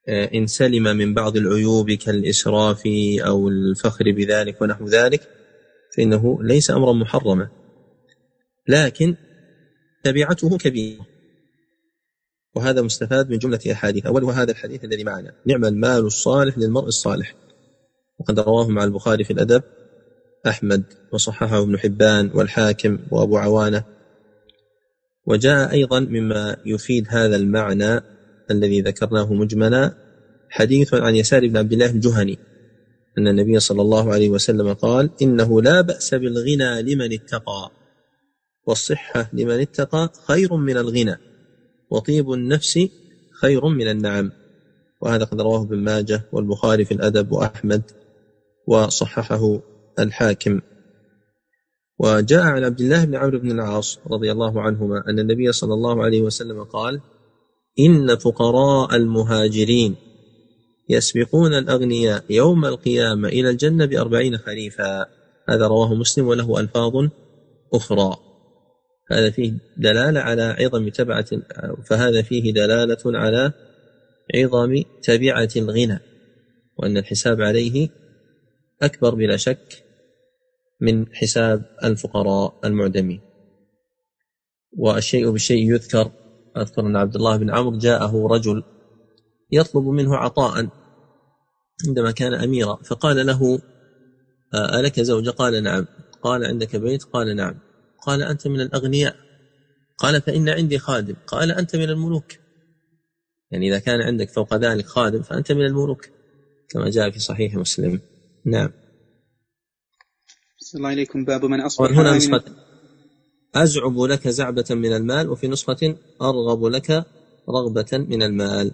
إن سلم من بعض العيوب كالإسراف أو الفخر بذلك ونحو ذلك فإنه ليس أمرا محرما، لكن تبعته كبيرة. وهذا مستفاد من جملة أحاديث. أولها هذا الحديث الذي معنا: نعم المال الصالح للمرء الصالح، وقد رواه مع البخاري في الأدب أحمد وصححه ابن حبان والحاكم وأبو عوانة. وجاء أيضا مما يفيد هذا المعنى الذي ذكرناه مجملا حديث عن يسار بن عبد الله الجهني أن النبي صلى الله عليه وسلم قال: إنه لا بأس بالغنى لمن اتقى، والصحة لمن اتقى خير من الغنى، وطيب النفس خير من النعم. وهذا قد رواه ابن ماجه والبخاري في الأدب وأحمد وصححه الحاكم. وجاء عن عبد الله بن عمرو بن العاص رضي الله عنهما أن النبي صلى الله عليه وسلم قال: إن فقراء المهاجرين يسبقون الأغنياء يوم القيامة إلى الجنة بأربعين خريفا. هذا رواه مسلم وله ألفاظ أخرى. هذا فيه دلالة على عظم تبعة، فهذا فيه دلالة على عظم تبعة الغنى، وأن الحساب عليه أكبر بلا شك من حساب الفقراء المعدمين. والشيء بالشيء يذكر. أذكر أن عبد الله بن عمرو جاءه رجل يطلب منه عطاء عندما كان أميرا، فقال له: ألك زوجة؟ قال: نعم. قال: عندك بيت؟ قال: نعم. قال: أنت من الأغنياء؟ قال: فإن عندي خادم. قال: أنت من الملوك. يعني إذا كان عندك فوق ذلك خادم فأنت من الملوك، كما جاء في صحيح مسلم. نعم. صلى الله عليكم. باب من أصبح هنا نسخة أزعب لك زعبة من المال، وفي نسخة أرغب لك رغبة من المال.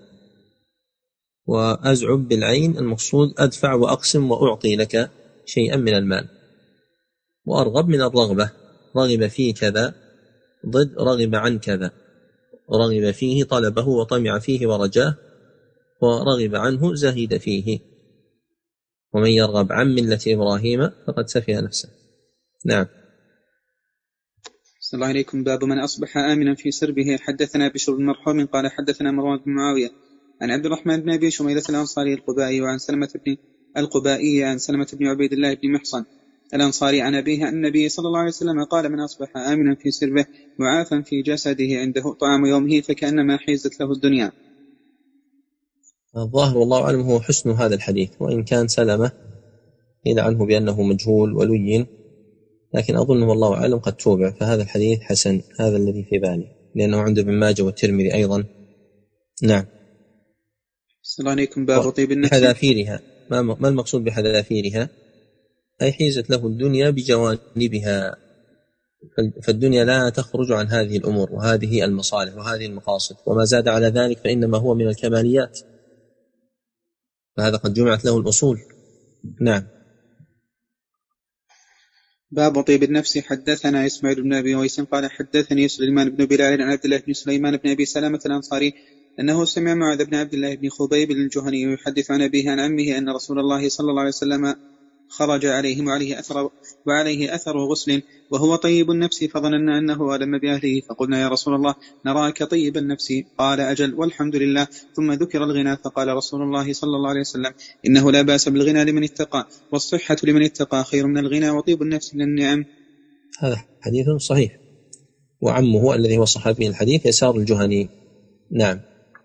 وأزعب بالعين المقصود أدفع وأقسم وأعطي لك شيئا من المال. وأرغب من الرغبة، رغب فيه كذا ضد رغب عن كذا، رغب فيه طلبه وطمع فيه ورجاه، ورغب عنه زهد فيه. ومن يرغب عن ملة إبراهيم فقد سفه نفسه. نعم. صلى الله عليكم. باب من أصبح آمنا في سربه. حدثنا بشر بن مرحوم قال حدثنا مروان بن معاوية عن عبد الرحمن بن أبي شميلة الأنصاري القبائي وعن سلمة بن القبائي عن سلمة بن عبيد الله بن محصن الأنصاري عن أبيه أن النبي صلى الله عليه وسلم قال: من أصبح آمنا في سربه معافا في جسده عنده طعام يومه فكأنما حيزت له الدنيا. الظاهر والله أعلم هو حسن هذا الحديث، وإن كان سلمة قيل عنه بأنه مجهول ولين، لكن أظنه والله أعلم قد توبع، فهذا الحديث حسن. هذا الذي في بالي، لأنه عنده ابن ماجه والترمذي أيضا. نعم. صلى الله عليكم. باب طيب النفس. بحذافيرها. ما المقصود بحذافيرها؟ أي حيزت له الدنيا بجوانبها، فالدنيا لا تخرج عن هذه الأمور وهذه المصالح وهذه المقاصد، وما زاد على ذلك فإنما هو من الكماليات، فهذا قد جمعت له الأصول. نعم. باب طيب النفس. حدثنا إسماعيل بن أبي ويس قال حدثني سليمان بن بلال عن عبد الله بن سليمان بن أبي سلامة الأنصاري أنه سمع معاذ بن عبد الله بن خبيب الجهني يحدث عن أبيه عن عمه أن رسول الله صلى الله عليه وسلم خرج عليهم وعليه أثر, وعليه أثر غسل وهو طيب النفس، فظننا أنه ألم بأهله، فقلنا: يا رسول الله نراك طيب النفس. قال: أجل والحمد لله. ثم ذكر الغنى، فقال رسول الله صلى الله عليه وسلم: إنه لا بأس بالغنى لمن اتقى، والصحة لمن اتقى خير من الغنى، وطيب النفس من النعم. هذا حديث صحيح. وعمه الذي هو صحابي الحديث يسار الجهني. نعم.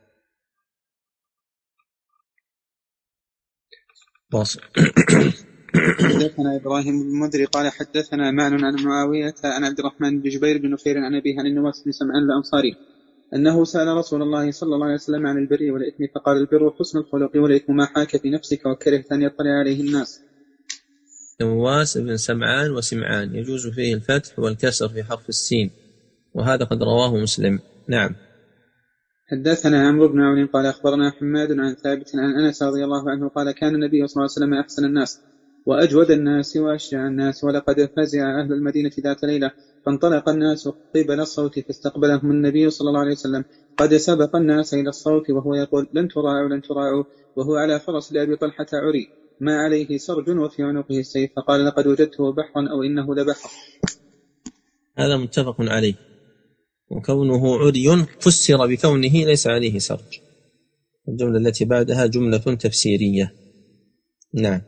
واصل. حدثنا إبراهيم بن مدري قال حدثنا معن عن معاوية عن عبد الرحمن بن جبير بن نفير عن أبيه عن النواس بن سمعان الأنصاري أنه سأل رسول الله صلى الله عليه وسلم عن البر والإثم، فقال: البر حسن الخلق، والإثم ما حاك في نفسك وكرهت أن يطلع عليه الناس. نواس بن سمعان وسمعان يجوز فيه الفتح والكسر في حرف السين، وهذا قد رواه مسلم. نعم. حدثنا عمرو بن عون قال أخبرنا حماد عن ثابت عن أنس رضي الله عنه قال: كان النبي صلى الله عليه وسلم أحسن الناس وأجود الناس وأشجع الناس، ولقد فزع أهل المدينة ذات ليلة فانطلق الناس قبل الصوت فاستقبلهم النبي صلى الله عليه وسلم قد سبق الناس إلى الصوت وهو يقول: لن تراعوا لن تراعوا، وهو على فرس لأبي طلحة عري ما عليه سرج وفي عنقه السيف، فقال: لقد وجدته بحرا أو إنه لبحر. هذا متفق عليه. وكونه عري فسر بكونه ليس عليه سرج، الجملة التي بعدها جملة تفسيرية. نعم.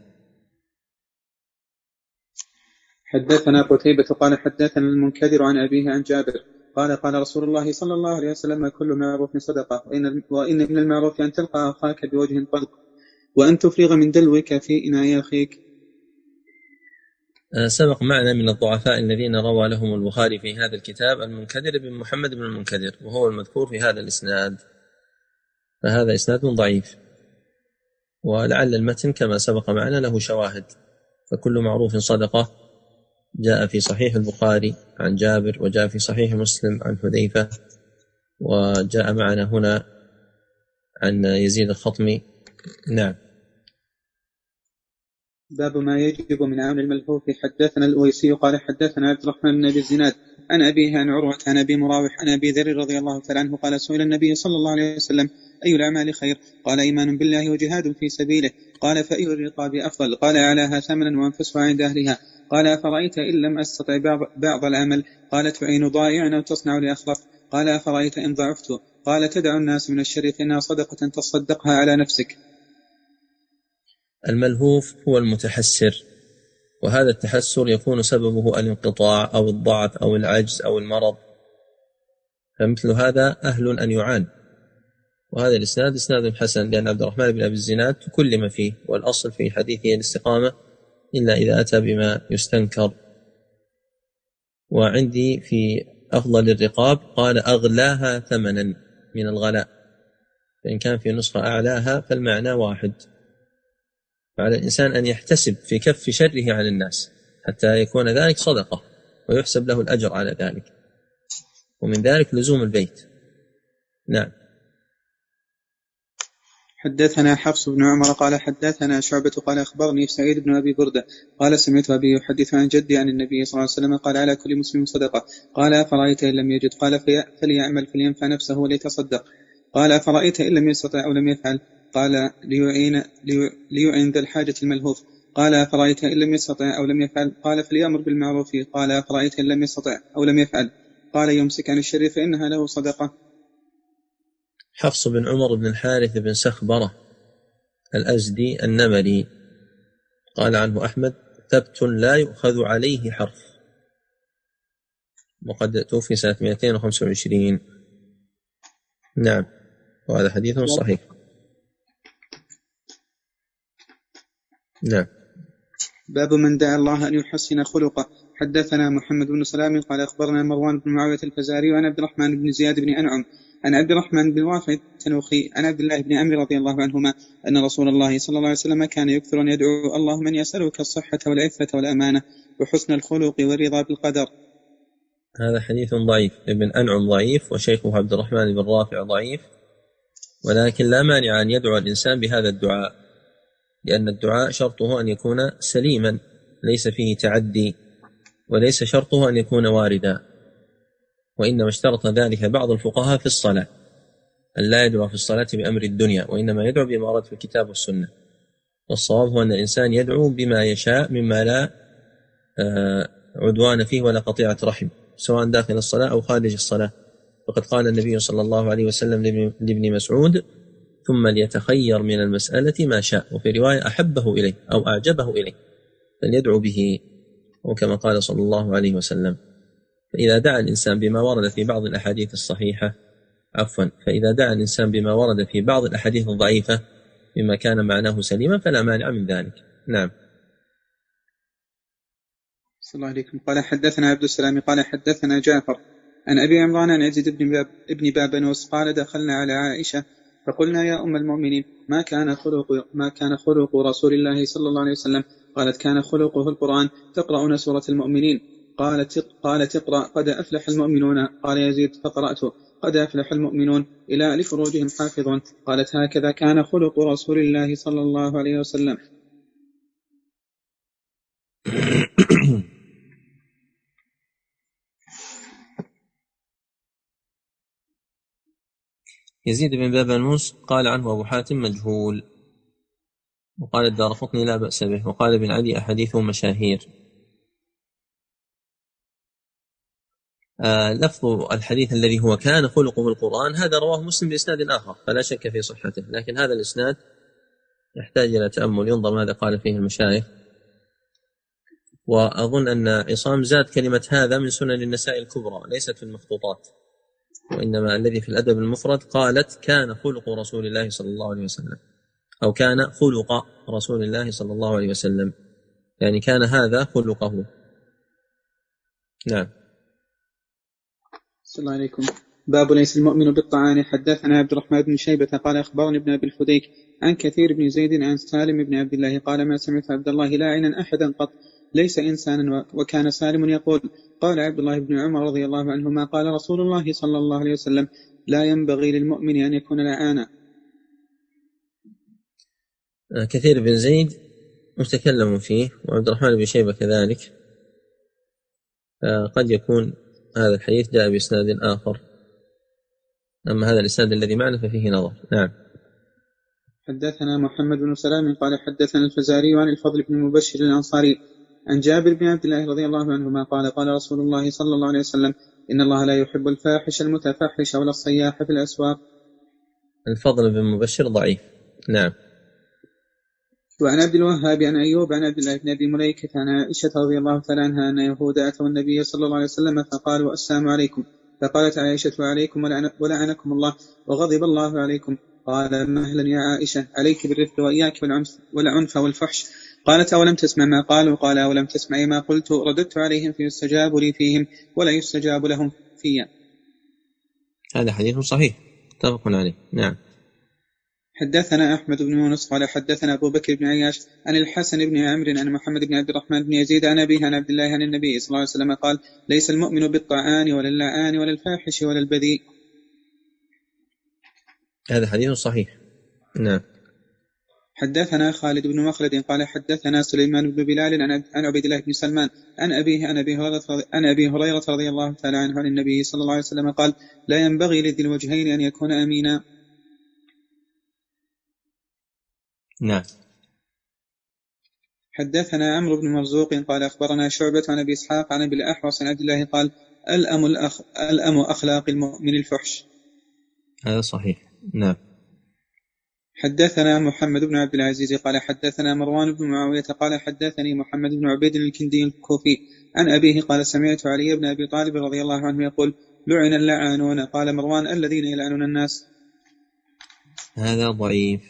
حدثنا قتيبة قال حدثنا المنكدر عن أبيه عن جابر قال قال رسول الله صلى الله عليه وسلم كل معروف صدقة وإن, وإن من المعروف أن تلقى أخاك بوجه طلق وأن تفرغ من دلوك في إناء أخيك. سبق معنا من الضعفاء الذين روى لهم البخاري في هذا الكتاب المنكدر بن محمد بن المنكدر، وهو المذكور في هذا الإسناد، فهذا إسناد ضعيف، ولعل المتن كما سبق معنا له شواهد. فكل معروف صدقة جاء في صحيح البخاري عن جابر، وجاء في صحيح مسلم عن حذيفة، وجاء معنا هنا عن يزيد الخطمي. نعم. باب ما يجب من عون الملهوف. حدثنا الأويسي قال حدثنا عبد الرحمن بن أبي الزناد عن أبيه عن عروة عن أبي مراوح عن أبي ذر رضي الله تعالى عنه قال سئل النبي صلى الله عليه وسلم أي الأعمال خير؟ قال إيمان بالله وجهاد في سبيله. قال فأي الرقاب أفضل؟ قال أعلاها ثمنا وأنفسها عند أهلها. قال أفرأيت إن لم أستطع بعض العمل؟ قال تعين ضائعا أو تصنع لأخرق. قال أفرأيت إن ضعفت؟ قال تدع الناس من الشر فإنها صدقة تصدقها على نفسك. الملهوف هو المتحسر، وهذا التحسر يكون سببه الانقطاع أو الضعف أو العجز أو المرض، فمثل هذا أهل أن يعان. وهذا الإسناد إسناد حسن، لأن عبد الرحمن بن أبي الزناد تكلم فيه، والأصل في حديثه الاستقامة إلا إذا أتى بما يستنكر. وعندي في أفضل الرقاب قال أغلاها ثمنا من الغلاء، فإن كان في نسخة أعلاها فالمعنى واحد. فعلى الإنسان أن يحتسب في كف شره عن الناس حتى يكون ذلك صدقة ويحسب له الأجر على ذلك، ومن ذلك لزوم البيت. نعم. حدثنا حفص بن عمر قال حدثنا شعبة قال أخبرني سعيد بن أبي بردة قال سمعت أبي يحدث عن جدي عن النبي صلى الله عليه وسلم قال على كل مسلم صدقة. قال أفرأيت إن لم يجد؟ قال فليعمل فلينفع نفسه وليتصدق. قال أفرأيت إن لم يستطع أو لم يفعل؟ قال ليعين, ليعين ذا الحاجة الملهوف. قال أفرأيت إن لم يستطع أو لم يفعل؟ قال فليأمر بالمعروف. قال أفرأيت إن لم يستطع أو لم يفعل؟ قال يمسك عن الشر فإنها له صدقة. حفص بن عمر بن الحارث بن سخبرة الأزدي النمري قال عنه أحمد ثبت لا يؤخذ عليه حرف، وقد توفي سنة مئتين وخمسة وعشرين. نعم، وهذا حديث صحيح. نعم. باب من دعا الله أن يحسن خلقه. حدثنا محمد بن سلام قال أخبرنا مروان بن معاوية الفزاري وعن عبد الرحمن بن زياد بن أنعم عن عبد الرحمن بن وافع التنوخي عن عبد الله بن عمرو رضي الله عنهما أن رسول الله صلى الله عليه وسلم كان يكثر أن يدعو اللهم من يسألك الصحة والعفة والأمانة وحسن الخلق والرضا بالقدر. هذا حديث ضعيف. ابن أنعم ضعيف، وشيخه عبد الرحمن بن رافع ضعيف، ولكن لا مانع أن يدعو الإنسان بهذا الدعاء، لأن الدعاء شرطه أن يكون سليما ليس فيه تعدي، وليس شرطه أن يكون واردا، وإنما اشترط ذلك بعض الفقهاء في الصلاة، أن لا يدعو في الصلاة بأمر الدنيا، وإنما يدعو بما ورد في الكتاب والسنة. والصواب هو أن الإنسان يدعو بما يشاء مما لا عدوان فيه ولا قطيعة رحم، سواء داخل الصلاة أو خارج الصلاة. فقد قال النبي صلى الله عليه وسلم لابن مسعود ثم ليتخير من المسألة ما شاء، وفي رواية أحبه إليه أو أعجبه إليه فليدعو به، وكما قال صلى الله عليه وسلم. فإذا دعا الإنسان بما ورد في بعض الأحاديث الصحيحة عفوا فإذا دعا الإنسان بما ورد في بعض الأحاديث الضعيفة بما كان معناه سليما فلا مانع من ذلك. نعم. صلى الله عليكم. قال حدثنا عبد السلام قال حدثنا جعفر عن أبي عمران عن يزيد بن باب ابن بابنوس قال دخلنا على عائشة فقلنا يا أم المؤمنين ما كان خلق ما كان خلق رسول الله صلى الله عليه وسلم؟ قالت كان خلقه القرآن تقرؤون سورة المؤمنين. قالت قالت اقرأ قد أفلح المؤمنون. قال يزيد فقرأت قد أفلح المؤمنون إلى لفروجهم حافظون. قالت هكذا كان خلق رسول الله صلى الله عليه وسلم. يزيد بن بابنوس قال عنه أبو حاتم مجهول، وقال الدارقطني لا بأس به، وقال ابن عدي أحاديثه مشاهير. آه لفظ الحديث الذي هو كان خلقه القرآن هذا رواه مسلم بإسناد آخر فلا شك في صحته، لكن هذا الإسناد يحتاج إلى تأمل ينظر ماذا قال فيه المشايخ. وأظن أن عصام زاد كلمة هذا من سنن النساء الكبرى ليست في المخطوطات، وإنما الذي في الأدب المفرد قالت كان خلق رسول الله صلى الله عليه وسلم، أو كان خلق رسول الله صلى الله عليه وسلم، يعني كان هذا خلقه. نعم. السلام عليكم. باب ليس المؤمن بالطعان. حدثنا عبد الرحمن بن شيبة قال أخبرني ابن أبي الفديك عن كثير بن زيد عن سالم بن عبد الله قال ما سمعت عبد الله لاعنا أحدا قط ليس إنسانا. وكان سالم يقول قال عبد الله بن عمر رضي الله عنهما قال رسول الله صلى الله عليه وسلم لا ينبغي للمؤمن أن يكون لعانا. كثير بن زيد متكلم فيه، وعبد الرحمن بن شيبة كذلك، قد يكون هذا الحديث جاء بإسناد آخر، أما هذا الإسناد الذي معنا ففيه نظر. نعم. حدثنا محمد بن سلام قال حدثنا الفزاري عن الفضل بن مبشر الأنصاري عن جابر بن عبد الله رضي الله عنهما قال قال رسول الله صلى الله عليه وسلم إن الله لا يحب الفاحش المتفحش ولا الصياح في الأسواق. الفضل بن مبشر ضعيف. نعم. وعن عبد الوهاب عن أيوب عن عبد الله بن أبي مليكة عن عائشة رضي الله تعالى عنها أن يهود أتوا النبي صلى الله عليه وسلم فقالوا السلام عليكم، فقالت عائشة عليكم ولعنكم الله وغضب الله عليكم. قال مهلا يا عائشة عليك بالرفق وإياك والعنف والفحش. قالت أولم تسمع ما قالوا؟ قال أولم تسمع ما قلت؟ رددت عليهم فيستجاب لي فيهم ولا يستجاب لهم فيا. هذا حديث صحيح متفق عليه. نعم. حدثنا أحمد بن يونس قال حدثنا أبو بكر بن عياش عن الحسن بن عمرو عن محمد بن عبد الرحمن بن يزيد عن أبيه عن عبد الله عن النبي صلى الله عليه وسلم قال ليس المؤمن بالطعان ولا اللعان ولا الفاحش ولا البذيء. هذا حديث صحيح. نعم. حدثنا خالد بن مخلد قال حدثنا سليمان بن بلال عن عبيد الله بن سلمان عن أبيه عن أبي هريرة عن أبي هريرة رضي الله تعالى عنه عن النبي صلى الله عليه وسلم قال لا ينبغي لذي الوجهين أن يكون أمينا. نعم. حدثنا عمرو بن مرزوق قال أخبرنا شعبة عن أبي إسحاق عن أبي الأحوص عن عبد الله قال الأم, الأخ... الأم أخلاق المؤمن الفحش. هذا صحيح. نعم. حدثنا محمد بن عبد العزيز قال حدثنا مروان بن معاوية قال حدثني محمد بن عبيد الكندي الكوفي عن أبيه قال سمعت علي بن أبي طالب رضي الله عنه يقول لعن اللعانون. قال مروان الذين يلعنون الناس. هذا ضعيف.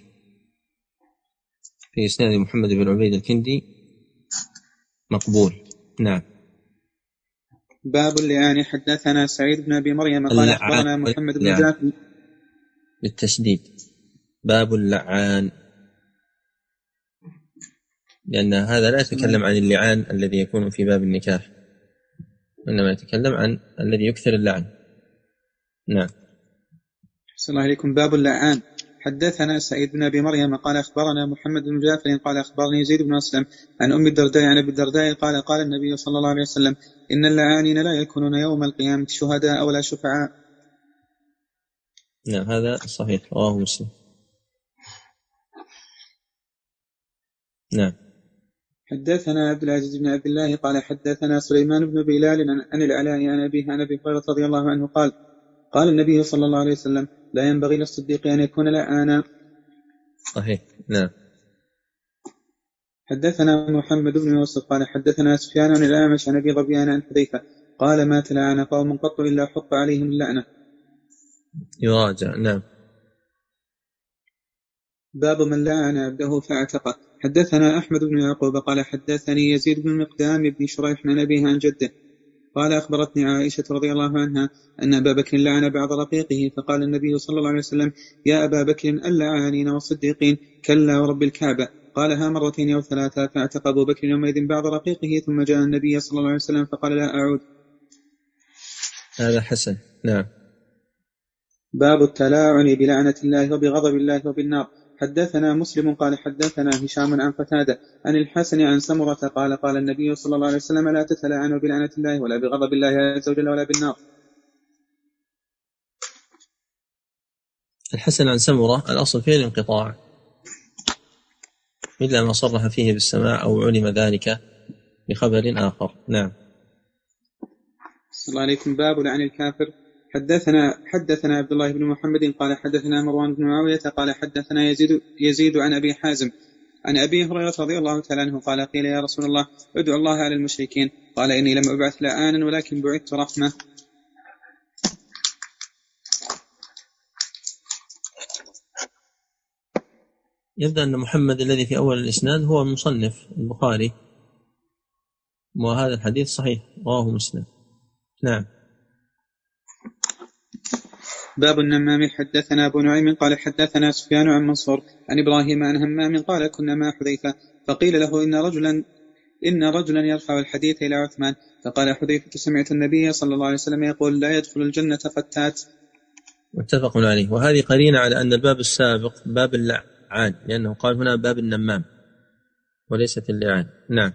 في إسناد محمد بن عبيد الكندي مقبول. نعم. باب اللعان. حدثنا سعيد بن أبي مريم قال أخبرنا محمد بن جعفر بالتشديد باب اللعان، لأن هذا لا يتكلم عن اللعان الذي يكون في باب النكاح، إنما يتكلم عن الذي يكثر اللعن. نعم. صلى الله عليكم. باب اللعان. حدثنا سعيد بن أبي مريم قال أخبرنا محمد بن جعفر قال أخبرني يزيد بن أسلم عن أم الدرداء عن أبي الدرداء قال قال النبي صلى الله عليه وسلم إن اللعانين لا يكونون يوم القيامة شهداء ولا شفعاء. نعم. هذا صحيح رواه مسلم. نعم. حدثنا عبد العزيز بن عبد الله قال حدثنا سليمان بن بلال عن العلاء عن أبيه عن أبي هريرة رضي الله عنه قال قال النبي صلى الله عليه وسلم لا ينبغي للصديق أن يكون لعانا. صحيح. نعم. حدثنا محمد بن يوسف قال حدثنا سفيان عن الأعمش عن أبي ظبيان عن حذيفة قال ما تلعن قوم قط إلا حق عليهم اللعنة. يراجع. نعم. باب من لعن عبده فاعتقه. حدثنا أحمد بن يعقوب قال حدثني يزيد بن مقدام بن شريح عن أبيه عن جده قال أخبرتني عائشة رضي الله عنها أن أبا بكر لعن بعض رقيقه فقال النبي صلى الله عليه وسلم يا أبا بكر اللعانين والصديقين كلا ورب الكعبة. قالها مرتين أو ثلاثة فاعتق أبو بكر يومئذ بعض رقيقه ثم جاء النبي صلى الله عليه وسلم فقال لا أعود. هذا حسن. نعم. باب التلاعن بلعنة الله وبغضب الله وبالنار. حدثنا مسلم قال حدثنا هشام عن قتادة عن الحسن عن سمرة قال قال النبي صلى الله عليه وسلم لا تتلاعنوا بلعنة الله ولا بغضب الله عز وجل ولا بالنار. الحسن عن سمرة الأصل فيه الانقطاع إلا ما صرح فيه بالسماع أو علم ذلك بخبر آخر. نعم. صلى الله عليكم. باب لعن الكافر. حدثنا حدثنا عبد الله بن محمد قال حدثنا مروان بن معاوية قال حدثنا يزيد, يزيد عن أبي حازم عن أبي هريرة رضي الله تعالى عنه قال قيل يا رسول الله ادعو الله على المشركين قال إني لم أبعث لآنا ولكن بعثت رحمة. يبدأ أن محمد الذي في أول الإسناد هو المصنف البخاري، وهذا الحديث صحيح رواه مسلم. نعم. باب النمام. حدثنا أبو نعيم قال حدثنا سفيان عن منصور عن إبراهيم عن همام قال كنا مع حذيفة فقيل له إن رجلا إن رجلا يرفع الحديث إلى عثمان فقال حذيفة سمعت النبي صلى الله عليه وسلم يقول لا يدخل الجنة فتات. متفق عليه. وهذه قرينة على أن الباب السابق باب اللعان، لأنه قال هنا باب النمام وليست اللعان. نعم.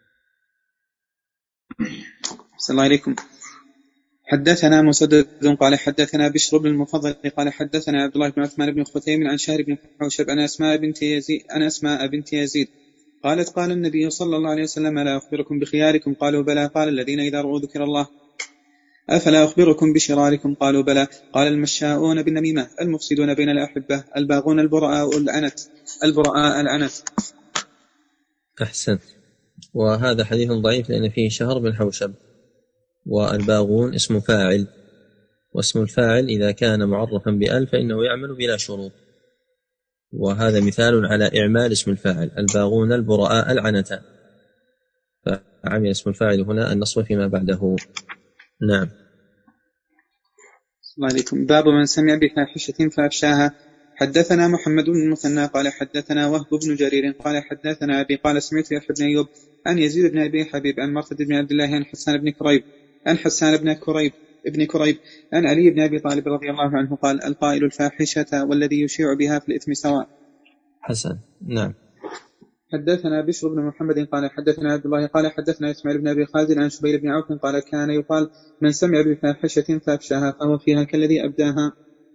صلى الله عليكم. حدثنا مسدد قال حدثنا بشر بن المفضل قال حدثنا عبد الله بن عثمان بن ختيم عن شهر بن حوشب عن أسماء بنت يزيد عن أسماء بنت يزيد قالت قال النبي صلى الله عليه وسلم لا أخبركم بخياركم قالوا بلى قال الذين إذا رأوا ذكر الله. أفلا أخبركم بشراركم قالوا بلى قال المشاؤون بالنميمة المفسدون بين الأحبة الباغون البراء العنت البراء العنت. أحسن. وهذا حديث ضعيف لأن فيه شهر بن حوشب، والباغون اسم فاعل، واسم الفاعل إذا كان معرفا بأل فإنه يعمل بلا شروط، وهذا مثال على إعمال اسم الفاعل الباغون البراء العنتا، فعمل اسم الفاعل هنا النصب فيما بعده. نعم. السلام عليكم. باب من سمع بفاحشة فأفشاها. حدثنا محمد بن المثنى قال حدثنا وهب بن جرير قال حدثنا أبي قال سمعت يحيى بن أيوب عن يزيد بن أبي حبيب عن مرثد بن عبد الله عن حسان بن كريب عن حسان بن كريب ابن كريب عن علي بن أبي طالب رضي الله عنه قال القائل الفاحشة والذي يشيع بها في الإثم سواء. حسن. نعم. حدثنا بشر بن محمد قال حدثنا عبد الله قال حدثنا إسماعيل بن أبي خالد عن شبيل بن عوف قال كان يقال من سمع بفاحشة فأفشاها فهو فيها كالذي أبداها.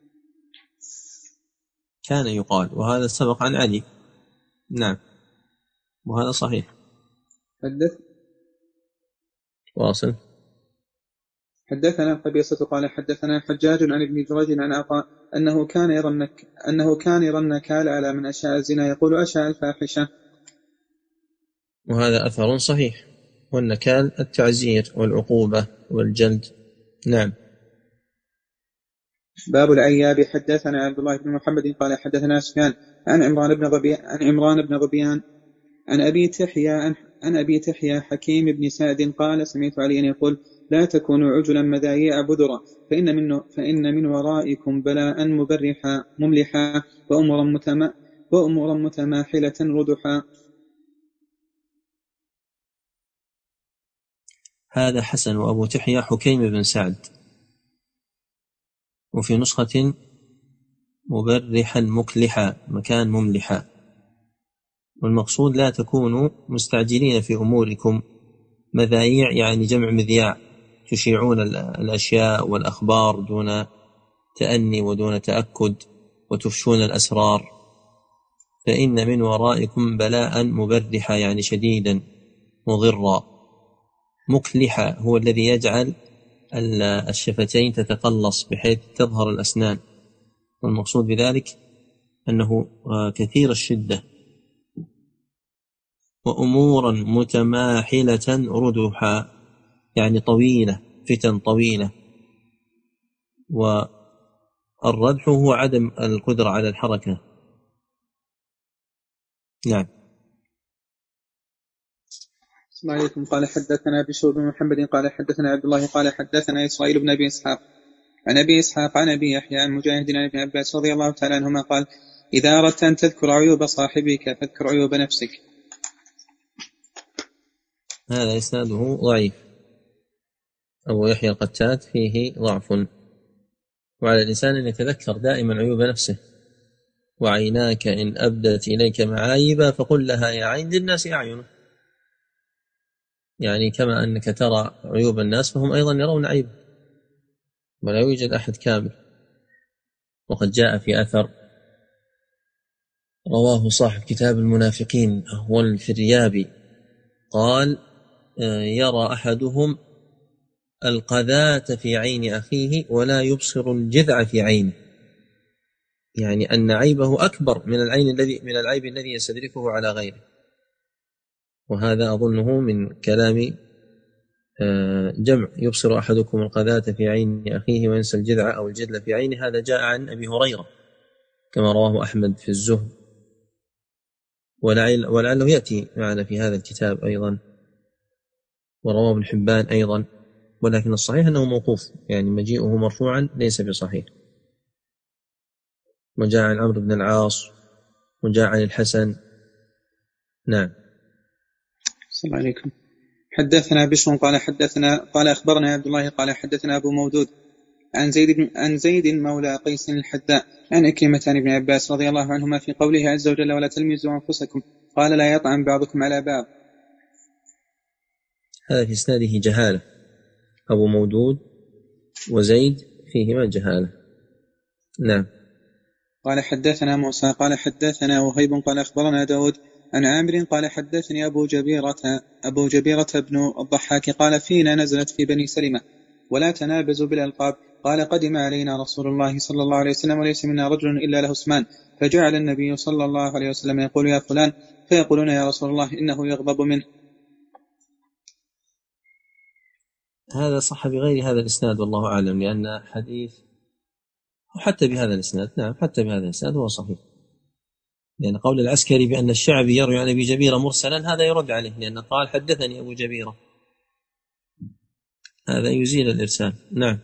كان يقال، وهذا سبق عن علي. نعم، وهذا صحيح. حدث واصل. حدثنا قبيصة قال حدثنا حجاج عن ابن جريج عن عطاء أنه كان يرى النك أنه كان يرى النكال على من أشاء الزنا يقول أشاء الفاحشة، وهذا أثر صحيح، والنكال التعزير والعقوبة والجلد. نعم. باب العياب. حدثنا عبد الله بن محمد قال حدثنا سفيان عن عمران بن ظبيان عن عمران بن ظبيان عن أبي تحيا عن, عن أبي تحيا حكيم بن سعد قال سمعت عليا يقول لا تكونوا عجلا مذايع بدرا فإن من فإن من ورائكم بلاء مبرحا مملحا وأمورا متما وأمورا متماحلة ردحا. هذا حسن. وأبو تحيا حكيم بن سعد، وفي نسخة مبرحا مكلحا مكان مملحا. والمقصود لا تكونوا مستعجلين في أموركم، مذايع يعني جمع مذياع، تشيعون الأشياء والأخبار دون تأني ودون تأكد وتفشون الأسرار. فإن من ورائكم بلاء مبرحا يعني شديدا مضرا. مكلحا هو الذي يجعل الشفتين تتقلص بحيث تظهر الأسنان، والمقصود بذلك أنه كثير الشدة. وأمورا متماحلة ردحا يعني طويلة، فتن طويلة. والردح هو عدم القدرة على الحركة. نعم. السلام عليكم. قال حدثنا بشر بن محمد قال حدثنا عبد الله قال حدثنا إسرائيل بن أبي إسحاق عن أبي إسحاق عن أبي يحيى عن مجاهد عن ابن عباس رضي الله تعالى عنهما قال إذا أردت أن تذكر عيوب صاحبك فاذكر عيوب نفسك. هذا إسناده ضعيف. أبو يحيى القتات فيه ضعف، وعلى الإنسان أن يتذكر دائما عيوب نفسه. وعيناك إن أبدت إليك معايبا فقل لها يا عين للناس أعين، يعني كما أنك ترى عيوب الناس فهم أيضا يرون عيب، ولا يوجد أحد كامل. وقد جاء في أثر رواه صاحب كتاب المنافقين هو الفريابي قال يرى أحدهم القذاة في عين أخيه ولا يبصر الجذع في عينه، يعني أن عيبه أكبر من العين الذي من العيب الذي يستدركه على غيره. وهذا أظنه من كلام جمع: يبصر أحدكم القذاة في عين أخيه وينسى الجذع أو الجدل في عينه. هذا جاء عن أبي هريرة كما رواه أحمد في الزهد، ولعله يأتي معنا في هذا الكتاب أيضا، ورواه ابن حبان أيضا، ولكن الصحيح أنه موقوف، يعني مجيئه مرفوعا ليس بصحيح. وجاء عن عمرو بن العاص وجاء عن الحسن. نعم. صلى الله عليكم. حدثنا بشر قال حدثنا قال أخبرنا عبد الله قال حدثنا أبو مودود عن زيد عن زيد مولى قيس الحذاء عن عكرمة عن ابن عباس رضي الله عنهما في قوله عز وجل: ولا تلمزوا أنفسكم، قال: لا يطعن بعضكم على بعض. هذا في إسناده جهالة، أبو مودود وزيد فيهما جهالة. نعم. قال حدثنا موسى قال حدثنا وهيب قال أخبرنا داود عن عامر قال حدثني أبو جبيرة أبو جبيرة بن الضحاك قال: فينا نزلت في بني سلمة: ولا تنابزوا بالألقاب. قال: قدم علينا رسول الله صلى الله عليه وسلم وليس منا رجل إلا له اسمان، فجعل النبي صلى الله عليه وسلم يقول: يا فلان، فيقولون: يا رسول الله، إنه يغضب منه. هذا صح بغير هذا الإسناد والله أعلم، لأن حديث حتى بهذا الإسناد، نعم حتى بهذا الإسناد هو صحيح، لأن قول العسكري بأن الشعبي يروي عن أبي جبيرة مرسلا هذا يرد عليه، لأن قال: حدثني أبو جبيرة، هذا يزيل الإرسال. نعم.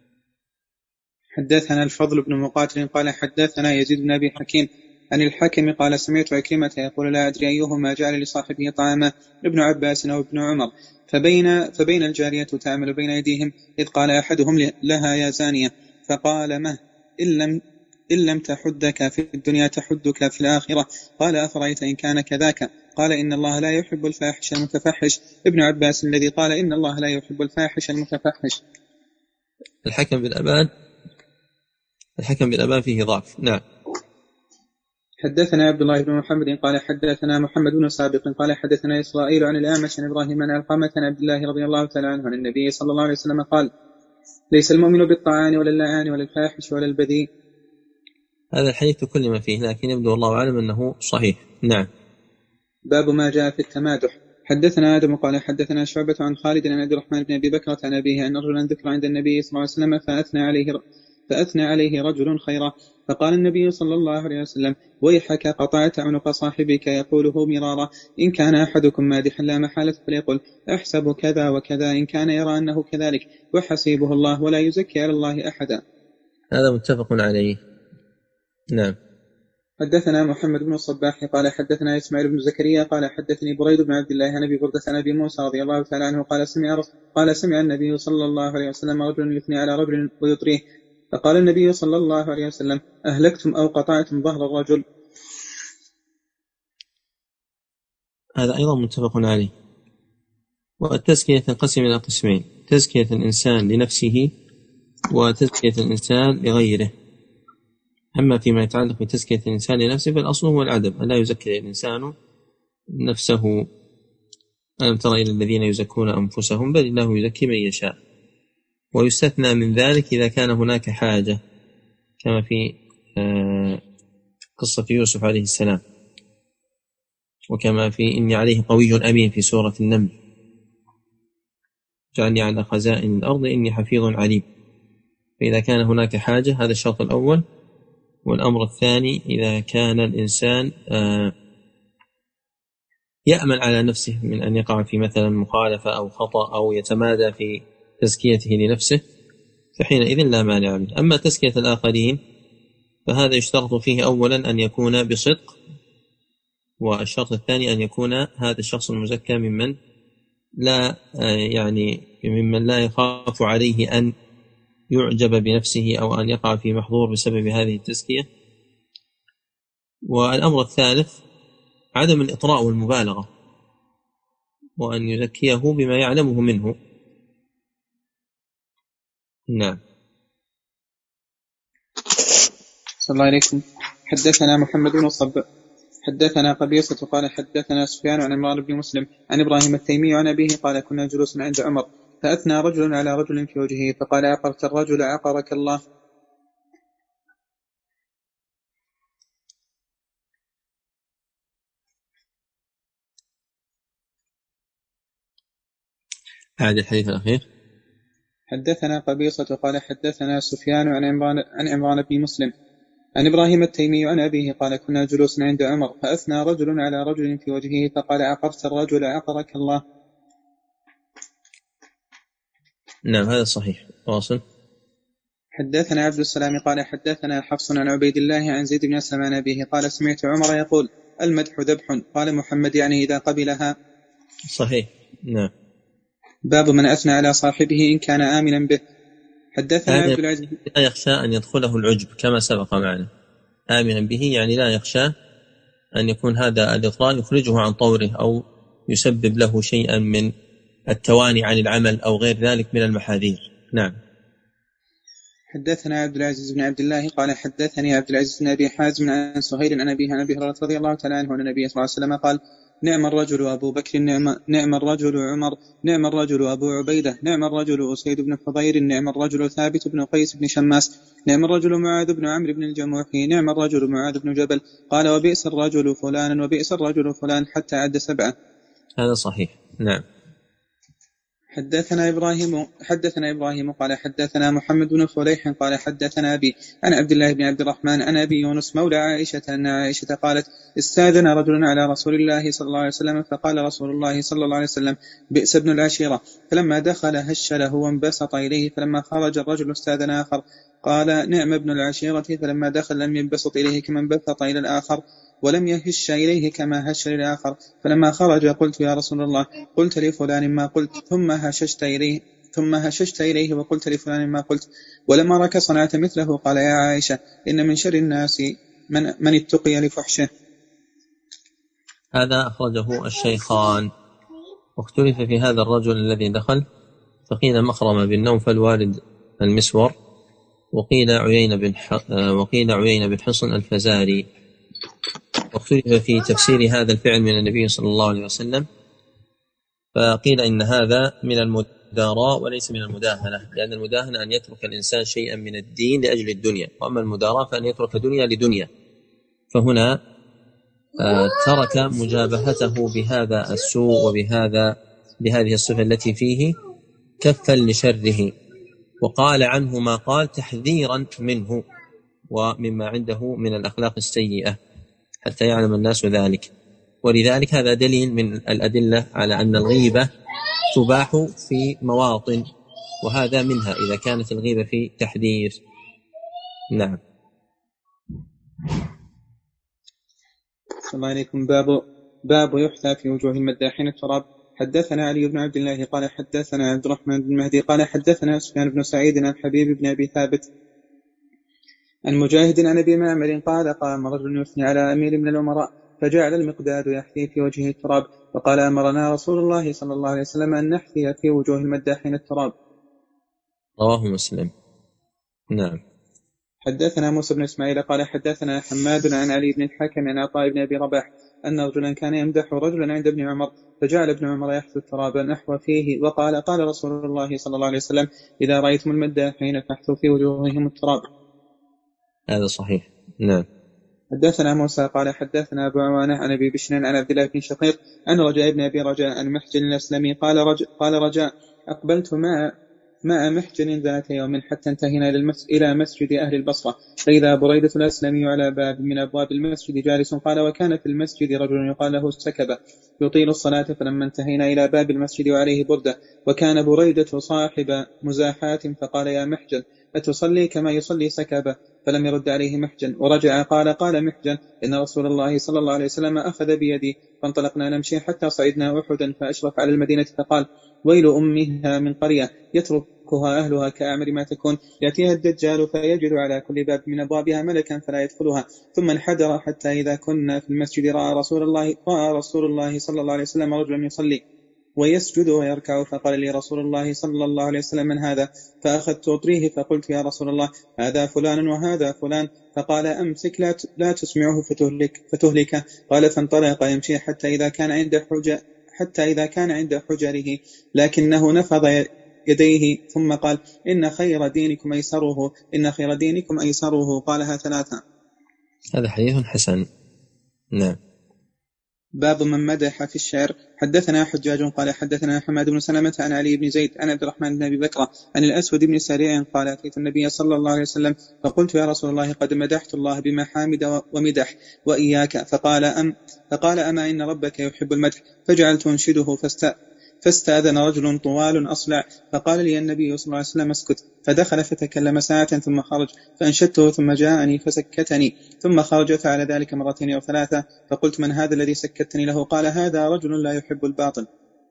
حدثنا الفضل بن مقاتل قال حدثنا يزيد بن أبي حكيم عن الحكم قال: سمعت عكرمة يقول: لا أدري أيهما جعل لصاحبه طعاما، ابن عباس أو ابن عمر، فبين, فبين الجارية تعمل بين أيديهم، إذ قال أحدهم لها: يا زانية، فقال: مه، إن لم, إن لم تحدك في الدنيا تحدك في الآخرة. قال: أفرأيت إن كان كذاك؟ قال: إن الله لا يحب الفاحش المتفحش. ابن عباس الذي قال: إن الله لا يحب الفاحش المتفحش. الحكم بالأبان الحكم بالأبان فيه ضعف. نعم. حدثنا عبد الله بن محمد قال حدثنا محمد بن سابق قال حدثنا إسرائيل عن الأعمش عن إبراهيم عن علقمة عن عبد الله رضي الله تعالى عنه عن النبي صلى الله عليه وسلم قال: ليس المؤمن بالطعان ولا اللعان ولا الفاحش ولا البذيء. هذا الحديث كل ما فيه، لكن يبدو الله أعلم أنه صحيح. نعم. باب ما جاء في التمادح. حدثنا آدم قال حدثنا شعبة عن خالد عن عبد الرحمن بن أبي بكرة عن أبيه أن رجلا ذكر عند النبي صلى الله عليه وسلم فأثنى عليه فأثنى عليه رجل خيرا، فقال النبي صلى الله عليه وسلم: ويحك، قطعت عنق صاحبك يقوله مرارا. إن كان أحدكم مادحا لا محالة فليقل: أحسب كذا وكذا، إن كان يرى أنه كذلك، وحسيبه الله ولا يزكي على الله أحدا. هذا متفق عليه. نعم. حدثنا محمد بن الصباح قال حدثنا إسماعيل بن زكريا قال حدثني بريد بن عبد الله عن أبي بردة عن أبي موسى رضي الله تعالى عنه قال سمع قال سمع النبي صلى الله عليه وسلم رجل يثني على رجل ويطريه، فقال النبي صلى الله عليه وسلم: أهلكتم أو قطعتم ظهر الرجل. هذا أيضا متفق عليه. والتزكية تنقسم إلى قسمين: تزكية الإنسان لنفسه وتزكية الإنسان لغيره. أما فيما يتعلق بتزكية الإنسان لنفسه فالأصل هو العدم، ألا يزكي الإنسان نفسه. ألم تر إلى الذين يزكون أنفسهم؟ بل الله يزكي من يشاء. ويستثنى من ذلك إذا كان هناك حاجة، كما في قصة يوسف عليه السلام، وكما في إني عليه قوي أمين في سورة النمل: جعلني على خزائن الأرض إني حفيظ عليم. فإذا كان هناك حاجة، هذا الشرط الأول. والأمر الثاني: إذا كان الإنسان يأمن على نفسه من أن يقع في مثلا مخالفة أو خطأ أو يتمادى في تزكيته لنفسه، فحينئذ لا مانع منه. أما تزكية الآخرين فهذا يشترط فيه أولا أن يكون بصدق، والشرط الثاني أن يكون هذا الشخص المزكى ممن لا يعني ممن لا يخاف عليه أن يعجب بنفسه أو أن يقع في محظور بسبب هذه التزكية. والأمر الثالث عدم الإطراء والمبالغة، وأن يزكيه بما يعلمه منه. نعم. صلى الله عليكم. حدثنا محمد بن الصباح حدثنا قبيصة قال حدثنا سفيان عن عمران بن مسلم عن إبراهيم التيمي عن أبيه قال: كنا جلوسا عند عمر فأثنى رجل على رجل في وجهه فقال عقرت الرجل عقرك الله. هذا الحديث الأخير. حدثنا قبيصة قال حدثنا سفيان عن عمران, عن عمران بن مسلم عن إبراهيم التيمي عن أبيه قال كنا جلوسا عند عمر فأثنى رجل على رجل في وجهه فقال عقرت الرجل عقرك الله. نعم هذا صحيح. واصل. حدثنا عبد السلام قال حدثنا حفص عن عبيد الله عن زيد بن أسلم عن أبيه قال سمعت عمر يقول المدح ذبح. قال محمد يعني إذا قبلها. صحيح. نعم. باب من أثنى على صاحبه إن كان آمنا به. حدثنا عبد العزيز لا يخشى أن يدخله العجب كما سبق معنا. آمنا به يعني لا يخشى أن يكون هذا الإطراء يخرجه عن طوره أو يسبب له شيئا من التواني عن العمل أو غير ذلك من المحاذير. نعم. حدثنا عبد العزيز بن عبد الله قال حدثني عبد العزيز بن أبي حازم عن سهيل عن أبيه عن أبي هريرة رضي الله تعالى عنه أن النبي صلى الله عليه وسلم قال نعم الرجل أبو بكر نعم, نعم الرجل عمر نعم الرجل أبو عبيدة نعم الرجل أسيد بن حضير نعم الرجل ثابت بن قيس بن شماس نعم الرجل معاذ بن عمرو بن الجموح نعم الرجل معاذ بن جبل. قال وبئس الرجل فلان وبئس الرجل فلان حتى عد سبعة. هذا صحيح. نعم. حدثنا إبراهيم حدثنا إبراهيم قال حدثنا محمد بن فليح قال حدثنا أبي عن عبد الله بن عبد الرحمن عن أبي يونس مولى عائشة أن عائشة قالت استأذن رجل على رسول الله صلى الله عليه وسلم فقال رسول الله صلى الله عليه وسلم بئس ابن العشيرة. فلما دخل هش له وانبسط إليه فلما خرج الرجل استأذن آخر قال نعم ابن العشيرة. فلما دخل لم ينبسط إليه كما انبسط إلى الآخر ولم يهش إليه كما هش للآخر. فلما خرج قلت يا رسول الله قلت لفلان ما قلت ثم هششت إليه ثم هششت إليه وقلت لفلان ما قلت ولما رك صنعت مثله. قال يا عائشة إن من شر الناس من, من اتقي لفحشه. هذا أخرجه الشيخان. واختلف في هذا الرجل الذي دخل فقيل مخرم بن نوفل والد المسور وقيل عيين بن ح... وقيل عيين بن حصن الفزاري. واختلف في تفسير هذا الفعل من النبي صلى الله عليه وسلم فقيل إن هذا من المداراة وليس من المداهنة لأن المداهنة أن يترك الإنسان شيئا من الدين لأجل الدنيا وأما المداراة فأن يترك دنيا لدنيا. فهنا ترك مجابهته بهذا السوء وبهذا بهذه الصفة التي فيه كفا لشره وقال عنه ما قال تحذيرا منه ومما عنده من الأخلاق السيئة حتى يعلم الناس ذلك. ولذلك هذا دليل من الأدلة على أن الغيبة تباح في مواطن وهذا منها إذا كانت الغيبة في تحذير. نعم. السلام عليكم. باب باب يحثى في وجوه المداحين التراب. حدثنا علي بن عبد الله قال حدثنا عبد الرحمن بن مهدي قال حدثنا سفيان بن سعيد عن حبيب بن أبي ثابت عن مجاهد عن أبي معمر قال قام رجل يثني على أمير من الأمراء فجعل المقداد يحثي في وجهه التراب فقال أمرنا رسول الله صلى الله عليه وسلم أن نحثي في وجوه المداحين التراب. رواه مسلم. نعم. حدثنا موسى بن إسماعيل قال حدثنا حماد عن علي بن الحكم عن عطاء بن أبي رباح أن رجلا كان يمدح رجلا عند ابن عمر فجعل ابن عمر يحث التراب نحو فيه وقال قال رسول الله صلى الله عليه وسلم إذا رأيتم المداحين فاحثوا في وجوههم التراب. هذا صحيح. نعم. حدثنا موسى قال حدثنا أبو عوانة عن أبي بشر عن عبد الله بن شقيق عن رجاء بن أبي رجاء عن محجن الأسلمي قال رجاء, قال رجاء أقبلت مع مع محجن ذات يوم حتى انتهينا إلى مسجد أهل البصرة فإذا بريدة الأسلمي على باب من أبواب المسجد جالس. قال وكان في المسجد رجل يقال له سكبة يطيل الصلاة فلما انتهينا إلى باب المسجد وعليه بردة وكان بريدة صاحب مزاحات فقال يا محجن أتصلي كما يصلي سكبة فلم يرد عليه محجن ورجع قال قال محجن إن رسول الله صلى الله عليه وسلم أخذ بيدي فانطلقنا نمشي حتى صعدنا أحدا فأشرف على المدينة فقال ويل أمها من قرية يتركها أهلها كأعمر ما تكون يأتيها الدجال فيجد على كل باب من أبوابها ملكا فلا يدخلها ثم انحدر حتى إذا كنا في المسجد رأى رسول الله رأى رسول الله صلى الله عليه وسلم رجلا يصلي ويسجد ويركع فقال لي رسول الله صلى الله عليه وسلم من هذا فأخذت أطريه فقلت يا رسول الله هذا فلان وهذا فلان فقال أمسك لا لا تسمعه فتهلك فتهلك قال فانطلق يمشي حتى إذا كان عند حجر حتى إذا كان عند حجره لكنه نفض يديه ثم قال إن خير دينكم أيسره إن خير دينكم أيسره قالها ثلاثا. هذا حديث حسن. نعم. باب من مدح في الشعر. حدثنا حجاج قال حدثنا حماد بن سلمة عن علي بن زيد عن عبد الرحمن بن أبي بكر عن الأسود بن سريع قال أتيت النبي صلى الله عليه وسلم فقلت يا رسول الله قد مدحت الله بمحامد ومدح وإياك فقال أم فقال أما إن ربك يحب المدح فجعلت أنشده فاست فاستأذن رجل طوال أصلع فقال لي النبي صلى الله عليه وسلم اسكت فدخل فتكلم ساعة ثم خرج فأنشدته ثم جاءني فسكتني ثم خرج فعل ذلك مرتين أو ثلاثة فقلت من هذا الذي سكتني له قال هذا رجل لا يحب الباطل.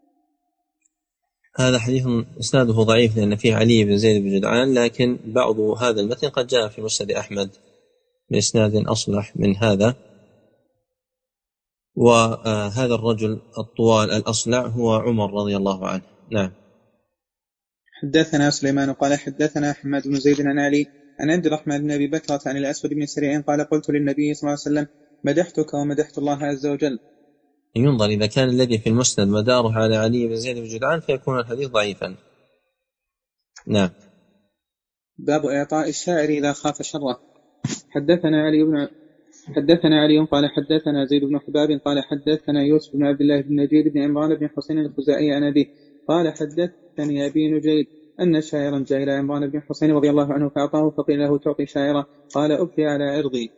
هذا حديث إسناده ضعيف لأن فيه علي بن زيد بن جدعان لكن بعض هذا المتن قد جاء في مسند أحمد بإسناد أصلح من هذا. وهذا الرجل الطوال الأصلع هو عمر رضي الله عنه. نعم. حدثنا سليمان قال حدثنا حماد بن زيد عن علي عن عبد الرحمن بن أبي بكر عن الأسود بن سريع قال قلت للنبي صلى الله عليه وسلم مدحتك ومدحت الله عز وجل. ينظر إذا كان الذي في المسند مداره على علي بن زيد بن جدعان فيكون الحديث ضعيفا. نعم. باب إعطاء الشاعر إذا خاف شره. حدثنا علي بن حدثنا علي قال حدثنا زيد بن حباب قال حدثنا يوسف بن عبد الله بن نجيد بن عمران بن حسين الخزاعي عن أبيه قال حدثني أبي نجيد أن شاعرا جاء إلى عمران بن حسين رضي الله عنه فأعطاه فقيل له تعطي شاعرا قال أبكي على عرضي.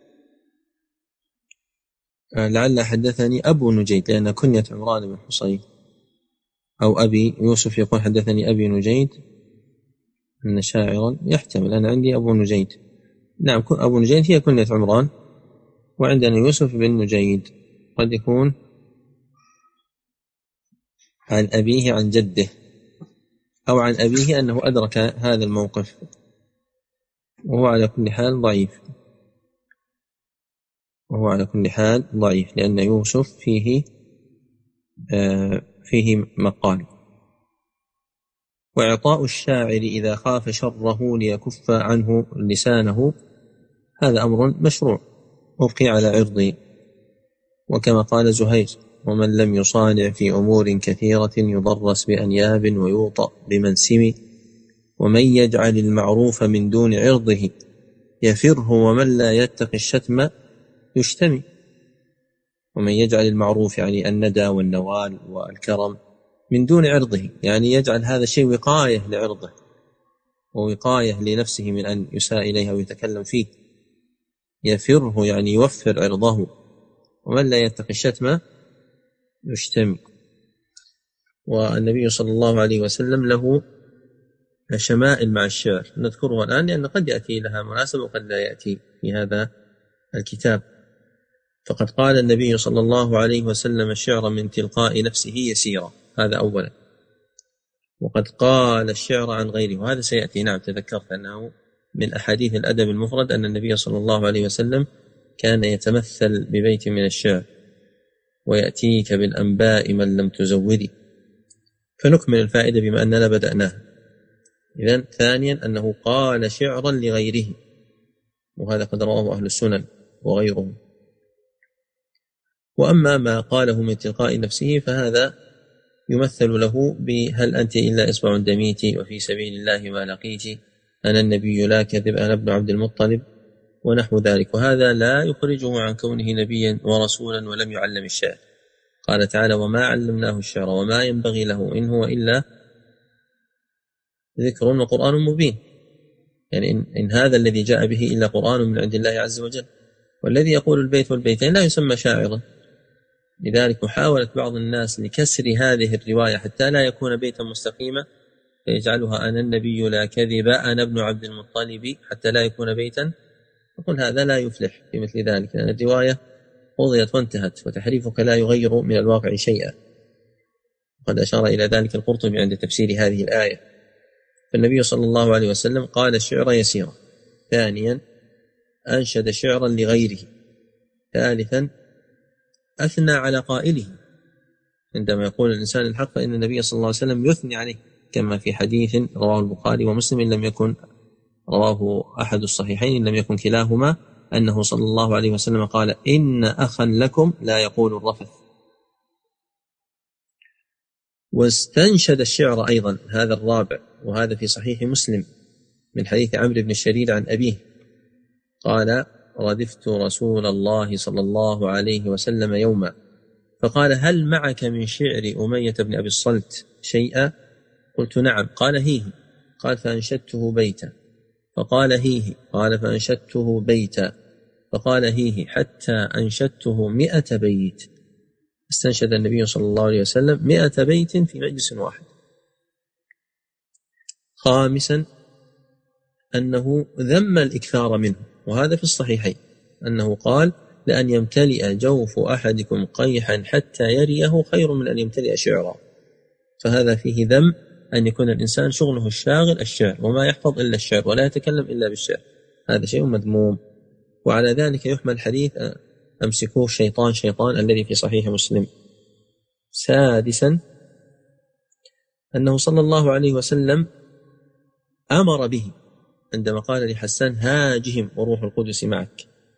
لعل حدثني أبو نجيد لأن كنية عمران بن حسين أو أبي يوسف يقول حدثني أبي نجيد أن شاعرا يحتمل أنا عندي أبو نجيد. نعم أبو نجيد هي كنية عمران وعندنا يوسف بن نجيد قد يكون عن أبيه عن جده أو عن أبيه أنه أدرك هذا الموقف وهو على كل حال ضعيف وهو على كل حال ضعيف لأن يوسف فيه آه فيه مقال. وإعطاء الشاعر إذا خاف شره ليكف عنه لسانه هذا أمر مشروع أبقي على عرضي. وكما قال زهير ومن لم يصانع في أمور كثيرة يضرس بأنياب ويوطأ بمنسم ومن يجعل المعروف من دون عرضه يفره ومن لا يتقي الشتم يشتمي. ومن يجعل المعروف يعني الندى والنوال والكرم من دون عرضه يعني يجعل هذا الشيء وقاية لعرضه ووقاية لنفسه من أن يساء إليها ويتكلم فيه. يفره يعني يوفر عرضه ومن لا يتقي الشتم يشتم. والنبي صلى الله عليه وسلم له شمائل مع الشعر نذكرها الآن لأن قد يأتي لها مناسبة وقد لا يأتي في هذا الكتاب. فقد قال النبي صلى الله عليه وسلم الشعر من تلقاء نفسه يسيرا هذا أولا. وقد قال الشعر عن غيره وهذا سيأتي. نعم تذكرت أنه من أحاديث الأدب المفرد أن النبي صلى الله عليه وسلم كان يتمثل ببيت من الشعر ويأتيك بالأنباء من لم تزودي. فنكمل الفائدة بما أننا بدأناه. إذن ثانيا أنه قال شعرا لغيره وهذا قد رواه أهل السنن وغيرهم. وأما ما قاله من تلقاء نفسه فهذا يمثل له بهل أنت إلا إصبع دميت وفي سبيل الله ما لقيت أنا النبي لا كذب أنا ابن عبد المطلب ونحو ذلك. وهذا لا يخرجه عن كونه نبيا ورسولا ولم يعلم الشعر. قال تعالى وما علمناه الشعر وما ينبغي له إن هو إلا ذكر وقرآن مبين. يعني إن, إن هذا الذي جاء به إلا قرآن من عند الله عز وجل. والذي يقول البيت والبيتين لا يسمى شاعرا. لذلك محاولة بعض الناس لكسر هذه الرواية حتى لا يكون بيتا مستقيما فيجعلها أنا النبي لا كذب أنا ابن عبد المطلب حتى لا يكون بيتا. نقول هذا لا يفلح في مثل ذلك لأن الرواية قضيت وانتهت وتحريفك لا يغير من الواقع شيئا. قد أشار إلى ذلك القرطبي عند تفسير هذه الآية. فالنبي صلى الله عليه وسلم قال الشعر يسيرا. ثانيا أنشد شعرا لغيره. ثالثا أثنى على قائله. عندما يقول الإنسان الحق فإن النبي صلى الله عليه وسلم يثني عليه كما في حديث رواه البخاري ومسلم إن لم يكن رواه أحد الصحيحين إن لم يكن كلاهما أنه صلى الله عليه وسلم قال إن أخا لكم لا يقول الرفث. واستنشد الشعر أيضا، هذا الرابع، وهذا في صحيح مسلم من حديث عمرو بن الشريد عن أبيه قال: ردفت رسول الله صلى الله عليه وسلم يوما فقال: هل معك من شعر أمية بن أبي الصلت شيئا؟ قلت: نعم. قال: هيه. قال: فأنشدته بيتا. فقال: هيه. قال: فأنشدته بيتا. فقال: هيه، حتى أنشدته مئة بيت. استنشد النبي صلى الله عليه وسلم مئة بيت في مجلس واحد. خامسا أنه ذم الإكثار منه، وهذا في الصحيحين، أنه قال: لأن يمتلئ جوف أحدكم قيحا حتى يريه خير من أن يمتلئ شعرا. فهذا فيه ذم أن يكون الإنسان شغله الشاغل الشعر، وما يحفظ إلا الشعر ولا يتكلم إلا بالشعر، هذا شيء مذموم. وعلى ذلك يحمل حديث أمسكوه شيطان شيطان الذي في صحيح مسلم. سادسا أنه صلى الله عليه وسلم أمر به عندما قال لحسان: هاجهم وروح القدس معك،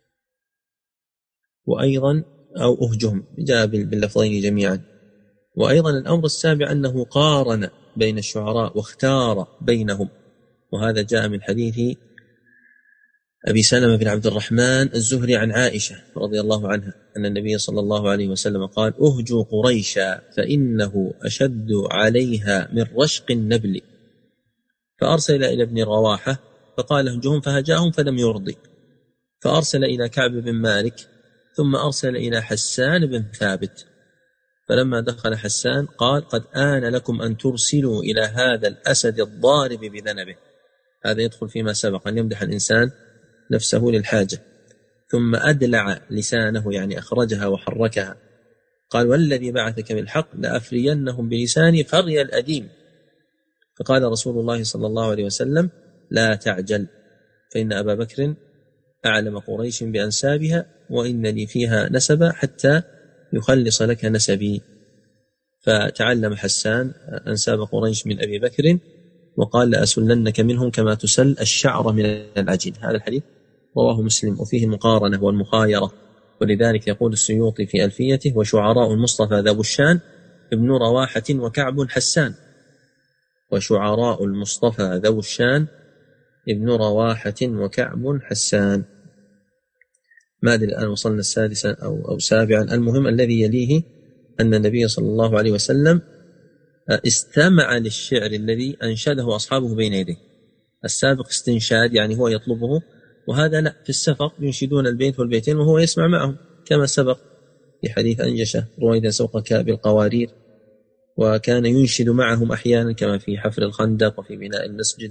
وأيضا أو أهجهم، جاء باللفظين جميعا. وأيضا الأمر السابع أنه قارن بين الشعراء واختار بينهم، وهذا جاء من حديث أبي سلمة بن عبد الرحمن الزهري عن عائشة رضي الله عنها أن النبي صلى الله عليه وسلم قال: أهجوا قريشا فإنه أشد عليها من رشق النبل. فأرسل إلى ابن رواحة فقال: اهجهم، فهجاهم فلم يرضي. فأرسل إلى كعب بن مالك، ثم أرسل إلى حسان بن ثابت. فلما دخل حسان قال: قد آن لكم أن ترسلوا إلى هذا الأسد الضارب بذنبه. هذا يدخل فيما سبق، أن يمدح الإنسان نفسه للحاجة. ثم أدلع لسانه، يعني أخرجها وحركها. قال: والذي بعثك بالحق لأفرينهم بلساني فري الأديم. فقال رسول الله صلى الله عليه وسلم: لا تعجل، فإن أبا بكر أعلم قريش بأنسابها، وإن لي فيها نسبا حتى يخلص لك نسبي. فتعلم حسان أنساب قريش من أبي بكر، وقال: لأسلنك منهم كما تسل الشعر من العجين. هذا الحديث رواه مسلم، وفيه المقارنة والمخايرة. ولذلك يقول السيوطي في ألفيته: وشعراء المصطفى ذو الشان ابن رواحة وكعب حسان. وشعراء المصطفى ذو الشان ابن رواحة وكعب حسان. ما أدري الآن وصلنا السادسا أو, أو سابعا. المهم الذي يليه أن النبي صلى الله عليه وسلم استمع للشعر الذي أنشده أصحابه بين يديه. السابق استنشاد، يعني هو يطلبه، وهذا لا، في السفر ينشدون البيت والبيتين وهو يسمع معهم، كما سبق في حديث أنجشة: رويدا سوقك بالقوارير. وكان ينشد معهم أحيانا كما في حفر الخندق وفي بناء المسجد: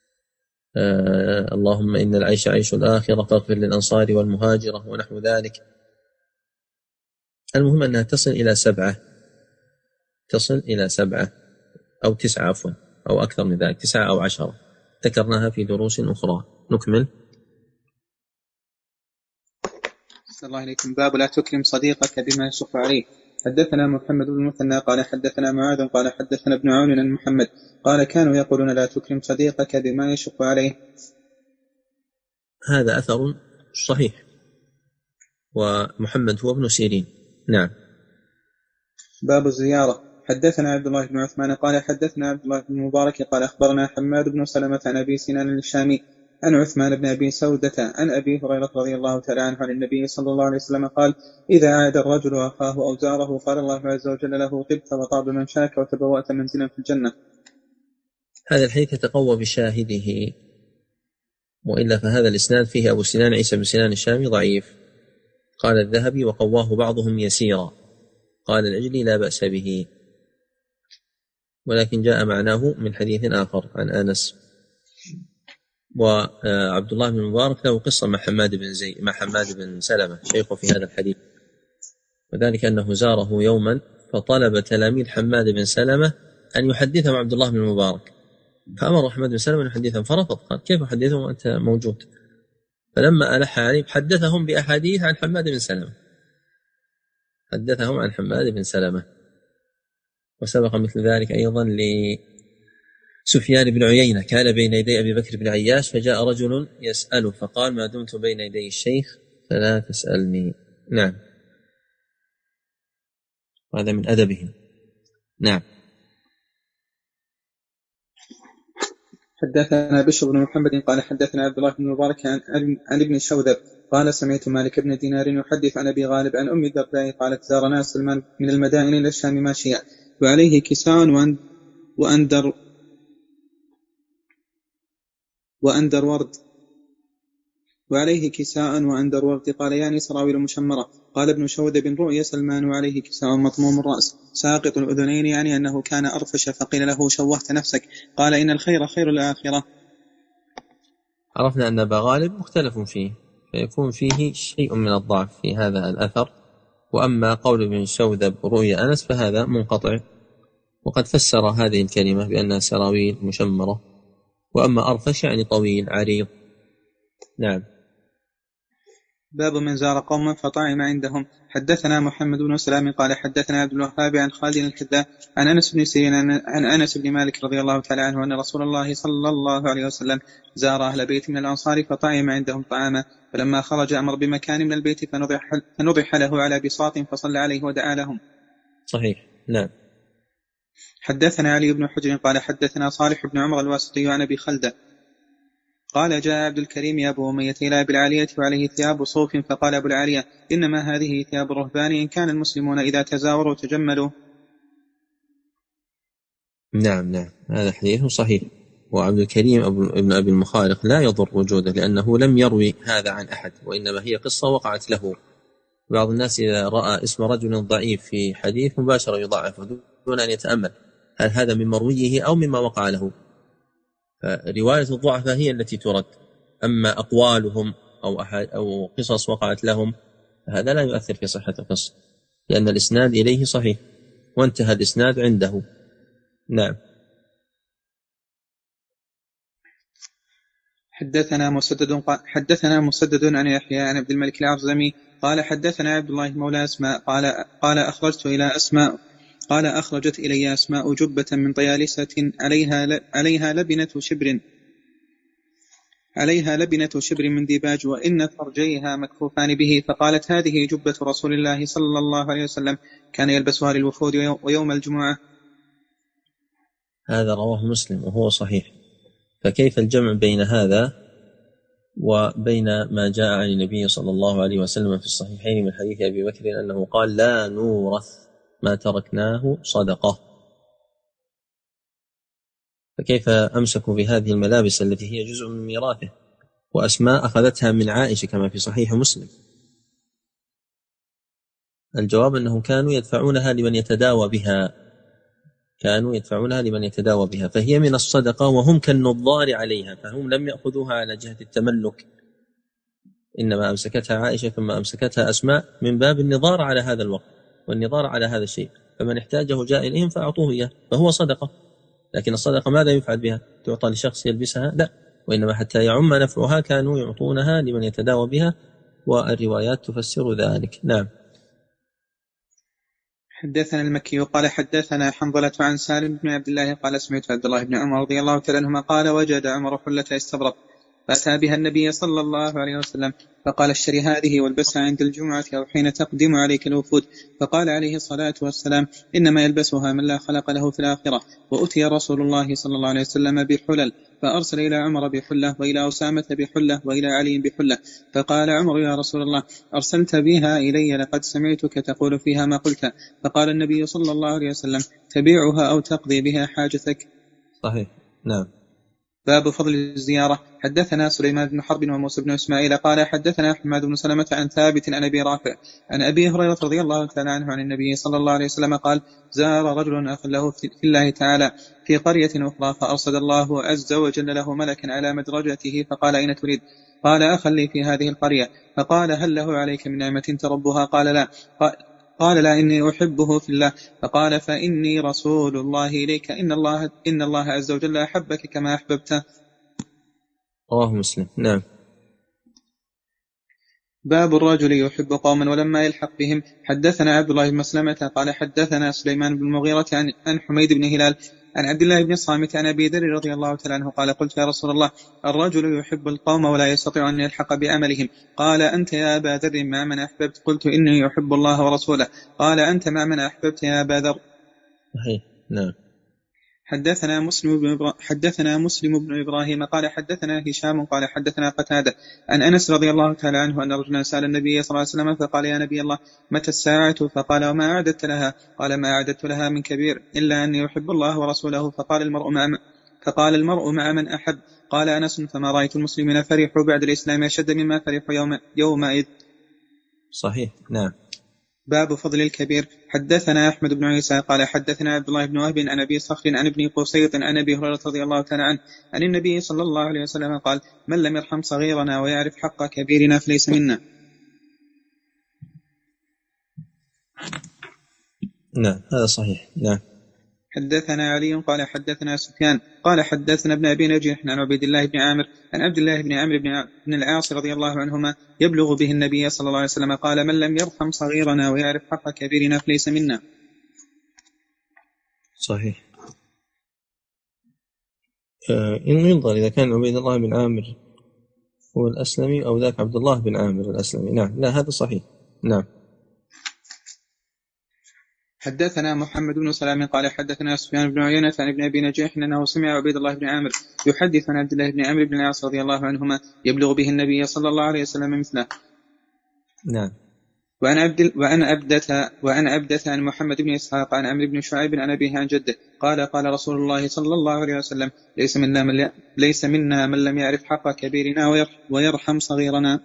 آه اللهم إن العيش عيش الآخرة فاغفر للأنصار والمهاجرة ونحو ذلك. المهم أنها تصل إلى سبعة، تصل إلى سبعة أو تسعة عفوا، أو أكثر من ذلك، تسعة أو عشرة، ذكرناها في دروس أخرى. نكمل. صلى الله عليكم. باب لا تكرم صديقك بما يشق عليه. حدثنا محمد بن المثنى قال حدثنا معاذ قال حدثنا ابن عون عن محمد قال: كانوا يقولون لا تكرم صديقك بما يشق عليه. هذا أثر صحيح، ومحمد هو ابن سيرين. نعم. باب الزيارة. حدثنا عبد الله بن عثمان قال حدثنا عبد الله بن المبارك قال أخبرنا حماد بن سلمة عن أبي سنان الشامي عن عثمان بن أبي سودة عن أبي هريرة رضي الله تعالى عنه عن النبي صلى الله عليه وسلم قال: إذا عاد الرجل أخاه أو زاره قال الله عز وجل له: طبت وطاب ممشاك وتبوأت منزلا في الجنة. هذا الحديث يتقوى بشاهده، وإلا فهذا الإسناد فيه أبو سنان عيسى بن سنان الشامي ضعيف. قال الذهبي: وقواه بعضهم يسيرا. قال العجلي: لا بأس به، ولكن جاء معناه من حديث آخر عن أنس. وعبد الله بن المبارك له قصة مع حماد بن زي مع حماد بن سلمة شيخه في هذا الحديث، وذلك أنه زاره يوما فطلب تلاميذ حماد بن سلمة أن يحدثهم عبد الله بن المبارك، فأمر حماد بن سلمة أن يحدثهم، فرفض، قال: كيف أحدثهم وأنت موجود؟ فلما ألح عليه حدثهم بأحاديث عن حماد بن سلمة، حدثهم عن حماد بن سلمة. وسبق مثل ذلك أيضا لسفيان بن عيينة، كان بين يدي أبي بكر بن عياش فجاء رجل يسأله فقال: ما دمت بين يدي الشيخ فلا تسألني. نعم، هذا من أدبهم. نعم. حدثنا بشر بن محمد قال حدثنا عبد الله بن المبارك عن, عن ابن الشوذب قال سمعت مالك بن دينار يحدث عن أبي غالب عن أم الدرداء قالت زارنا سلمان من المدائن إلى الشام ماشيا وعليه كساء وأندر وأندر ورد وعليه كساء وأندر ورد قال يعني سراويل مشمرة. قال ابن شوذب رؤيا سلمان وعليه كساء مطموم الرأس ساقط الأذنين يعني أنه كان أرفش فقيل له شوهت نفسك قال إن الخير خير الآخرة. عرفنا أن أبا غالب مختلف فيه فيكون فيه شيء من الضعف في هذا الأثر. وأما قول ابن شوذب رؤيا أنس فهذا منقطع وقد فسر هذه الكلمة بأنها سراويل مشمرة. وأما أرفش يعني طويل عريض. نعم. باب من زار قوما فطعم عندهم. حدثنا محمد بن سلام قال حدثنا عبد الوهاب عن خالد الحذاء عن أنس بن سيرين عن أنس بن مالك رضي الله تعالى عنه أن رسول الله صلى الله عليه وسلم زار أهل بيت من الأنصار فطعم عندهم طعاما فلما خرج أمر بمكان من البيت فنضح, فنضح له على بساط فصلى عليه ودعا لهم. صحيح. نعم. حدثنا علي بن حجر قال حدثنا صالح بن عمر الواسطي عن أبي خلدة قال جاء عبد الكريم يا أبو أمية إلى أبي العالية وعليه ثياب صوف فقال أبو العالية إنما هذه ثياب الرهبان إن كان المسلمون إذا تزاوروا تجملوا. نعم نعم هذا حديث صحيح. وعبد الكريم ابن أبي المخارق لا يضر وجوده لأنه لم يروي هذا عن أحد وإنما هي قصة وقعت له. بعض الناس إذا رأى اسم رجل ضعيف في حديث مباشرة يضعفه دون أن يتأمل هل هذا من مرويه أو مما وقع له. فرواية الضعفاء هي التي ترد. أما أقوالهم أو, أو قصص وقعت لهم هذا لا يؤثر في صحة القصة لأن الإسناد إليه صحيح وانتهى الإسناد عنده. نعم. حدثنا مسدد حدثنا مسدد عن يحيى عن عبد الملك العرزمي قال حدثنا عبد الله مولى أسماء قال قال أخرجت إلى أسماء قال أخرجت إلي أسماء جبة من طيالسة عليها عليها لبنة شبر عليها لبنة شبر من ديباج وإن فرجيها مكفوفان به فقالت هذه جبة رسول الله صلى الله عليه وسلم كان يلبسها للوفود ويوم الجمعة. هذا رواه مسلم وهو صحيح. فكيف الجمع بين هذا وبين ما جاء عن النبي صلى الله عليه وسلم في الصحيحين من حديث أبي بكر أنه قال لا نورث ما تركناه صدقة. فكيف أمسكوا بهذه الملابس التي هي جزء من ميراثه وأسماء أخذتها من عائشة كما في صحيح مسلم؟ الجواب أنهم كانوا يدفعونها لمن يتداوى بها كانوا يدفعونها لمن يتداوى بها فهي من الصدقة وهم كالنظار عليها فهم لم يأخذوها على جهة التملك إنما أمسكتها عائشة ثم أمسكتها أسماء من باب النظار على هذا الوقت والنظار على هذا الشيء فمن احتاجه جاء إليهم فأعطوه إياه فهو صدقة. لكن الصدقة ماذا يفعل بها؟ تعطى لشخص يلبسها؟ لا وإنما حتى يعم نفعها كانوا يعطونها لمن يتداوى بها والروايات تفسر ذلك. نعم. حدثنا المكي قال حدثنا حنظلة عن سالم بن عبد الله قال سمعت عبد الله بن عمر رضي الله تعالى عنهما قال وجد عمر حلة استبرق فأتى بها النبي صلى الله عليه وسلم فقال اشتري هذه والبسها عند الجمعة أو حين تقدم عليك الوفود فقال عليه الصلاة والسلام إنما يلبسها من لا خلق له في الآخرة. وأتي رسول الله صلى الله عليه وسلم بحلل فأرسل إلى عمر بحلة وإلى أسامة بحلة وإلى علي بحلة فقال عمر يا رسول الله أرسلت بها إلي لقد سمعتك تقول فيها ما قلت. فقال النبي صلى الله عليه وسلم تبيعها أو تقضي بها حاجتك. صحيح. نعم. باب فضل الزيارة. حدثنا سليمان بن حرب وموسى بن إسماعيل قال حدثنا حماد بن سلمة عن ثابت عن أبي رافع عن أبي هريرة رضي الله تعالى عنه عن النبي صلى الله عليه وسلم قال زار رجل أخ له في الله تعالى في قرية أخرى فأرسل الله عز وجل له ملكا على مدرجته فقال أين تريد؟ قال أخا لي في هذه القرية. فقال هل له عليك من نعمة تربها؟ قال لا. قال قال لا إني أحبه في الله. فقال فإني رسول الله إليك إن الله, إن الله عز وجل أحبك كما أحببته. رواه مسلم. نعم. باب الرجل يحب قوما ولما يلحق بهم. حدثنا عبد الله بن مسلمة قال حدثنا سليمان بن المغيرة عن حميد بن هلال عن عبد الله بن الصامت عن أبي ذر رضي الله تعالى عنه قال قلت يا رسول الله الرجل يحب القوم ولا يستطيع أن يلحق بعملهم. قال أنت يا أبا ذر مع من أحببت؟ قلت إني يحب الله ورسوله. قال أنت مع من أحببت يا أبا ذر؟ صحيح. نعم. حدثنا مسلم بن إبرا... حدثنا مسلم بن إبراهيم قال حدثنا هشام قال حدثنا قتادة عن أنس رضي الله تعالى عنه أن رجلا سأل النبي صلى الله عليه وسلم فقال يا نبي الله متى الساعة؟ فقال وما أعددت لها؟ قال ما أعددت لها من كبير إلا أني أحب الله ورسوله. فقال المرء مع من فقال المرء مع من أحب. قال أنس فما رأيت المسلمين فرحوا بعد الإسلام أشد مما فرحوا يوم يومئذ. صحيح. نعم. باب فضل الكبير. حدثنا أحمد بن عيسى قال حدثنا عبد الله بن وهب عن أبي صخر عن ابن قسيط عن أبي هريرة رضي الله تعالى عنه عن النبي صلى الله عليه وسلم قال من لم يرحم صغيرنا ويعرف حق كبيرنا فليس منا. نعم هذا صحيح. نعم. حدثنا علي قال حدثنا سفيان قال حدثنا ابن أبي نجيح عن عبيد الله بن عامر عن عبد الله بن عمرو بن العاص رضي الله عنهما يبلغ به النبي صلى الله عليه وسلم قال من لم يرحم صغيرنا ويعرف حق كبيرنا فليس منا. صحيح. آه ينظر إذا كان عبيد الله بن عامر هو الأسلمي أو ذاك عبد الله بن عامر الأسلمي. نعم لا هذا صحيح. نعم. حدثنا محمد بن سلام قال حدثنا سفيان بن عيينة عن ابن أبي نجيح أنه سمع عبيد الله بن عامر يحدث عن عبد الله بن عمرو بن العاص رضي الله عنهما يبلغ به النبي صلى الله عليه وسلم مثله. نعم. وعن عبد وعن عبدة وعن عبدة عن محمد بن إسحاق عن عمرو بن شعيب عن أبيه عن جده قال قال رسول الله صلى الله عليه وسلم ليس منا من ليس منا من لم يعرف حق كبيرنا ويرحم صغيرنا.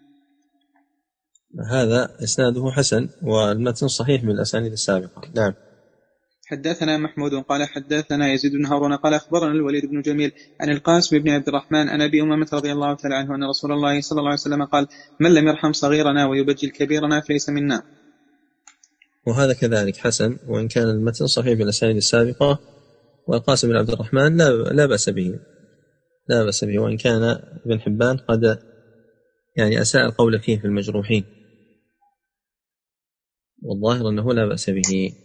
هذا إسناده حسن والمتن صحيح من الأسانيد السابقة. نعم. حدثنا محمود قال حدثنا يزيد بن هارون قال أخبرنا الوليد بن جميل عن القاسم بن عبد الرحمن عن أبي أمامة رضي الله تعالى عنه أن رسول الله صلى الله عليه وسلم قال من لم يرحم صغيرنا ويبجل كبيرنا فليس منا. وهذا كذلك حسن وإن كان المتن صحيح بالأسانيد السابقة. والقاسم بن عبد الرحمن لا لا بأس به لا بأس به وإن كان ابن حبان قد يعني أساء القول فيه في المجروحين والظاهر أنه لا بأس به.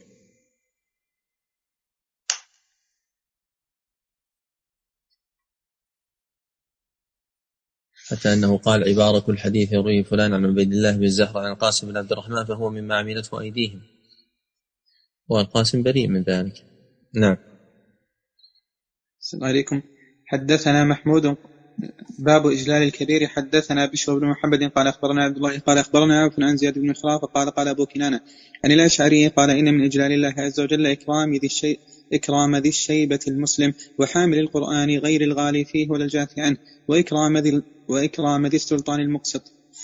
حتى أنه قال عبارة كل حديث يرويه فلان عن عبيد الله بن زهرة عن القاسم بن عبد الرحمن فهو مما عملته أيديهم والقاسم بريء من ذلك. نعم. السلام عليكم. حدثنا محمود باب إجلال الكبير. حدثنا بشر بن محمد قال أخبرنا عبد الله قال أخبرنا عوف عن زياد بن خراف قال قال أبو كنانة عن الأشعري قال إن من إجلال الله عز وجل إكرام ذي الشيء إكرام ذي الشيبة المسلم وحامل القرآن غير الغالي فيه ولا الجاثي عنه وإكرام ذي وإكرام ذي السلطان المقسط.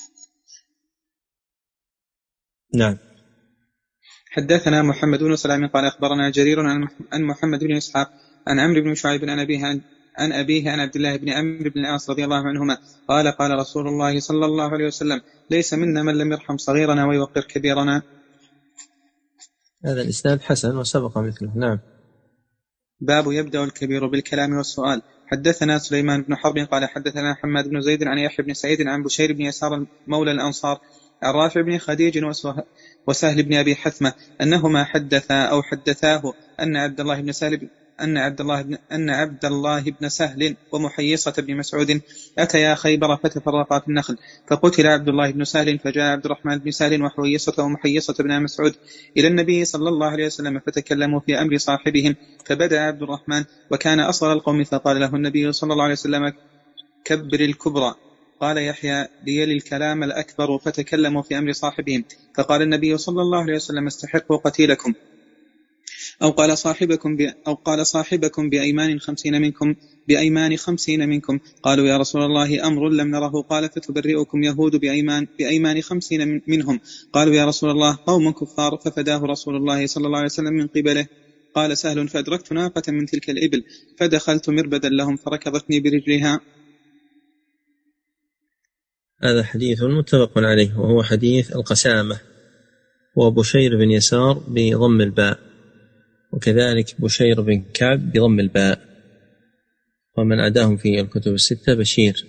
نعم. حدثنا محمد بن سلام قال أخبرنا جرير عن محمد بن إسحاق عن عمرو بن شعيب عن أبيه عن عن أبيه عن عبد الله بن عمرو بن العاص رضي الله عنهما قال قال رسول الله صلى الله عليه وسلم ليس منا من لم يرحم صغيرنا ويوقر كبيرنا. هذا الإسناد حسن وسبق مثله. نعم. باب يبدأ الكبير بالكلام والسؤال. حدثنا سليمان بن حرب قال حدثنا حماد بن زيد عن يحيى بن سعيد عن بشير بن يسار مولى الأنصار عن رافع بن خديج وسهل بن أبي حثمة أنهما حدثا أو حدثاه أن عبد الله بن سهل أن عبد الله بن أن عبد الله بن سهل ومحيصة بن مسعود أتيا خيبر فتفرقا في النخل فقتل عبد الله بن سهل فجاء عبد الرحمن بن سهل وحيصة ومحيصة بن مسعود إلى النبي صلى الله عليه وسلم فتكلموا في أمر صاحبهم فبدأ عبد الرحمن وكان أصغر القوم فقال له النبي صلى الله عليه وسلم كبر الكبرى. قال يحيى ليلي الكلام الأكبر فتكلموا في أمر صاحبهم فقال النبي صلى الله عليه وسلم استحقوا قتيلكم أو قال صاحبكم أو قال صاحبكم بأيمان خمسين منكم بأيمان خمسين منكم. قالوا يا رسول الله أمر لم نره. قال فتبرئكم يهود بأيمان بأيمان خمسين منهم. قالوا يا رسول الله قوم كفار ففداه رسول الله صلى الله عليه وسلم من قبله. قال سهل فأدركت ناقة من تلك الإبل فدخلت مربدا لهم فركضتني برجلها. هذا حديث متفق عليه وهو حديث القسامة وبشير بن يسار بضم الباء وكذلك بشير بن كعب بضم الباء ومن عداهم في الكتب الستة بشير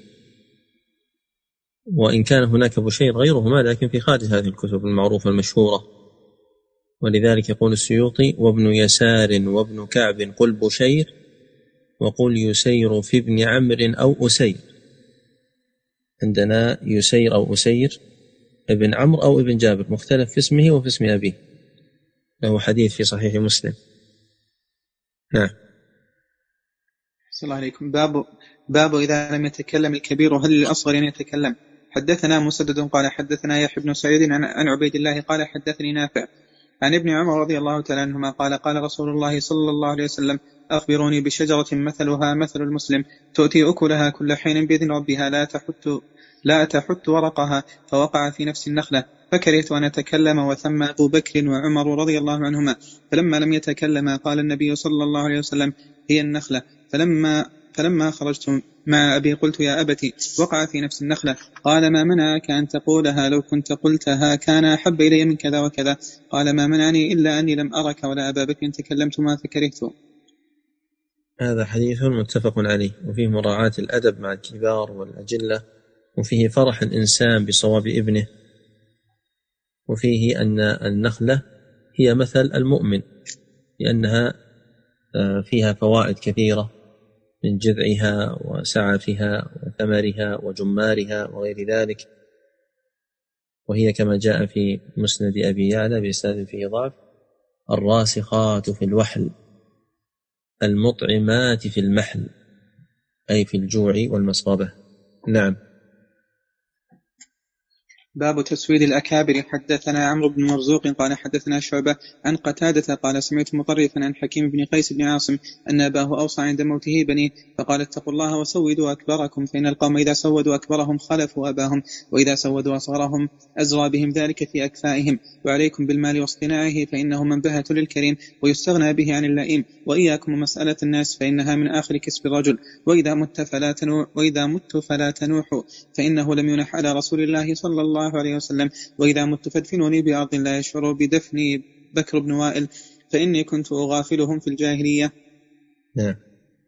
وإن كان هناك بشير غيرهما لكن في خارج هذه الكتب المعروفة المشهورة ولذلك يقول السيوطي وابن يسار وابن كعب قل بشير وقل يسير في ابن عمرو أو أسير. عندنا يسير أو أسير ابن عمرو أو ابن جابر مختلف في اسمه وفي اسم أبيه له حديث في صحيح مسلم. نعم. صلى الله عليكم. باب باب إذا لم يتكلم الكبير هل للأصغر أن يتكلم؟ حدثنا مسدد قال حدثنا يحيى بن سعيد عن عبيد الله قال حدثني نافع عن ابن عمر رضي الله تعالى عنهما قال قال رسول الله صلى الله عليه وسلم أخبروني بشجرة مثلها مثل المسلم تؤتي أكلها كل حين بإذن ربها لا تحت لا تحت ورقها. فوقع في نفس النخلة فكرهت أن أتكلم وثم أبو بكر وعمر رضي الله عنهما. فلما لم يتكلما قال النبي صلى الله عليه وسلم هي النخلة. فلما فلما خرجت مع أبي قلت يا أبتي وقع في نفس النخلة. قال ما منعك أن تقولها؟ لو كنت قلتها كان أحب إلي من كذا وكذا. قال ما منعني إلا أني لم أرك ولا أبا بكر تكلمتما فكرهت. هذا حديث متفق عليه، وفيه مراعاة الأدب مع الكبار والأجلة، وفيه فرح الإنسان بصواب ابنه، وفيه أن النخلة هي مثل المؤمن لأنها فيها فوائد كثيرة من جذعها وسعفها وثمرها وجمارها وغير ذلك، وهي كما جاء في مسند أبي يعلى بإسناد فيه ضعف الراسخات في الوحل المطعمات في المحل، أي في الجوع والمصابة. نعم. باب تسويد الأكابر. حدثنا عمرو بن مرزوق قال حدثنا شعبة عن قتادة قال سمعت مطرفا عن حكيم بن قيس بن عاصم أن أباه أوصى عند موته بنيه فقال اتقوا الله وسودوا أكبركم، فإن القوم إذا سودوا أكبرهم خلفوا أباهم، وإذا سودوا أصغرهم أزرى بهم ذلك في أكفائهم. وعليكم بالمال واصطناعه فإنه منبهة للكريم ويستغنى به عن اللئيم، وإياكم مسألة الناس فإنها من آخر كسب الرجل. وإذا مت فلا تنوح وإذا مت فلا تنوحوا فإنه لم ينح على رسول الله صلى الله عليه وسلم. وإذا مت فادفنوني بأرض لا يشعر بدفني بكر بن وائل فإني كنت أغافلهم في الجاهلية. نعم.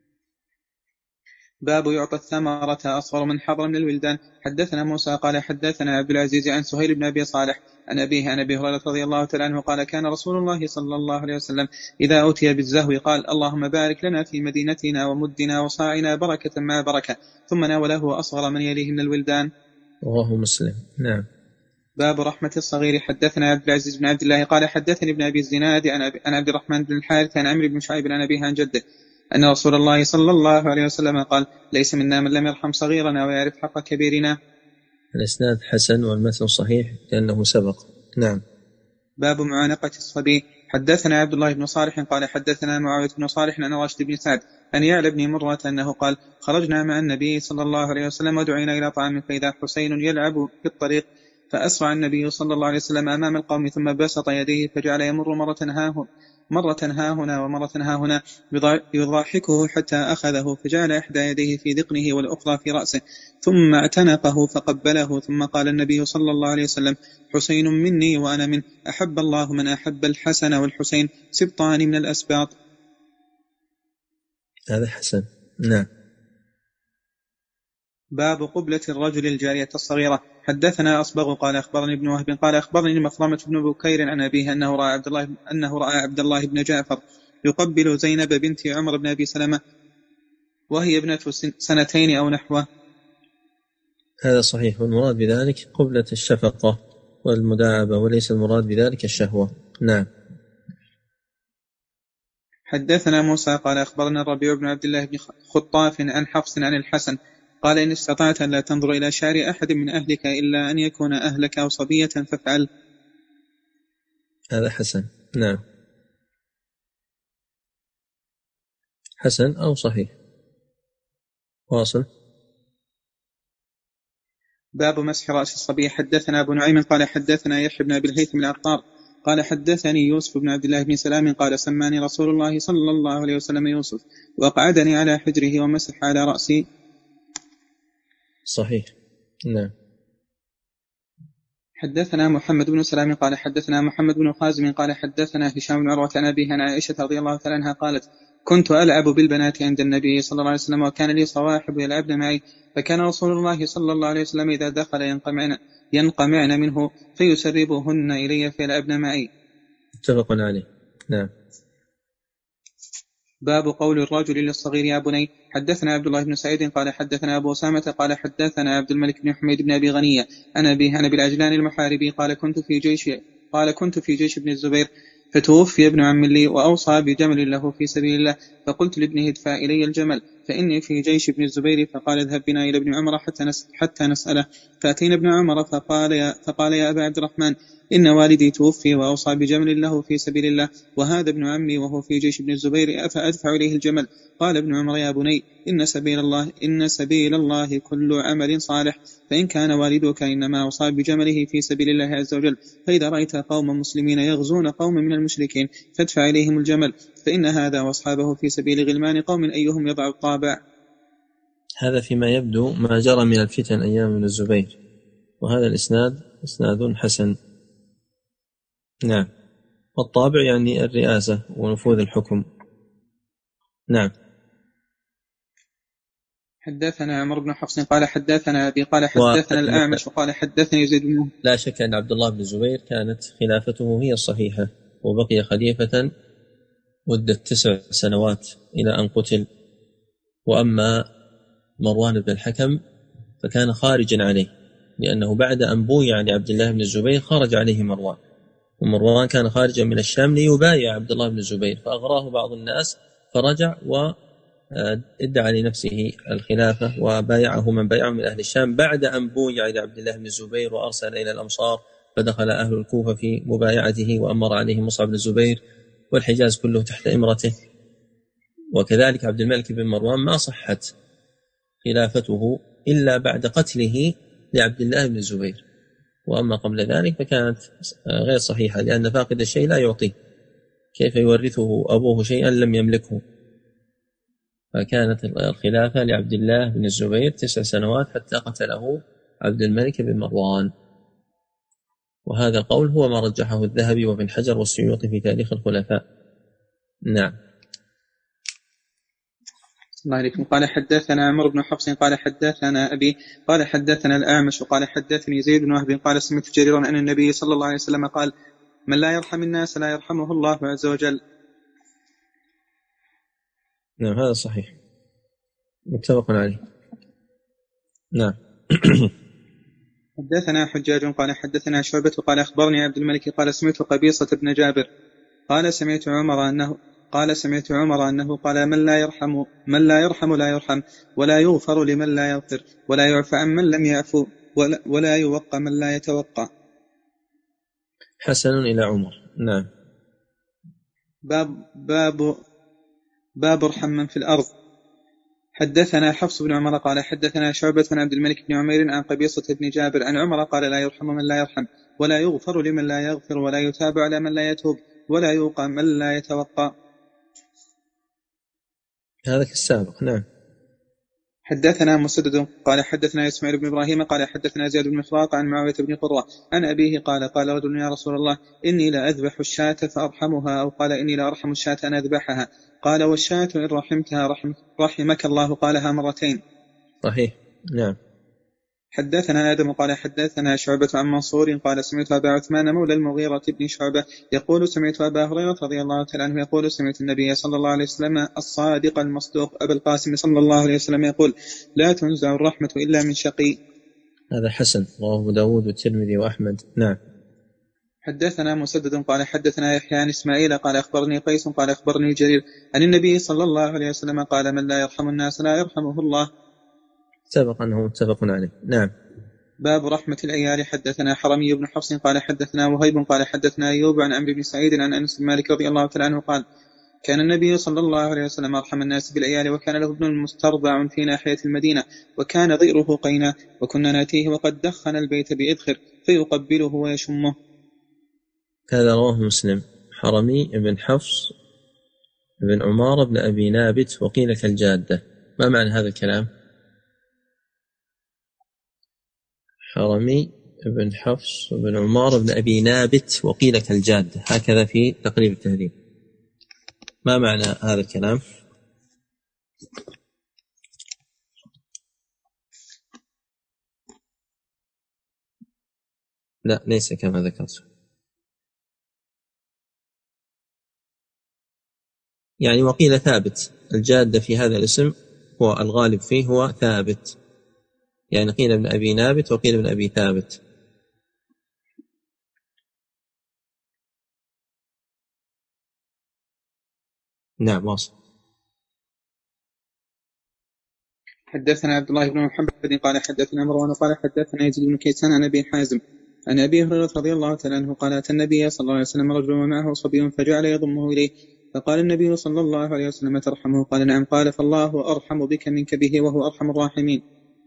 باب يعطى الثمرة أصغر من حضر من الولدان. حدثنا موسى قال حدثنا عبد العزيز عن سهيل بن أبي صالح عن أبيه عن أبي هريرة رضي الله تعالى عنه قال كان رسول الله صلى الله عليه وسلم إذا أوتي بالزهو قال اللهم بارك لنا في مدينتنا ومدنا وصاعنا بركة مع بركة، ثم ناوله أصغر من يليه من الولدان. رواه مسلم. نعم. باب رحمة الصغير. حدثنا عبد العزيز بن عبد الله قال حدثني ابن أبي الزناد عن عبد الرحمن بن الحارث عن عمرو بن شعيب عن أبيه عن جده أن رسول الله صلى الله عليه وسلم قال ليس منا من لم يرحم صغيرنا ويعرف حق كبيرنا. الإسناد حسن والمتن صحيح لأنه سبق. نعم. باب معانقة الصبي. حدثنا عبد الله بن صالح قال حدثنا معاوية بن صالح عن راشد بن سعد أن يعلى بن مرة أنه قال خرجنا مع النبي صلى الله عليه وسلم ودعينا إلى طعام فإذا حسين يلعب في الطريق فأسرع النبي صلى الله عليه وسلم أمام القوم ثم بسط يديه فجعل يمر مرة ها مرة ها هنا ومرة ها هنا يضاحكه حتى أخذه فجعل إحدى يديه في ذقنه والأخرى في رأسه ثم اعتنقه فقبله ثم قال النبي صلى الله عليه وسلم حسين مني وأنا من أحب الله من أحب الحسن والحسين سبطان من الأسباط. هذا حسن. نعم. باب قبلة الرجل الجارية الصغيرة. حدثنا أصبغ قال أخبرني ابن وهب قال أخبرني مخرمة بن بكير عن أبيه أنه رأى عبد الله أنه رأى عبد الله بن جعفر يقبل زينب بنت عمر بن أبي سلمة وهي ابنة سنتين أو نحوه. هذا صحيح، والمراد بذلك قبلة الشفقة والمداعبة وليس المراد بذلك الشهوة. نعم. حدثنا موسى قال أخبرنا الربيع بن عبد الله بن خطاف عن حفص عن الحسن قال إن استطعت أن لا تنظر إلى شعر أحد من أهلك إلا أن يكون أهلك أو صبية فافعل. هذا حسن. نعم. حسن أو صحيح. واصل. باب مسح رأس الصبي. حدثنا أبو نعيم قال حدثنا يحيى بن أبي الهيثم العطار قال حدثني يوسف بن عبد الله بن سلام قال سماني رسول الله صلى الله عليه وسلم يوسف وقعدني على حجره ومسح على رأسي. صحيح. نعم. حدثنا محمد بن سلام قال حدثنا محمد بن خازم قال حدثنا هشام بن عروة عن أبيه عن عائشة رضي الله تعالى عنها قالت كنت ألعب بالبنات عند النبي صلى الله عليه وسلم وكان لي صواحب يلعبن معي فكان رسول الله صلى الله عليه وسلم إذا دخل ينقمعن, ينقمعن منه فيسربهن إلي فيلعبن معي. متفق عليه. نعم. باب قول الرجل للصغير يا بني. حدثنا عبد الله بن سعيد قال حدثنا أبو أسامة قال حدثنا عبد الملك بن حميد بن أبي غنية أنا أبيه عن أبي العجلان المحاربي قال كنت في جيش قال كنت في جيش ابن الزبير فتوفي ابن عم لي وأوصى بجمل له في سبيل الله فقلت لابنه ادفع إلي الجمل فإني في جيش ابن الزبير. فقال اذهب بنا إلى ابن عمر حتى, نس حتى نسأله. فأتينا ابن عمر فقال يا, فقال يا أبا عبد الرحمن إن والدي توفي وأوصى بجمل له في سبيل الله، وهذا ابن عمي وهو في جيش ابن الزبير، أفأدفع إليه الجمل؟ قال ابن عمر يا بني إن سبيل الله إن سبيل الله كل عمل صالح، فإن كان والدك إنما أوصى بجمله في سبيل الله عز وجل، فإذا رأيت قوم مسلمين يغزون قوم من المشركين فادفع إليهم الجمل، فإن هذا وأصحابه في سبيل غلمان قوم أيهم يضع الطابع. هذا فيما يبدو ما جرى من الفتن أيام ابن الزبير، وهذا الإسناد إسناد حسن. نعم. والطابع يعني الرئاسة ونفوذ الحكم. نعم. حدثنا عمر بن حفص قال حدثنا أبي قال حدثنا الأعمش وقال حدثني زيد بن. لا شك أن عبد الله بن الزبير كانت خلافته هي الصحيحة، وبقي خليفة مدة تسع سنوات إلى أن قتل. وأما مروان بن الحكم فكان خارجا عليه، لأنه بعد أن بويع لعبد الله بن الزبير خرج عليه مروان، ومروان كان خارجا من الشام ليبايع عبد الله بن الزبير، فأغراه بعض الناس فرجع وادعى لنفسه الخلافة وبايعه من بايعه من أهل الشام بعد أن بويع لعبد الله بن الزبير، وأرسل إلى الأمصار فدخل أهل الكوفة في مبايعته وأمر عليه مصعب بن الزبير، والحجاز كله تحت إمرته. وكذلك عبد الملك بن مروان ما صحت خلافته إلا بعد قتله لعبد الله بن الزبير، وأما قبل ذلك فكانت غير صحيحة، لأن فاقد الشيء لا يعطيه، كيف يورثه أبوه شيئا لم يملكه؟ فكانت الخلافة لعبد الله بن الزبير تسع سنوات حتى قتله عبد الملك بن مروان. وهذا القول هو ما رجحه الذهبي وابن حجر والسيوطي في تاريخ الخلفاء. نعم. الله عليكم. قال حدثنا عمر بن حفص قال حدثنا أبي قال حدثنا الأعمش وقال حدثني زيد بن وهب قال سمعت جريرا أن النبي صلى الله عليه وسلم قال من لا يرحم الناس لا يرحمه الله عز وجل. نعم هذا صحيح متفق عليه. نعم. حدثنا حجاج قال حدثنا شعبة قال أخبرني عبد الملك قال سمعت قبيصة بن جابر قال سمعت عمر أنه قال سمعت عمر أنه قال من لا يرحم من لا يرحم لا يرحم، ولا يغفر لمن لا يغفر، ولا يعفى عن من لم يعفو، ولا, ولا يوقى من لا يتوقى. حسن إلى عمر. نعم. باب باب باب ارحم من في الأرض. حدثنا حفص بن عمر قال حدثنا شعبة بن عبد الملك بن عمير عن قبيصة بن جابر عن عمر قال لا يرحم من لا يرحم، ولا يغفر لمن لا يغفر، ولا يتاب على من لا يتوب، ولا يوقى من لا يتوقى. هذا كالسابق. نعم. حدثنا مسدد قال حدثنا إسماعيل بن إبراهيم قال حدثنا زياد بن مخراق عن معاوية بن قرة عن أبيه قال قال رجل يا رسول الله إني لا أذبح الشاة فأرحمها، أو قال إني لا أرحم الشاة أن أذبحها، قال والشاة إن رحمتها رحم رحمك الله، قالها مرتين. صحيح. نعم. حدثنا آدم قال حدثنا شعبة عن منصور قال سمعت أبا عثمان مولى المغيرة بن شعبة يقول سمعت أبا هريرة رضي الله تعالى عنه يقول سمعت النبي صلى الله عليه وسلم الصادق المصدوق أبا القاسم صلى الله عليه وسلم يقول لا تنزع الرحمة إلا من شقي. هذا حسن رواه أبو داود والترمذي وأحمد. نعم. حدثنا مسدد قال حدثنا يحيى عن إسماعيل قال أخبرني قيس قال أخبرني جرير عن النبي صلى الله عليه وسلم قال من لا يرحم الناس لا يرحمه الله. سبق أنه متفق عليه. نعم. باب رحمة العيال. حدثنا حرمي بن حفص قال حدثنا وهيب قال حدثنا أيوب عن عمرو بن سعيد عن أنس بن مالك رضي الله تعالى عنه قال كان النبي صلى الله عليه وسلم أرحم الناس بالعيال، وكان له ابن مسترضع في ناحية المدينة، وكان ضئره قينا، وكنا ناتيه وقد دخن البيت بإذخر فيقبله ويشمه. هذا رواه مسلم. حرمي بن حفص بن عمار بن أبي نابت وقيل كالجادة. ما معنى هذا الكلام؟ حرمي بن حفص بن عمار بن أبي نابت وقيل كالجادة، هكذا في تقريب التهذيب. ما معنى هذا الكلام؟ لا ليس كما ذكرت، يعني وقيل ثابت. الجادة في هذا الاسم هو الغالب فيه هو ثابت، يعني قيل ابن أبي نابت وقيل ابن أبي ثابت. نعم واصل. حدثنا عبد الله بن محمد قال حدثنا مروان قال حدثنا يزيد بن كيسان عن أبي حازم عن أبي هريرة رضي الله تعالى عنه قال أتى النبي صلى الله عليه وسلم رجل ومعه صبي فجعل يضمه إليه فقال النبي صلى الله عليه وسلم ترحمه؟ قال نعم. قال فالله أرحم بك منك به وهو أرحم الراحمين.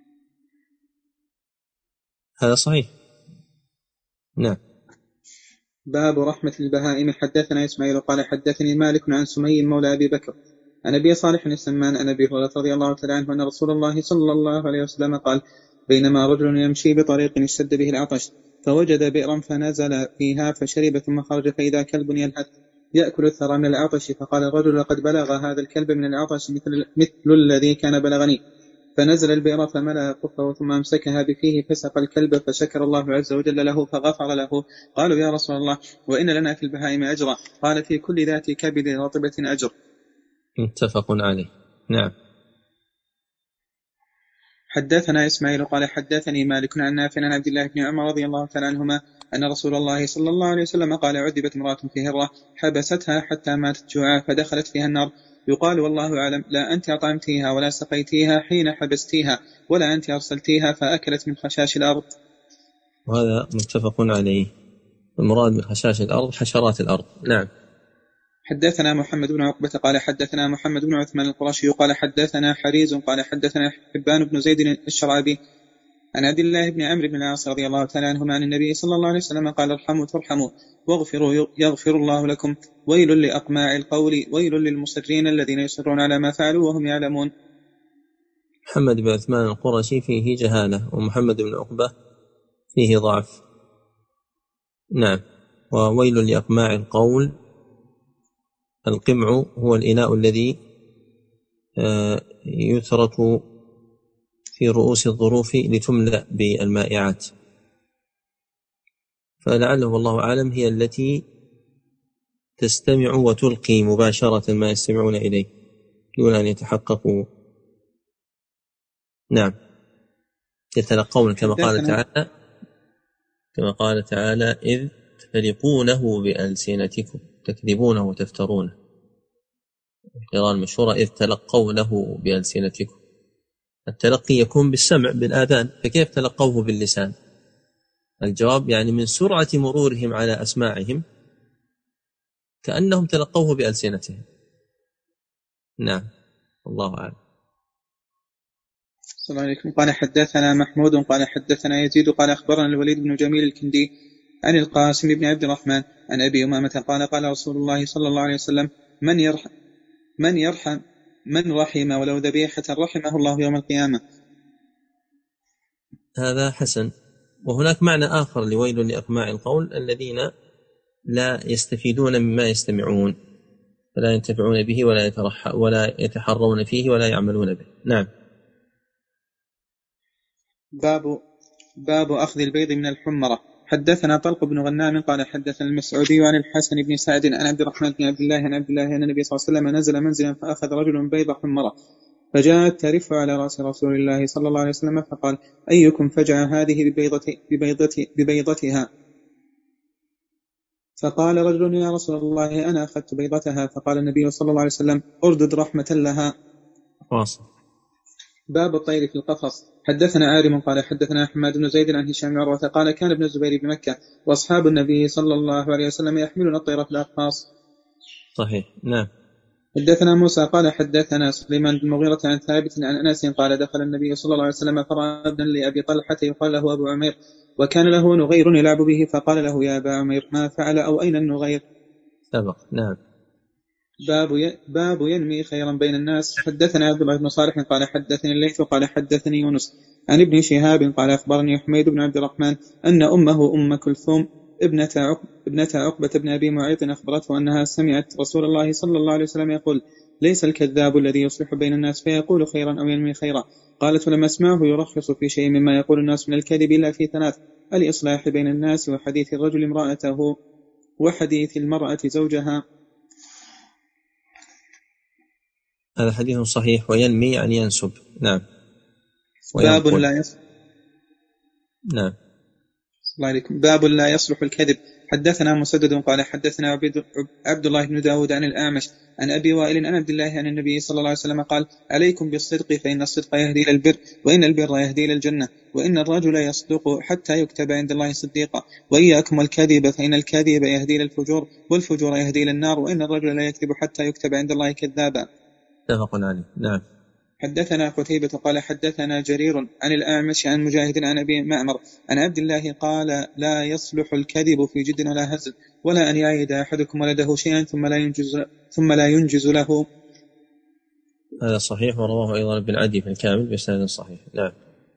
هذا صحيح. نعم. باب رحمة البهائم. حدثنا إسماعيل قال حدثني مالك عن سمي مولى أبي بكر عن أبي صالح السمان عن أبي هريرة رضي الله تعالى عنه أن رسول الله صلى الله عليه وسلم قال بينما رجل يمشي بطريق اشتد به العطش فوجد بئرا فنزل فيها فشرب ثم خرج فإذا كلب يلهث يأكل الثرى من العطش فقال الرجل لقد بلغ هذا الكلب من العطش مثل, مثل الذي كان بلغني. فنزل البئر فملأ قفه ثم أمسكها بفيه فسق الكلب فشكر الله عز وجل له فغفر له. قالوا يا رسول الله وإن لنا في البهائم أجرا؟ قال في كل ذات كبد رطبة أجر. متفق عليه. نعم. حدثنا إسماعيل قال حدثني مالك عن نافع عن عبد الله بن عمر رضي الله تعالى عنهما أن رسول الله صلى الله عليه وسلم قال عذبت امرأة في هرة حبستها حتى ماتت جوعا فدخلت فيها النار يقال والله أعلم لا أنت أطعمتيها ولا سقيتيها حين حبستيها ولا أنت أرسلتيها فأكلت من خشاش الأرض. وهذا متفق عليه. المراد من خشاش الأرض حشرات الأرض. نعم. حدثنا محمد بن عقبة قال حدثنا محمد بن عثمان القرشي قال حدثنا حريز قال حدثنا حبان بن زيد الشرابي عن عبد الله بن عمرو بن العاص رضي الله تعالى عنهما عن النبي صلى الله عليه وسلم قال ارحموا ترحموا واغفروا يغفر الله لكم ويل لأقماع القول ويل للمصرين الذين يصرون على ما فعلوا وهم يعلمون. محمد بن عثمان القرشي فيه جهالة ومحمد بن عقبة فيه ضعف. نعم. وويل لأقماع القول. القمع هو الإناء الذي يترك في رؤوس الظروف لتملأ بالمائعات، فلعله والله أعلم هي التي تستمع وتلقي مباشرة ما يستمعون إليه دون أن يتحققوا. نعم. يتلقون كما قال تعالى كما قال تعالى إذ تفرقونه بألسنتكم تكذبونه وتفترونه. القراءة المشهورة إذ تلقونه بألسنتكم. التلقي يكون بالسمع بالآذان، فكيف تلقوه باللسان؟ الجواب يعني من سرعة مرورهم على أسماعهم كأنهم تلقوه بألسنتهم. نعم. الله أعلم. السلام عليكم. قال حدثنا محمود قال حدثنا يزيد قال أخبرنا الوليد بن جميل الكندي عن القاسم بن عبد الرحمن عن أبي أمامة قال قال رسول الله صلى الله عليه وسلم من يرحم من يرحم من رحم ولو ذبيحة رحمه الله يوم القيامة. هذا حسن. وهناك معنى آخر لويل لأقماع القول الذين لا يستفيدون مما يستمعون فلا ينتفعون به ولا يترح ولا يتحرون فيه ولا يعملون به. نعم. باب باب أخذ البيض من الحمرة. حدثنا طلق بن غنام قال حدثنا المسعودي عن الحسن بن سعد عن عبد الرحمن بن عبد الله عن عبد الله أن النبي صلى الله عليه وسلم نزل منزلا فأخذ رجل بيض حمرة فجاءت ترف على رأس رسول الله صلى الله عليه وسلم فقال أيكم فجع هذه ببيضة ببيضة ببيضتها؟ فقال رجل يا رسول الله أنا أخذت بيضتها. فقال النبي صلى الله عليه وسلم أردد رحمة لها. واصل. باب الطير في القفص. حدثنا عارم قال حدثنا حماد بن زيد عن هشام بن عروة قال كان ابن الزبير بمكة وأصحاب النبي صلى الله عليه وسلم يحملون الطير في الأقفاص. صحيح. نعم. حدثنا موسى قال حدثنا سليمان بن المغيرة عن ثابت عن أنس قال دخل النبي صلى الله عليه وسلم فرأى ابنا لأبي طلحة يقال له أبو عمير وكان له نغير يلعب به فقال له يا أبا عمير ما فعل أو أين النغير؟ سبق. نعم. باب ي... باب ينمي خيرا بين الناس. حدثنا عبد الله بن صالح قال حدثني الليث قال حدثني يونس عن ابن شهاب قال أخبرني حميد بن عبد الرحمن أن أمه أم كلثوم ابنة عقب ابنة عقبة بن أبي معيط أخبرته أنها سمعت رسول الله صلى الله عليه وسلم يقول ليس الكذاب الذي يصلح بين الناس فيقول خيرا أو ينمي خيرا. قالت ولم أسمعه يرخص في شيء مما يقول الناس من الكذب إلا في ثلاث: الإصلاح بين الناس وحديث الرجل امرأته وحديث المرأة زوجها. هذا حديث صحيح. وينمي يعني ينسب. نعم. باب لا يصح. نعم. الله عليكم. باب لا يصلح الكذب. حدثنا مسدد قال حدثنا عبد الله بن داود عن الأعمش عن أبي وائل عن عبد الله عن النبي صلى الله عليه وسلم قال عليكم بالصدق فإن الصدق يهدي إلى البر وإن البر يهدي إلى الجنة وإن الرجل يصدق حتى يكتب عند الله صديقا وإياكم الكذب فإن الكذب يهدي إلى الفجور والفجور يهدي إلى النار وإن الرجل لا يكذب حتى يكتب عند الله كذابا. اتفق عليه. نعم. حدثنا قتيبة قال حدثنا جرير عن الأعمش عن مجاهد عن أبي معمر عن عبد الله قال لا يصلح الكذب في جد ولا هزل ولا أن يعيد أحدكم ولده شيئا ثم لا ينجز, ثم لا ينجز له. هذا صحيح ورواه أيضا ابن عدي في الكامل بإسناد صحيح. نعم.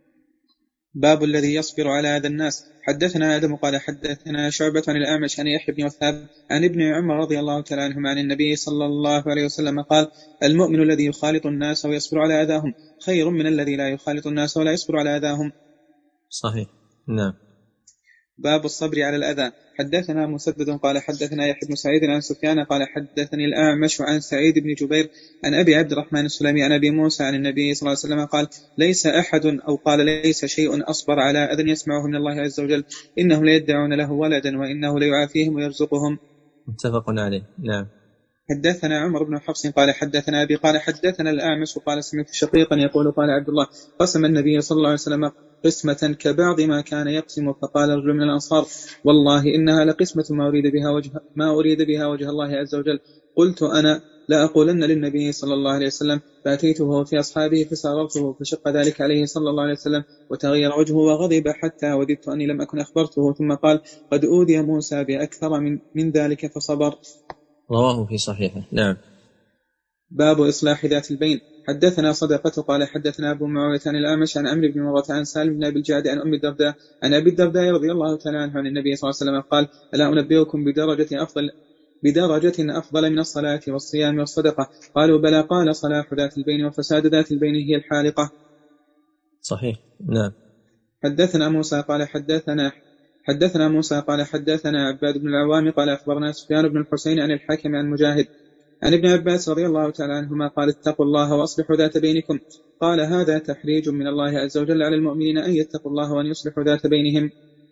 باب الذي يصبر على أذى الناس. حدثنا آدم قال حدثنا شعبة عن الأعمش عن يحيى بن وثاب عن ابن عمر رضي الله تعالى عنهما عن النبي صلى الله عليه وسلم قال المؤمن الذي يخالط الناس ويصبر على أذاهم خير من الذي لا يخالط الناس ولا يصبر على أذاهم. صحيح. نعم. باب الصبر على الأذى. حدثنا مسدد قال حدثنا يحيى بن سعيد عن سفيان قال حدثني الأعمش عن سعيد بن جبير عن أبي عبد الرحمن السلمي عن أبي موسى عن النبي صلى الله عليه وسلم قال ليس أحد أو قال ليس شيء أصبر على أذى يسمعه من الله عز وجل إنهم ليدعون له ولدا وإنه ليعافيهم ويرزقهم. متفق عليه. نعم. حدثنا عمر بن حفص قال حدثنا أبي قال حدثنا الأعمش وقال سمعت شقيقا يقول قال عبد الله قسم النبي صلى الله عليه وسلم قسمة كبعض ما كان يقسم فقال رجل من الأنصار والله إنها لقسمة ما أريد بها وجه, ما أريد بها وجه الله عز وجل. قلت أنا لا أقولن للنبي صلى الله عليه وسلم فأتيته في أصحابه فساررته فشق ذلك عليه صلى الله عليه وسلم وتغير وجهه وغضب حتى وددت أني لم أكن أخبرته ثم قال قد أوذي موسى بأكثر من, من ذلك فصبر. رواه في صحيحه. نعم. باب إصلاح ذات البين. حدثنا صدقة قال حدثنا أبو معاوية عن الأعمش عن عمرو بن مرة عن سالم بن أبي الجعد عن أم الدرداء عن أبي الدرداء رضي الله تعالى عنه عن النبي صلى الله عليه وسلم قال ألا أنبئكم بدرجة أفضل بدرجة أفضل من الصلاة والصيام والصدقة؟ قالوا بلى. قال صلاح ذات البين وفساد ذات البين هي الحالقة. صحيح. نعم. حدثنا موسى قال حدثنا حدثنا موسى قال حدثنا عباد بن العوام قال أخبرنا سفيان بن الحسين عن الحاكم عن مجاهد عن ابن عباس رضي الله تعالى عنهما قال اتقوا الله وأصلحوا ذات بينكم. قال هذا تحريج من الله عز وجل على المؤمنين أن يتقوا الله وأن يصلحوا ذات بينهم.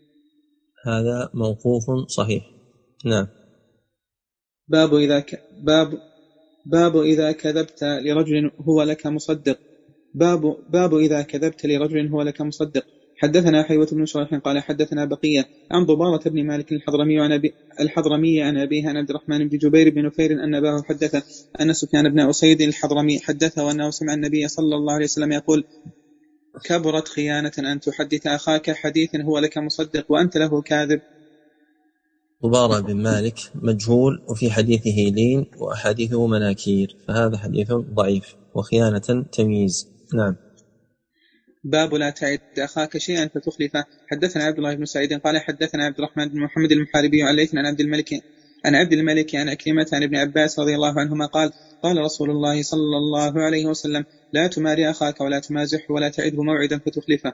هذا موقوف صحيح. نعم. باب إذا ك... باب باب إذا كذبت لرجل هو لك مصدق. باب باب إذا كذبت لرجل هو لك مصدق. حدثنا حيوة بن شريح قال حدثنا بقية عن ضبارة بن مالك الحضرمي عن أبي الحضرمي عن أبيه عن عبد الرحمن بن جبير بن نفير أن أباه حدثه أن سفيان بن أسيد الحضرمي حدثه أنه سمع النبي صلى الله عليه وسلم يقول كبرت خيانة أن تحدث أخاك حديثا هو لك مصدق وأنت له كاذب. ضبارة بن مالك مجهول وفي حديثه لين وأحاديثه مناكير فهذا حديث ضعيف وخيانة تمييز. نعم. باب لا تعد أخاك شيئا فتخلفه. حدثنا عبد الله بن سعيد قال حدثنا عبد الرحمن بن محمد المحاربي عن ليث عن عبد الملك عن عبد الملك عن أكرمة عن ابن عباس رضي الله عنهما قال قال رسول الله صلى الله عليه وسلم لا تماري أخاك ولا تمازح ولا تعده موعدا فتخلفه.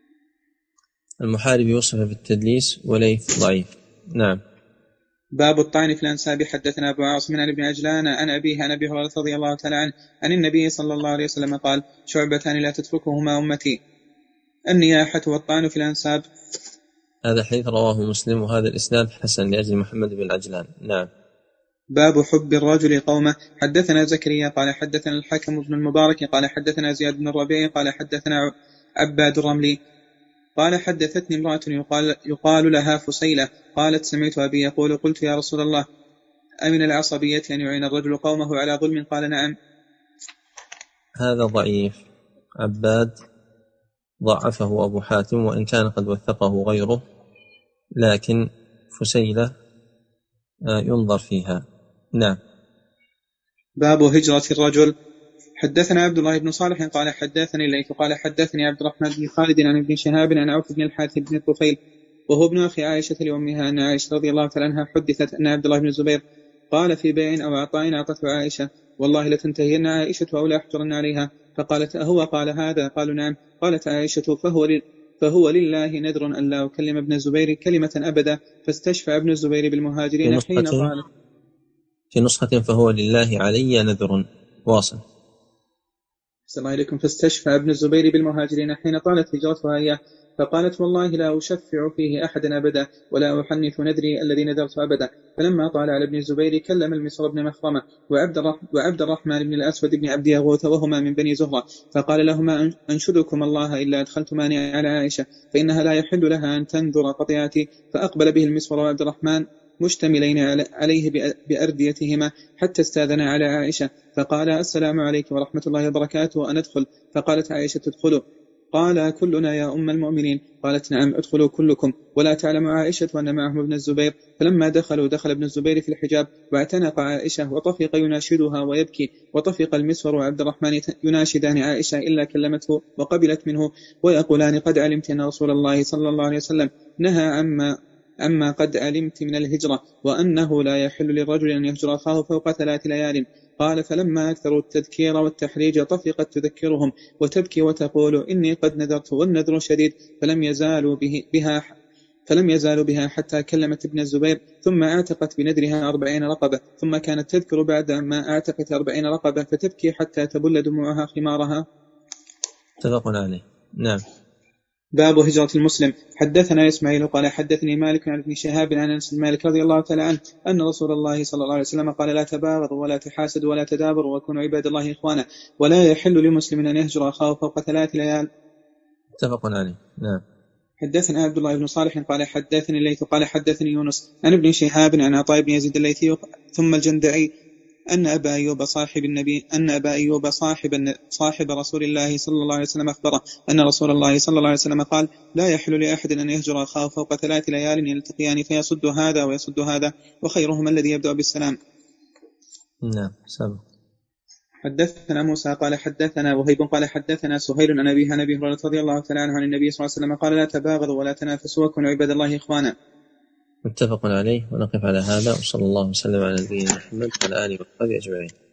المحاربي وصف بالتدليس وليث ضعيف. نعم. باب الطعن في الأنساب. حدثنا أبو عاصم عن ابن عجلان عن أبيه عن أبي هريرة رضي الله تعالى عنه عن النبي صلى الله عليه وسلم قال شعبتان لا تتركهما أمتي النياحة والطعن في الأنساب. هذا حديث رواه مسلم وهذا الإسناد حسن لأجل محمد بن عجلان. نعم. باب حب الرجل قومه. حدثنا زكريا قال حدثنا الحكم بن المبارك قال حدثنا زياد بن الربيع قال حدثنا عباد الرملي قال حدثتني امرأة يقال, يقال لها فسيلة قالت سمعت أبي يقول قلت يا رسول الله أمن العصبية أن يعين الرجل قومه على ظلم؟ قال نعم. هذا ضعيف. عباد ضعفه أبو حاتم وإن كان قد وثقه غيره لكن فسيلة ينظر فيها. نعم. باب هجرة الرجل. حدثنا عبد الله بن صالح قال حدثني الليث قال حدثني عبد الرحمن بن خالد عن ابن شهاب عن عوف بن الحارث بن الطفيل وهو ابن أخي عائشة لأمها أن عائشة رضي الله تعالى عنها حدثت أن عبد الله بن الزبير قال في بيع أو عطاء أعطته عائشة والله لتنتهين عائشة أو لا أحجرن عليها. فقالت أهو قال هذا؟ قالوا نعم. قالت عائشة فهو, فهو لله نذر أن لا أكلم ابن الزبير كلمة أبدا. فاستشفى ابن الزبير بالمهاجرين حين قال في نسخة فهو لله علي نذر. واصل. السلام عليكم. فاستشفى ابن الزبير بالمهاجرين حين طالت هجرتها إياه فقالت والله لا أشفع فيه أحدا أبدا ولا أحنث نذري الذي نذرت أبدا. فلما طال على ابن الزبير كلم المسور بن مخرمة وعبد, وعبد الرحمن بن الأسود بن عبد يغوث وهما من بني زهرة، فقال لهما أنشدكم الله إلا أدخلتماني على عائشة فإنها لا يحل لها أن تنذر قطيعتي. فأقبل به المسور وعبد الرحمن مشتملين عليه بأرديتهما حتى استاذنا على عائشة، فقال السلام عليك ورحمة الله وبركاته، أن أدخل؟ فقالت عائشة ادخلوا. قال كلنا يا أم المؤمنين؟ قالت نعم ادخلوا كلكم. ولا تعلم عائشة أن معهم ابن الزبير. فلما دخلوا دخل ابن الزبير في الحجاب واعتنق عائشة وطفق يناشدها ويبكي، وطفق المسور وعبد الرحمن يناشدان عائشة إلا كلمته وقبلت منه ويقولان قد علمت أن رسول الله صلى الله عليه وسلم نهى عما أما قد علمت من الهجرة، وأنه لا يحل للرجل أن يهجر أخاه فوق ثلاث ليال. قال فلما أكثروا التذكير والتحريج طفقت تذكرهم وتبكي وتقول إني قد نذرت والنذر شديد، فلم يزالوا به بها فلم يزالوا بها حتى كلمت ابن الزبير، ثم اعتقت بنذرها أربعين رقبة، ثم كانت تذكر بعد ما اعتقت أربعين رقبة فتبكي حتى تبل دموعها خمارها. اتفق عليه. نعم. باب هجرة المسلم. حدثنا إسماعيل قال حدثني مالك عن ابن شهاب عن أنس بن مالك رضي الله تعالى عنه أن رسول الله صلى الله عليه وسلم قال لا تباغضوا ولا تحاسدوا ولا تدابروا وكونوا عباد الله إخوانا، ولا يحل لمسلم أن يهجر أخاه فوق ثلاث ليال. اتفق عليه. نعم. حدثنا عبد الله بن صالح قال حدثني الليث قال حدثني يونس عن ابن شهاب عن عطاء بن يزيد الليثي ثم الجندعي أن أبا أيوب صاحب النبي أن أبا أيوب صاحب صاحب رسول الله صلى الله عليه وسلم أخبره أن رسول الله صلى الله عليه وسلم قال لا يحل لأحد أن يهجر أخاه فوق ثلاث ليال يلتقيان فيصد هذا ويصد هذا وخيرهما الذي يبدأ بالسلام. نعم. سبب. حدثنا موسى قال حدثنا وهيب قال حدثنا سهيل عن أبيه عن أبي هريرة رضي الله تعالى عنه عن النبي صلى الله عليه وسلم قال لا تباغضوا ولا تنافسوا وكونوا عباد الله إخوانا. متفق عليه. ونقف على هذا، وصلى الله وسلم على نبينا محمد وعلى آله وصحبه أجمعين.